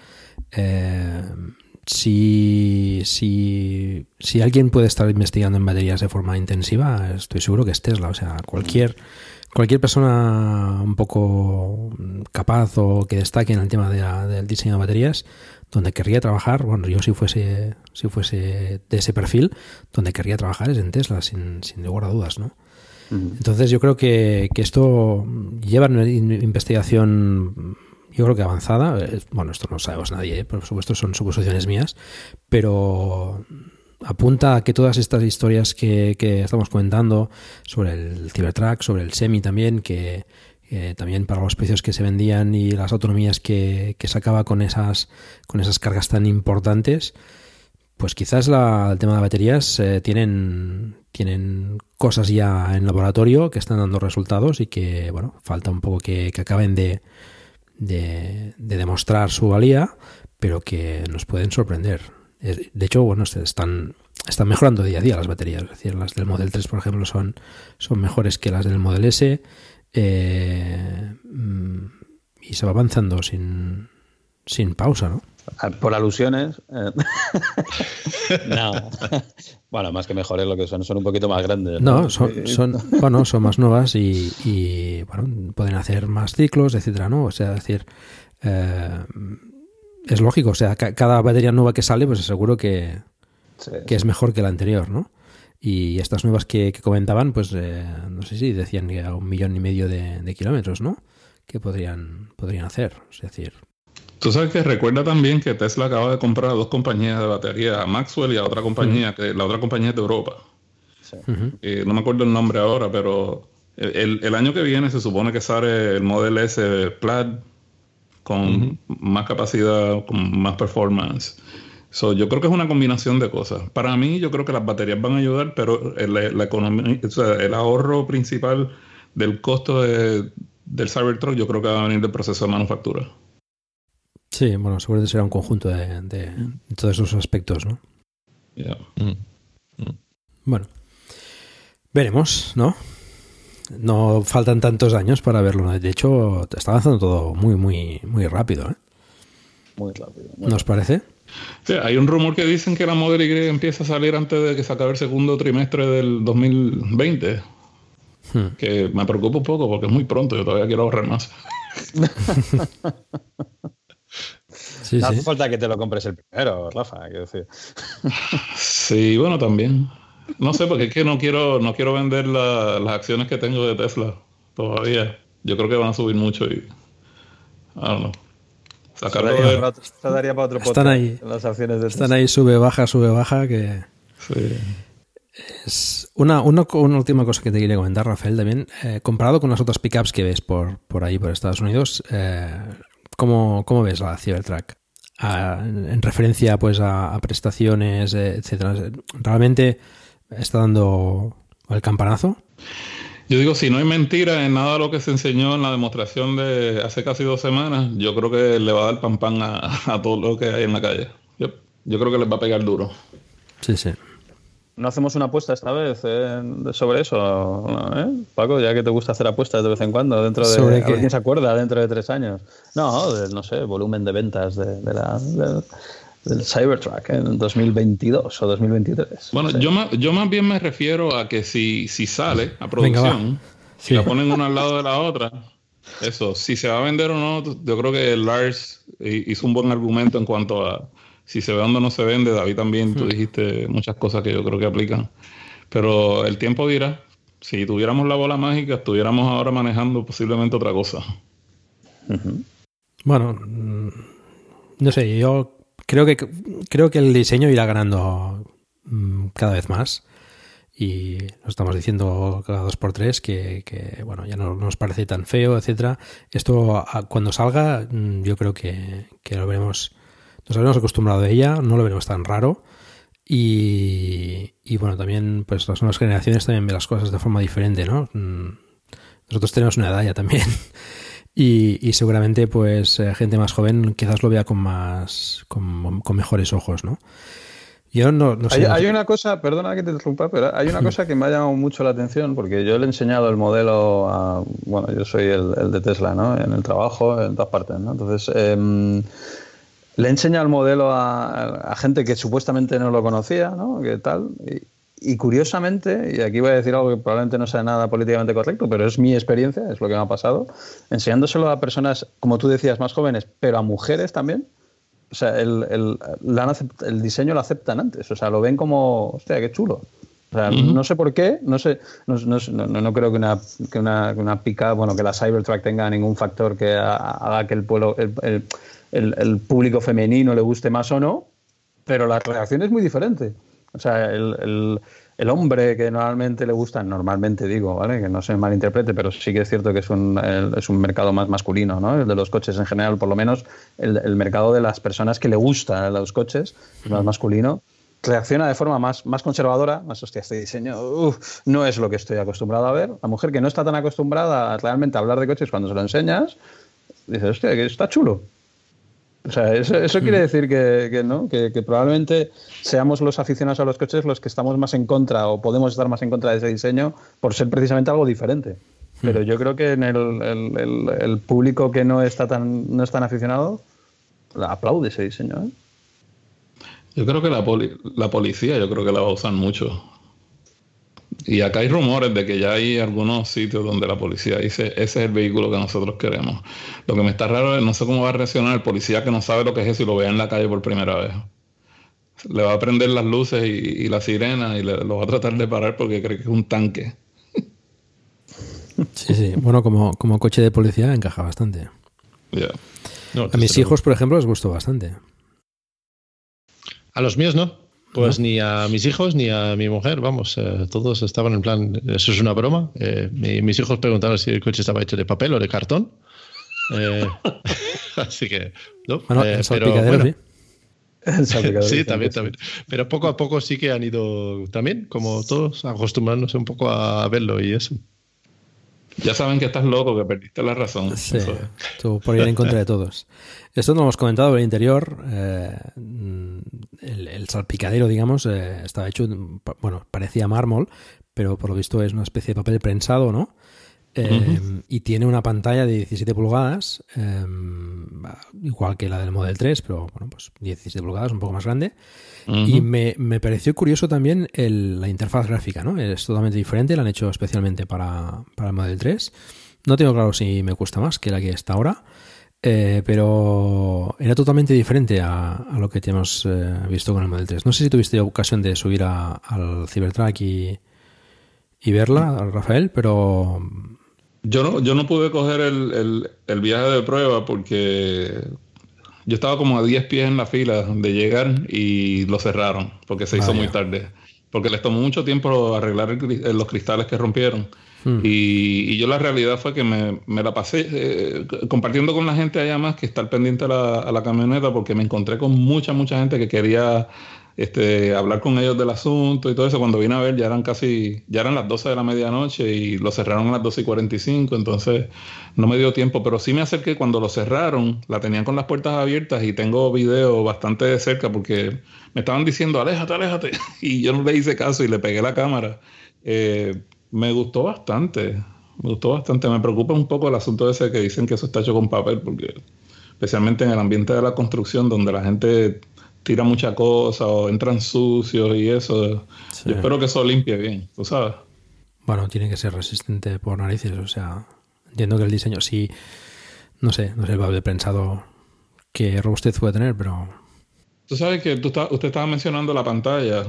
Si alguien puede estar investigando en baterías de forma intensiva, estoy seguro que es Tesla. O sea, cualquier persona un poco capaz o que destaque en el tema del diseño de baterías, donde querría trabajar, bueno, yo si fuese de ese perfil, donde querría trabajar es en Tesla, sin lugar a dudas, ¿no? Uh-huh. Entonces yo creo que esto lleva una investigación, yo creo que avanzada. Bueno, esto no lo sabemos nadie, por supuesto son suposiciones mías, pero apunta a que todas estas historias que estamos comentando sobre el Cybertruck, sobre el Semi también, que también para los precios que se vendían y las autonomías que sacaba con esas cargas tan importantes, pues quizás el tema de baterías tienen cosas ya en laboratorio que están dando resultados y que, bueno, falta un poco que acaben de demostrar su valía, pero que nos pueden sorprender. De hecho, bueno, están mejorando día a día las baterías. Es decir, las del Model 3, por ejemplo, son mejores que las del Model S, y se va avanzando sin pausa, ¿no? Por alusiones. No. Bueno, más que mejores lo que son un poquito más grandes. No, son más nuevas y bueno, pueden hacer más ciclos, etcétera, ¿no? O sea, es decir, es lógico, o sea, cada batería nueva que sale, pues seguro que es mejor que la anterior, ¿no? Y estas nuevas que comentaban, pues no sé si decían que a 1,5 millones de kilómetros, ¿no? Que podrían hacer, es decir. Tú sabes que recuerda también que Tesla acaba de comprar a 2 compañías de batería, a Maxwell y a otra compañía, que la otra compañía es de Europa. Sí. No me acuerdo el nombre ahora, pero el año que viene se supone que sale el Model S Plaid con más capacidad, con más performance. Yo creo que es una combinación de cosas. Para mí, yo creo que las baterías van a ayudar, pero la economía, o sea, el ahorro principal del costo del Cybertruck, yo creo que va a venir del proceso de manufactura. Sí, bueno, seguramente será un conjunto de todos esos aspectos, ¿no? Yeah. Bueno, veremos, ¿no? No faltan tantos años para verlo, ¿no? De hecho, está avanzando todo muy, muy, muy rápido, ¿eh? Muy rápido. ¿Nos parece? Sí, hay un rumor que dicen que la Model Y empieza a salir antes de que se acabe el segundo trimestre del 2020. Que me preocupa un poco porque es muy pronto, yo todavía quiero ahorrar más. Sí, no hace falta que te lo compres el primero, Rafa, quiero decir. Sí, bueno, también. No sé, porque es que no quiero vender las acciones que tengo de Tesla todavía. Yo creo que van a subir mucho y... I don't know. Daría para otro podcast. Están ahí, las acciones de Tesla. Están ahí, sube, baja, que... Sí. Es una última cosa que te quería comentar, Rafael, también. Comparado con las otras pickups que ves por ahí, por Estados Unidos, ¿cómo ves la Cybertruck? En referencia pues a prestaciones, etcétera. ¿Realmente está dando el campanazo? Yo digo, si no hay mentira en nada de lo que se enseñó en la demostración de hace casi 2 semanas, yo creo que le va a dar pan a todo lo que hay en la calle. Yo creo que les va a pegar duro. Sí, sí. ¿No hacemos una apuesta esta vez sobre eso, Paco? Ya que te gusta hacer apuestas de vez en cuando, dentro de... ¿Sobre qué? A ver quién se acuerda dentro de 3 años. No sé, volumen de ventas del Cybertruck en 2022 o 2023. Bueno, sí. yo más bien me refiero a que si sale a producción, si la ponen una al lado de la otra, eso, si se va a vender o no, yo creo que Lars hizo un buen argumento en cuanto a si se vende o no se vende. David también, tú dijiste muchas cosas que yo creo que aplican. Pero el tiempo dirá. Si tuviéramos la bola mágica, estuviéramos ahora manejando posiblemente otra cosa. Bueno, no sé, yo creo que el diseño irá ganando cada vez más. Y lo estamos diciendo cada 2x3 que bueno, ya no nos parece tan feo, etcétera. Esto cuando salga, yo creo que lo veremos. Nos habremos acostumbrado a ella, no lo veremos tan raro y bueno, también pues las nuevas generaciones también ven las cosas de forma diferente, ¿no? Nosotros tenemos una edad ya también y seguramente pues gente más joven quizás lo vea con mejores ojos, ¿no? Yo no sé. Hay una cosa, perdona que te interrumpa, pero hay una cosa que me ha llamado mucho la atención porque yo le he enseñado el modelo bueno, yo soy el de Tesla, ¿no? En el trabajo, en todas partes, ¿no? Entonces... le he enseñado el modelo a gente que supuestamente no lo conocía, ¿no? ¿Qué tal? Y curiosamente, y aquí voy a decir algo que probablemente no sea nada políticamente correcto, pero es mi experiencia, es lo que me ha pasado, enseñándoselo a personas, como tú decías, más jóvenes, pero a mujeres también. O sea, el diseño lo aceptan antes, o sea, lo ven como, hostia, qué chulo. O sea, no sé por qué, no creo que una pickup, bueno, que la Cybertruck tenga ningún factor que haga que el público femenino le guste más o no, pero la reacción es muy diferente. O sea, el hombre que normalmente le gusta, normalmente digo, ¿vale? Que no se malinterprete, pero sí que es cierto que es un mercado más masculino, ¿no? El de los coches en general, por lo menos el mercado de las personas que le gustan los coches es más masculino. Reacciona de forma más conservadora, más, hostia, este diseño no es lo que estoy acostumbrado a ver. La mujer que no está tan acostumbrada a realmente hablar de coches cuando se lo enseñas, dices, hostia, que está chulo. O sea, eso quiere decir que no, que probablemente seamos los aficionados a los coches los que estamos más en contra o podemos estar más en contra de ese diseño por ser precisamente algo diferente. Pero yo creo que en el público que no es tan aficionado aplaude ese diseño, ¿eh? Yo creo que la policía yo creo que la va a usar mucho. Y acá hay rumores de que ya hay algunos sitios donde la policía dice, ese es el vehículo que nosotros queremos. Lo que me está raro es, no sé cómo va a reaccionar el policía que no sabe lo que es eso y lo vea en la calle por primera vez. Le va a prender las luces y la sirena y lo va a tratar de parar porque cree que es un tanque. Sí. Bueno, como coche de policía encaja bastante. Yeah. No, a mis hijos, por ejemplo, les gustó bastante. A los míos no. Pues ni a mis hijos ni a mi mujer, vamos, todos estaban en plan, eso es una broma. Mis hijos preguntaron si el coche estaba hecho de papel o de cartón. Así que, no. Bueno, el salpicadero, bueno. Sí, también. Pero poco a poco sí que han ido también, como todos, acostumbrándose un poco a verlo y eso. Ya saben que estás loco, que perdiste la razón. Sí, tú por ir en contra de todos. Esto no lo hemos comentado, el interior, el salpicadero, digamos, estaba hecho, bueno, parecía mármol, pero por lo visto es una especie de papel prensado, ¿no? Y tiene una pantalla de 17 pulgadas, igual que la del Model 3, pero bueno, pues 17 pulgadas, un poco más grande. Y me pareció curioso también la interfaz gráfica, ¿no? Es totalmente diferente, la han hecho especialmente para el Model 3. No tengo claro si me gusta más que la que está ahora, pero era totalmente diferente a lo que hemos visto con el Model 3. No sé si tuviste ocasión de subir al Cybertruck y verla, Rafael, pero... Yo no pude coger el viaje de prueba porque yo estaba como a 10 pies en la fila de llegar y lo cerraron porque se hizo muy tarde. Porque les tomó mucho tiempo arreglar los cristales que rompieron. Y yo la realidad fue que me la pasé compartiendo con la gente allá más que estar pendiente a la camioneta porque me encontré con mucha gente que quería hablar con ellos del asunto y todo eso. Cuando vine a ver ya eran las 12 de la medianoche y lo cerraron a las 12:45, entonces no me dio tiempo, pero sí me acerqué cuando lo cerraron, la tenían con las puertas abiertas y tengo video bastante de cerca porque me estaban diciendo aléjate y yo no le hice caso y le pegué la cámara. Me gustó bastante, me preocupa un poco el asunto ese que dicen que eso está hecho con papel porque especialmente en el ambiente de la construcción donde la gente tira mucha cosa o entran sucios y eso. Sí. Yo espero que eso limpie bien, ¿tú sabes? Bueno, tiene que ser resistente por narices, o sea, entiendo que el diseño sí, no sé el papel prensado que robustez puede tener, pero... Tú sabes que usted estaba mencionando la pantalla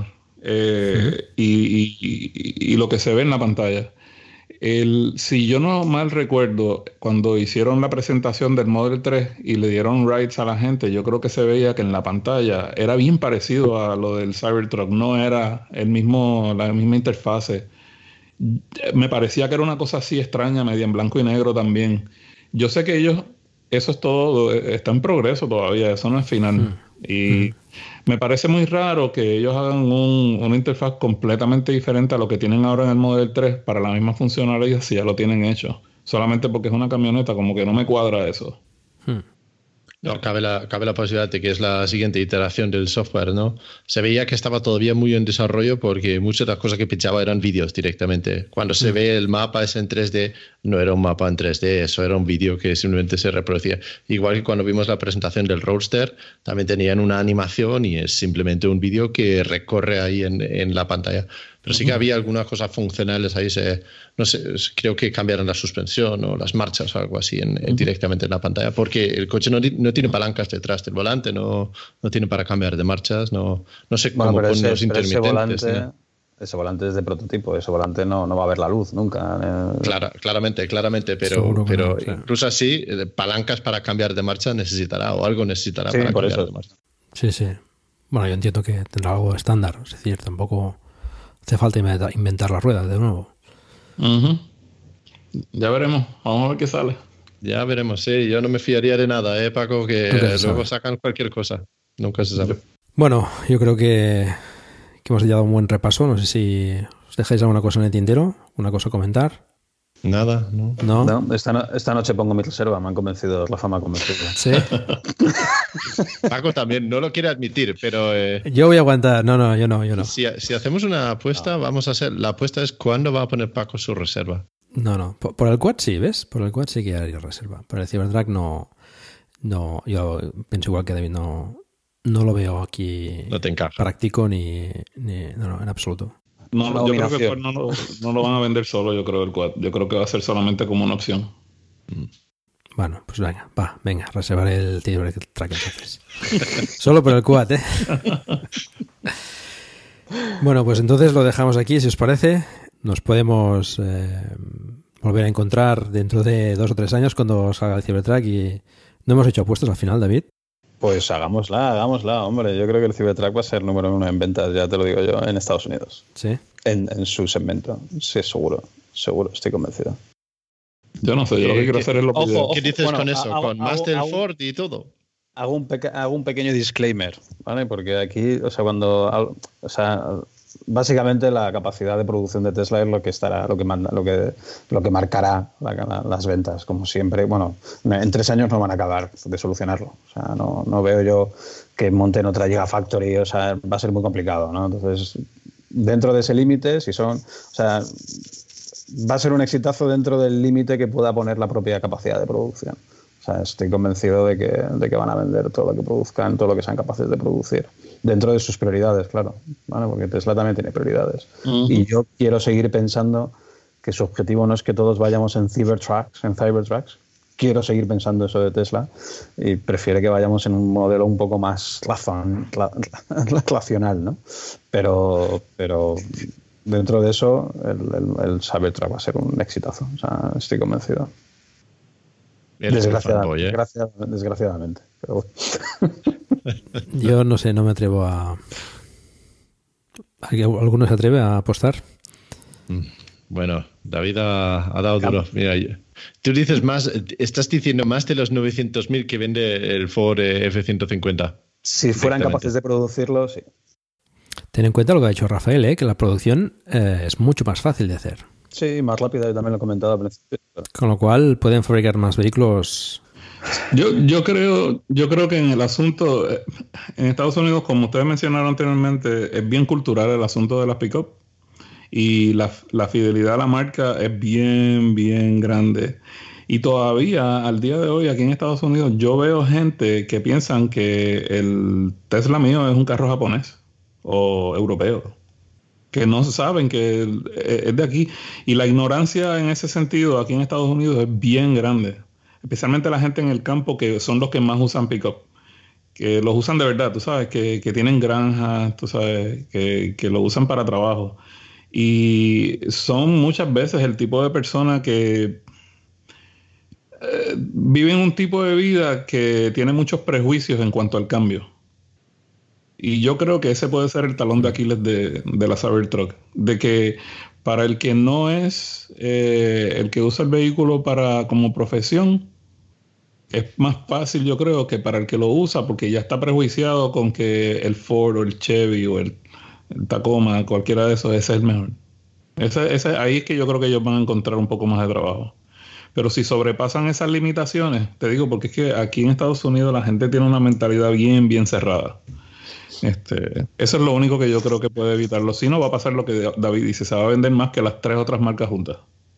y lo que se ve en la pantalla. Si yo no mal recuerdo, cuando hicieron la presentación del Model 3 y le dieron rides a la gente, yo creo que se veía que en la pantalla era bien parecido a lo del Cybertruck, no era la misma interfase. Me parecía que era una cosa así extraña, media en blanco y negro también. Yo sé que eso es todo, está en progreso todavía, eso no es final. Y me parece muy raro que ellos hagan una interfaz completamente diferente a lo que tienen ahora en el Model 3 para la misma funcionalidad si ya lo tienen hecho. Solamente porque es una camioneta, como que no me cuadra eso. No, cabe la posibilidad de que es la siguiente iteración del software, ¿no? Se veía que estaba todavía muy en desarrollo porque muchas de las cosas que pinchaba eran vídeos directamente. Cuando se ve el mapa ese en 3D, no era un mapa en 3D, eso era un vídeo que simplemente se reproducía. Igual que cuando vimos la presentación del Roadster, también tenían una animación y es simplemente un vídeo que recorre ahí en la pantalla. Pero sí que había algunas cosas funcionales ahí, no sé, creo que cambiaron la suspensión o las marchas o algo así directamente en la pantalla, porque el coche no tiene palancas detrás del volante, no tiene para cambiar de marchas, no sé cómo poner los intermitentes. Ese volante es de prototipo, ese volante no va a ver la luz nunca. Claramente, pero incluso así, palancas para cambiar de marcha necesitará o algo necesitará para cambiar de marcha. Sí. Bueno, yo entiendo que tendrá algo estándar, es decir, tampoco hace falta inventar las ruedas de nuevo. Ya veremos, vamos a ver qué sale. Ya veremos, sí. Yo no me fiaría de nada, Paco, que luego sacan cualquier cosa. Nunca se sabe. Bueno, yo creo que hemos dado un buen repaso. No sé si os dejáis alguna cosa en el tintero, una cosa a comentar. Nada, ¿no? No, esta noche pongo mi reserva, me han convencido, Rafa me ha convencido. Sí. Paco también no lo quiere admitir, pero... Yo voy a aguantar. No, yo no. Si hacemos una apuesta, vamos a hacer... La apuesta es ¿cuándo va a poner Paco su reserva? No. Por el Quad sí, ¿ves? Por el Quad sí que haría reserva. Por el Cybertruck no. Yo pienso igual que David, no lo veo aquí. No te encaja. Práctico ni en absoluto. No, yo creo que el Quad no lo van a vender solo, yo creo, el Quad. Yo creo que va a ser solamente como una opción. Bueno, pues venga, reservaré el Cybertruck entonces. Solo por el Quad, ¿eh? Bueno, pues entonces lo dejamos aquí, si os parece. Nos podemos volver a encontrar dentro de 2 o 3 años cuando salga el Cybertruck y no hemos hecho apuestas al final, David. Pues hagámosla, hombre. Yo creo que el Cybertruck va a ser número 1 en ventas, ya te lo digo yo, en Estados Unidos. ¿Sí? En su segmento. Sí, seguro, estoy convencido. Yo no sé, yo lo que quiero hacer es lo que... ¿Qué dices con eso? ¿Con Master Ford y todo? Hago un pequeño disclaimer, ¿vale? Porque aquí, básicamente la capacidad de producción de Tesla es lo que marcará las ventas, como siempre. Bueno, en 3 años no van a acabar de solucionarlo. O sea, no veo yo que monten otra Gigafactory, o sea, va a ser muy complicado, ¿no? Entonces, dentro de ese límite, va a ser un exitazo dentro del límite que pueda poner la propia capacidad de producción. O sea, estoy convencido de que van a vender todo lo que produzcan, todo lo que sean capaces de producir. Dentro de sus prioridades, claro, ¿vale? Porque Tesla también tiene prioridades. Uh-huh. Y yo quiero seguir pensando que su objetivo no es que todos vayamos en Cybertrucks. Quiero seguir pensando eso de Tesla y prefiere que vayamos en un modelo un poco más racional, ¿no? Pero dentro de eso, el Cybertruck va a ser un exitazo. O sea, estoy convencido. Desgraciadamente. Pero... Yo no sé, no me atrevo a... ¿Alguno se atreve a apostar? Bueno, David ha dado duro. Mira, tú dices estás diciendo más de los 900.000 que vende el Ford F-150. Si fueran capaces de producirlo, sí. Ten en cuenta lo que ha dicho Rafael, que la producción es mucho más fácil de hacer. Sí, más rápida, yo también lo he comentado al principio. Con lo cual pueden fabricar más vehículos. Yo creo que en el asunto, en Estados Unidos, como ustedes mencionaron anteriormente, es bien cultural el asunto de las pick-up. Y la fidelidad a la marca es bien, bien grande. Y todavía, al día de hoy, aquí en Estados Unidos, yo veo gente que piensan que el Tesla mío es un carro japonés o europeo, que no saben que es de aquí. Y la ignorancia en ese sentido aquí en Estados Unidos es bien grande. Especialmente la gente en el campo, que son los que más usan pick-up. Que los usan de verdad, tú sabes, que tienen granjas, tú sabes, que lo usan para trabajo. Y son muchas veces el tipo de persona que viven un tipo de vida que tiene muchos prejuicios en cuanto al cambio. Y yo creo que ese puede ser el talón de Aquiles de la Cybertruck. De que para el que no es el que usa el vehículo como profesión, es más fácil, yo creo, que para el que lo usa, porque ya está prejuiciado con que el Ford o el Chevy o el Tacoma, cualquiera de esos, ese es el mejor. Ahí es que yo creo que ellos van a encontrar un poco más de trabajo. Pero si sobrepasan esas limitaciones, te digo, porque es que aquí en Estados Unidos la gente tiene una mentalidad bien, bien cerrada. Eso es lo único que yo creo que puede evitarlo. Si no, va a pasar lo que David dice, se va a vender más que las 3 otras marcas juntas.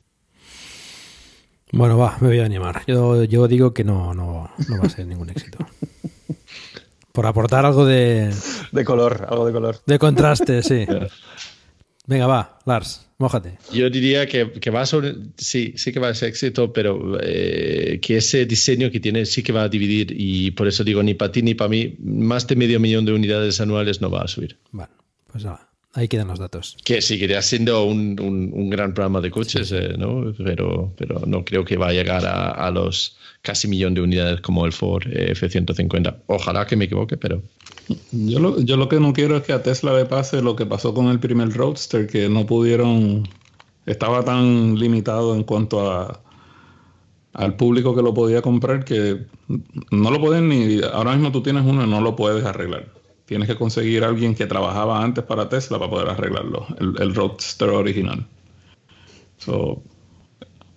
Bueno, me voy a animar. Yo digo que no va a ser ningún éxito. Por aportar algo de color, algo de color. De contraste, sí. Venga, va, Lars, mójate. Yo diría que va a ser, sí que va a ser éxito, pero que ese diseño que tiene sí que va a dividir, y por eso digo, ni para ti ni para mí, más de 500.000 de unidades anuales no va a subir. Bueno, pues nada, ahí quedan los datos. Que seguiría siendo un gran programa de coches, sí. ¿No? Pero no creo que va a llegar a los casi 1 millón de unidades como el Ford F-150. Ojalá que me equivoque, pero... Yo lo que no quiero es que a Tesla le pase lo que pasó con el primer Roadster, que no pudieron... Estaba tan limitado en cuanto al público que lo podía comprar, que no lo pueden ni... Ahora mismo tú tienes uno y no lo puedes arreglar. Tienes que conseguir a alguien que trabajaba antes para Tesla para poder arreglarlo, el Roadster original.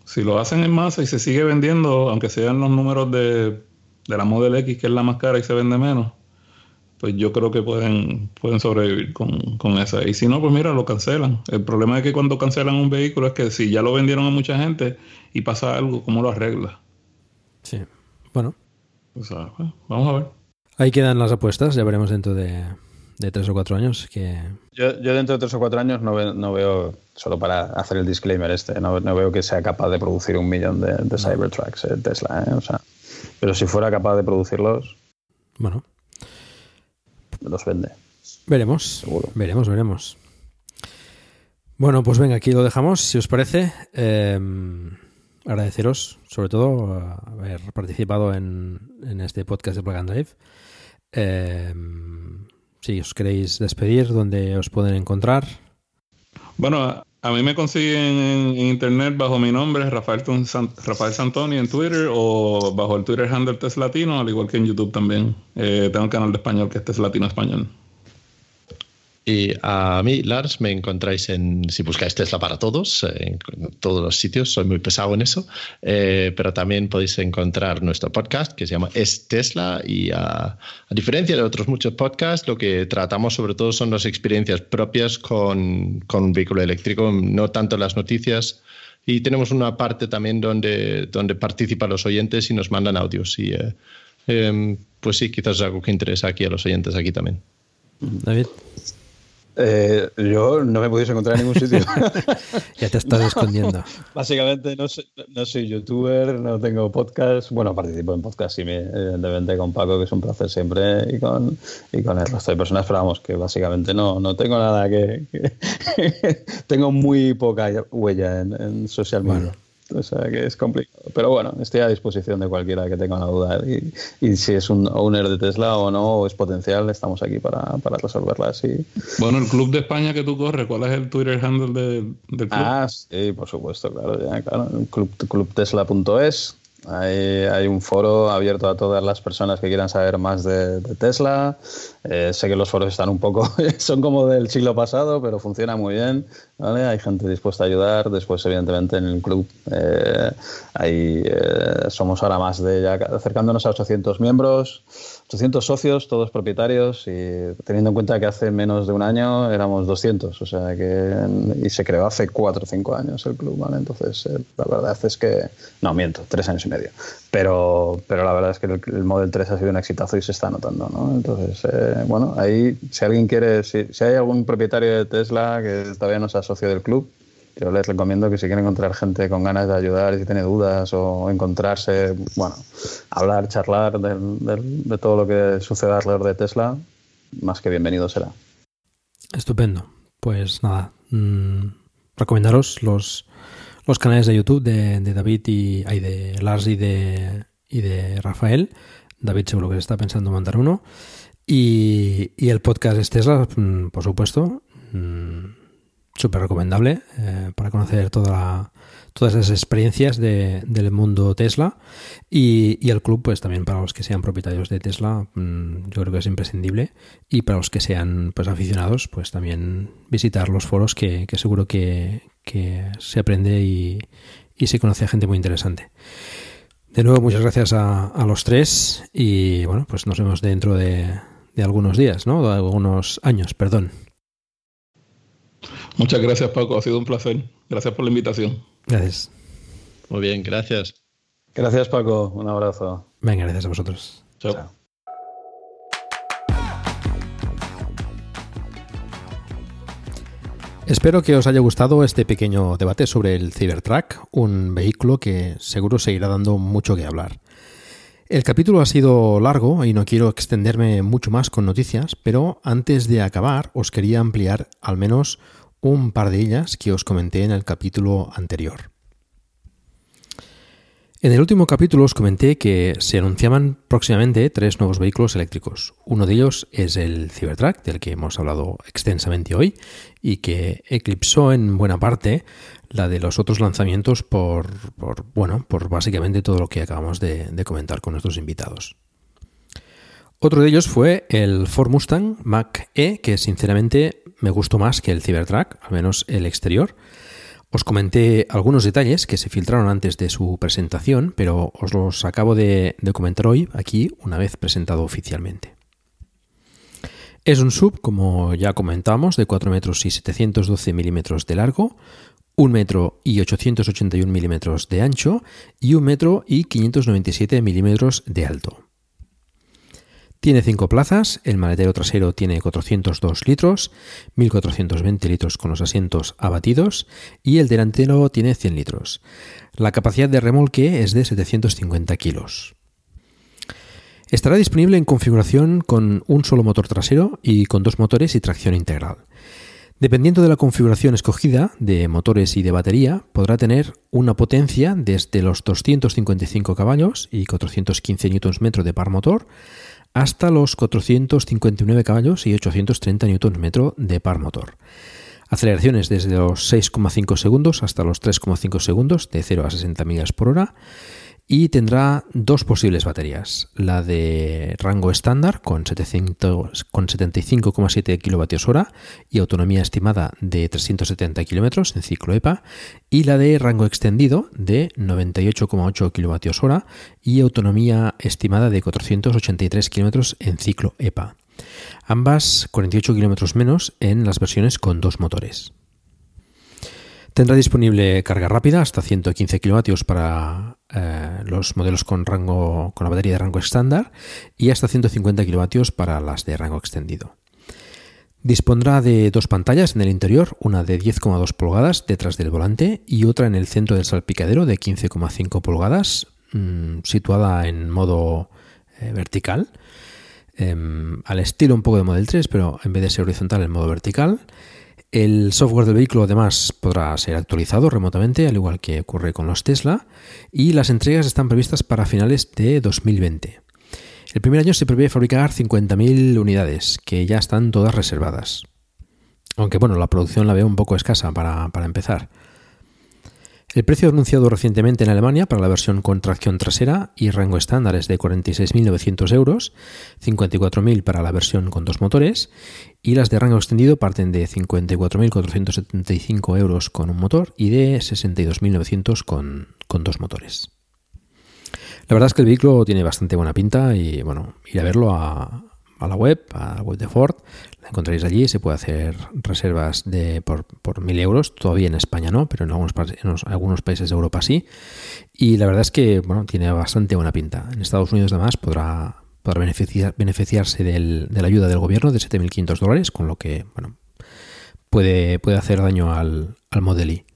Si lo hacen en masa y se sigue vendiendo, aunque sean los números de la Model X, que es la más cara y se vende menos, pues yo creo que pueden sobrevivir con esa. Y si no, pues mira, lo cancelan. El problema es que cuando cancelan un vehículo es que si ya lo vendieron a mucha gente y pasa algo, ¿cómo lo arregla? Sí, bueno. O sea, vamos a ver. Ahí quedan las apuestas, ya veremos dentro de 3 o 4 años. Yo dentro de 3 o 4 años no veo, solo para hacer el disclaimer no veo que sea capaz de producir 1 millón de Cybertrucks Tesla, O sea, pero si fuera capaz de producirlos, bueno, los vende. Veremos, seguro. Veremos. Bueno, pues venga, aquí lo dejamos, si os parece. Agradeceros, sobre todo, haber participado en este podcast de Plug and Drive. Si os queréis despedir, ¿dónde os pueden encontrar? Bueno, a mí me consiguen en internet bajo mi nombre, Rafael Santoni en Twitter, o bajo el Twitter handle Teslatino, al igual que en YouTube también. Tengo un canal de español que es Teslatino Español. Y a mí, Lars, me encontráis si buscáis Tesla para todos, en todos los sitios, soy muy pesado en eso, pero también podéis encontrar nuestro podcast que se llama Es Tesla y a diferencia de otros muchos podcasts, lo que tratamos sobre todo son las experiencias propias con un vehículo eléctrico, no tanto las noticias, y tenemos una parte también donde participan los oyentes y nos mandan audios y pues sí, quizás es algo que interesa aquí a los oyentes aquí también. David. Yo no me pudiese encontrar en ningún sitio. Ya te estás escondiendo. Básicamente no soy youtuber, no tengo podcast. Bueno, participo en podcast, sí, evidentemente con Paco, que es un placer siempre, y con el resto de personas, pero vamos, que básicamente no tengo nada que tengo muy poca huella en social media. Bueno. O sea que es complicado. Pero bueno, estoy a disposición de cualquiera que tenga una duda. Y si es un owner de Tesla o no, o es potencial, estamos aquí para resolverlas. Bueno, el Club de España que tú corres, ¿cuál es el Twitter handle del club? Ah, sí, por supuesto, claro. Clubtesla.es. Hay un foro abierto a todas las personas que quieran saber más de Tesla. Sé que los foros están un poco... son como del siglo pasado, pero funciona muy bien, ¿vale? Hay gente dispuesta a ayudar. Después, evidentemente, en el club somos ahora más ya acercándonos a 800 miembros, 800 socios, todos propietarios, y teniendo en cuenta que hace menos de un año éramos 200, o sea y se creó hace 4 o 5 años el club, ¿vale? Entonces, la verdad es que... No, miento, 3 años y medio. Pero la verdad es que el Model 3 ha sido un exitazo y se está notando, ¿no? Entonces, bueno, ahí si alguien quiere, si hay algún propietario de Tesla que todavía no sea socio del club, yo les recomiendo que si quieren encontrar gente con ganas de ayudar y si tiene dudas o encontrarse, bueno, hablar, charlar de todo lo que sucede alrededor de Tesla, más que bienvenido será. Estupendo. Pues nada, recomendaros los canales de YouTube de David de Lars y de Rafael. David seguro que se está pensando mandar uno. Y el podcast es Tesla, por supuesto. Súper recomendable para conocer todas esas experiencias del mundo Tesla. Y el club, pues también para los que sean propietarios de Tesla, yo creo que es imprescindible. Y para los que sean pues aficionados, pues también visitar los foros que seguro que se aprende y se conoce a gente muy interesante. De nuevo, muchas gracias a los tres y bueno, pues nos vemos dentro de algunos días, ¿no? De algunos años, perdón. Muchas gracias, Paco. Ha sido un placer. Gracias por la invitación. Gracias. Muy bien, gracias. Gracias, Paco. Un abrazo. Venga, gracias a vosotros. Chao. Chao. Espero que os haya gustado este pequeño debate sobre el Cybertruck, un vehículo que seguro seguirá dando mucho que hablar. El capítulo ha sido largo y no quiero extenderme mucho más con noticias, pero antes de acabar os quería ampliar al menos un par de ellas que os comenté en el capítulo anterior. En el último capítulo os comenté que se anunciaban próximamente 3 nuevos vehículos eléctricos. Uno de ellos es el Cybertruck, del que hemos hablado extensamente hoy y que eclipsó en buena parte la de los otros lanzamientos por básicamente todo lo que acabamos de comentar con nuestros invitados. Otro de ellos fue el Ford Mustang Mach-E, que sinceramente me gustó más que el Cybertruck, al menos el exterior. Os comenté algunos detalles que se filtraron antes de su presentación, pero os los acabo de comentar hoy aquí una vez presentado oficialmente. Es un SUV, como ya comentamos, de 4 metros y 712 milímetros de largo, 1 metro y 881 milímetros de ancho y 1 metro y 597 milímetros de alto. Tiene 5 plazas, el maletero trasero tiene 402 litros, 1.420 litros con los asientos abatidos y el delantero tiene 100 litros. La capacidad de remolque es de 750 kilos. Estará disponible en configuración con un solo motor trasero y con 2 motores y tracción integral. Dependiendo de la configuración escogida de motores y de batería, podrá tener una potencia desde los 255 caballos y 415 Nm de par motor hasta los 459 caballos y 830 Nm de par motor. Aceleraciones desde los 6,5 segundos hasta los 3,5 segundos de 0 a 60 millas por hora. Y tendrá 2 posibles baterías, la de rango estándar con 75,7 kWh y autonomía estimada de 370 km en ciclo EPA, y la de rango extendido de 98,8 kWh y autonomía estimada de 483 km en ciclo EPA. Ambas 48 km menos en las versiones con 2 motores. Tendrá disponible carga rápida hasta 115 kilovatios para los modelos con la batería de rango estándar y hasta 150 kilovatios para las de rango extendido. Dispondrá de 2 pantallas en el interior, una de 10,2 pulgadas detrás del volante y otra en el centro del salpicadero de 15,5 pulgadas, situada en modo vertical, al estilo un poco de Model 3, pero en vez de ser horizontal en modo vertical. El software del vehículo además podrá ser actualizado remotamente, al igual que ocurre con los Tesla, y las entregas están previstas para finales de 2020. El primer año se prevé fabricar 50.000 unidades, que ya están todas reservadas. Aunque bueno, la producción la veo un poco escasa para empezar. El precio anunciado recientemente en Alemania para la versión con tracción trasera y rango estándar es de 46.900 euros, 54.000 para la versión con 2 motores, y las de rango extendido parten de 54.475 euros con un motor y de 62.900 con 2 motores. La verdad es que el vehículo tiene bastante buena pinta y bueno, ir a verlo a la web de Ford, la encontraréis allí, se puede hacer reservas por 1.000 euros, todavía en España no, pero en algunos países de Europa sí, y la verdad es que bueno, tiene bastante buena pinta. En Estados Unidos además podrá beneficiarse de la ayuda del gobierno de $7.500, con lo que bueno, puede hacer daño al Model Y.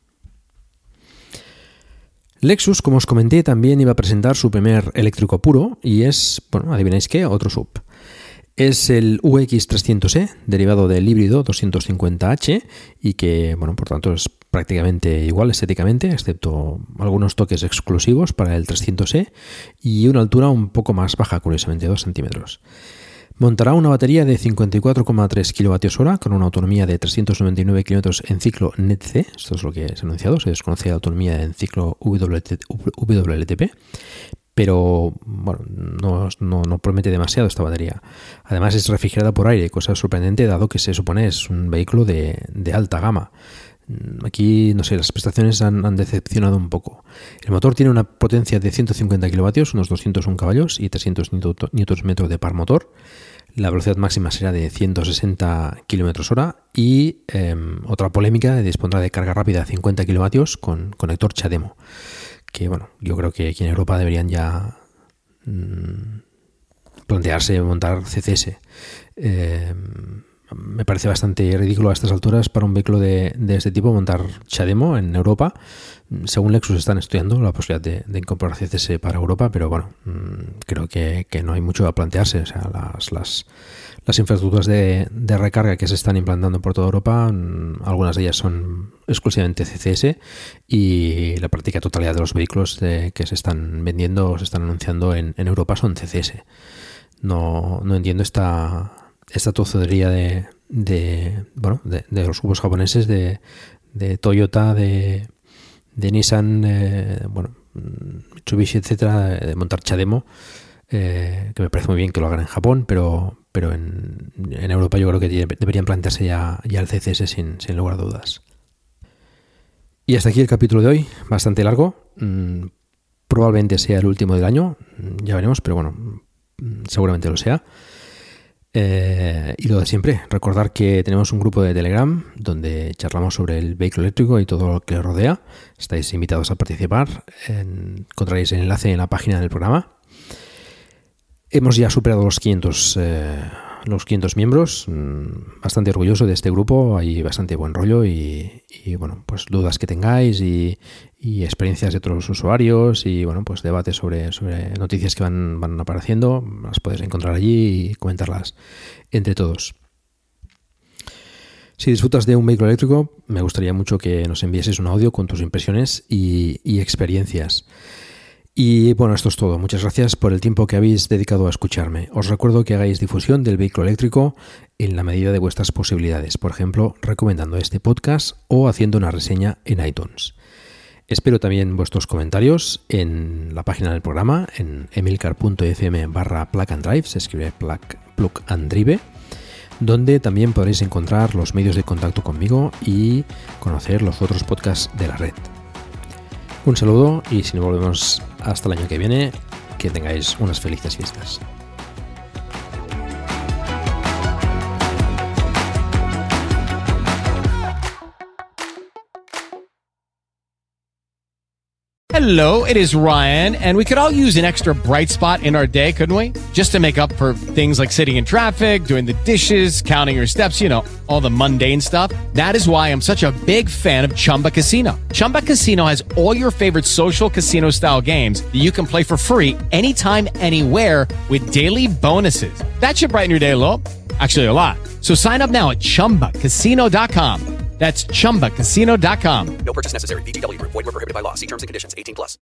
Lexus, como os comenté, también iba a presentar su primer eléctrico puro y es, bueno, adivináis qué, otro SUV. Es el UX300e, derivado del híbrido 250h y que, bueno, por tanto es prácticamente igual estéticamente, excepto algunos toques exclusivos para el 300e y una altura un poco más baja, curiosamente, 2 centímetros. Montará una batería de 54,3 kWh con una autonomía de 399 km en ciclo NET-C, esto es lo que se ha anunciado, se desconoce la autonomía en ciclo WLTP, pero bueno, no promete demasiado esta batería. Además es refrigerada por aire, cosa sorprendente dado que se supone es un vehículo de alta gama. Aquí, no sé, las prestaciones han decepcionado un poco. El motor tiene una potencia de 150 kilovatios, unos 201 caballos y 300 Nm de par motor. La velocidad máxima será de 160 km/h y otra polémica, dispondrá de carga rápida de 50 kilovatios con conector CHAdeMO, que bueno, yo creo que aquí en Europa deberían ya plantearse montar CCS. Me parece bastante ridículo a estas alturas para un vehículo de este tipo montar CHAdeMO en Europa. Según Lexus están estudiando la posibilidad de incorporar CCS para Europa, pero bueno, creo que no hay mucho a plantearse. O sea, las infraestructuras de recarga que se están implantando por toda Europa, algunas de ellas son exclusivamente CCS y la práctica totalidad de los vehículos que se están vendiendo o se están anunciando en Europa son CCS. No entiendo esta tozudería de los grupos japoneses de Toyota, de Nissan, Mitsubishi, etcétera, de montar CHAdeMO, que me parece muy bien que lo hagan en Japón, pero en Europa yo creo que deberían plantearse ya el CCS sin lugar a dudas. Y hasta aquí el capítulo de hoy, bastante largo. Probablemente sea el último del año, ya veremos, pero bueno, seguramente lo sea. Y lo de siempre, recordar que tenemos un grupo de Telegram donde charlamos sobre el vehículo eléctrico y todo lo que le rodea. Estáis invitados a participar. Encontraréis el enlace en la página del programa. Hemos ya superado los 500 miembros. Bastante orgulloso de este grupo. Hay bastante buen rollo y bueno, pues dudas que tengáis y experiencias de otros usuarios y bueno, pues debates sobre noticias que van apareciendo. Las podéis encontrar allí y comentarlas entre todos. Si disfrutas de un vehículo eléctrico, me gustaría mucho que nos envieses un audio con tus impresiones y experiencias. Y bueno, esto es todo. Muchas gracias por el tiempo que habéis dedicado a escucharme. Os recuerdo que hagáis difusión del vehículo eléctrico en la medida de vuestras posibilidades, por ejemplo, recomendando este podcast o haciendo una reseña en iTunes. Espero también vuestros comentarios en la página del programa, en emilcar.fm/plug-and-drive, se escribe plug and drive, donde también podréis encontrar los medios de contacto conmigo y conocer los otros podcasts de la red. Un saludo y si nos volvemos hasta el año que viene, que tengáis unas felices fiestas. Hello, it is Ryan, and we could all use an extra bright spot in our day, couldn't we? Just to make up for things like sitting in traffic, doing the dishes, counting your steps, you know, all the mundane stuff. That is why I'm such a big fan of Chumba Casino. Chumba Casino has all your favorite social casino-style games that you can play for free anytime, anywhere with daily bonuses. That should brighten your day a little. Actually, a lot. So sign up now at ChumbaCasino.com. That's ChumbaCasino.com. No purchase necessary. VGW Group. Void where prohibited by law. See terms and conditions. 18+.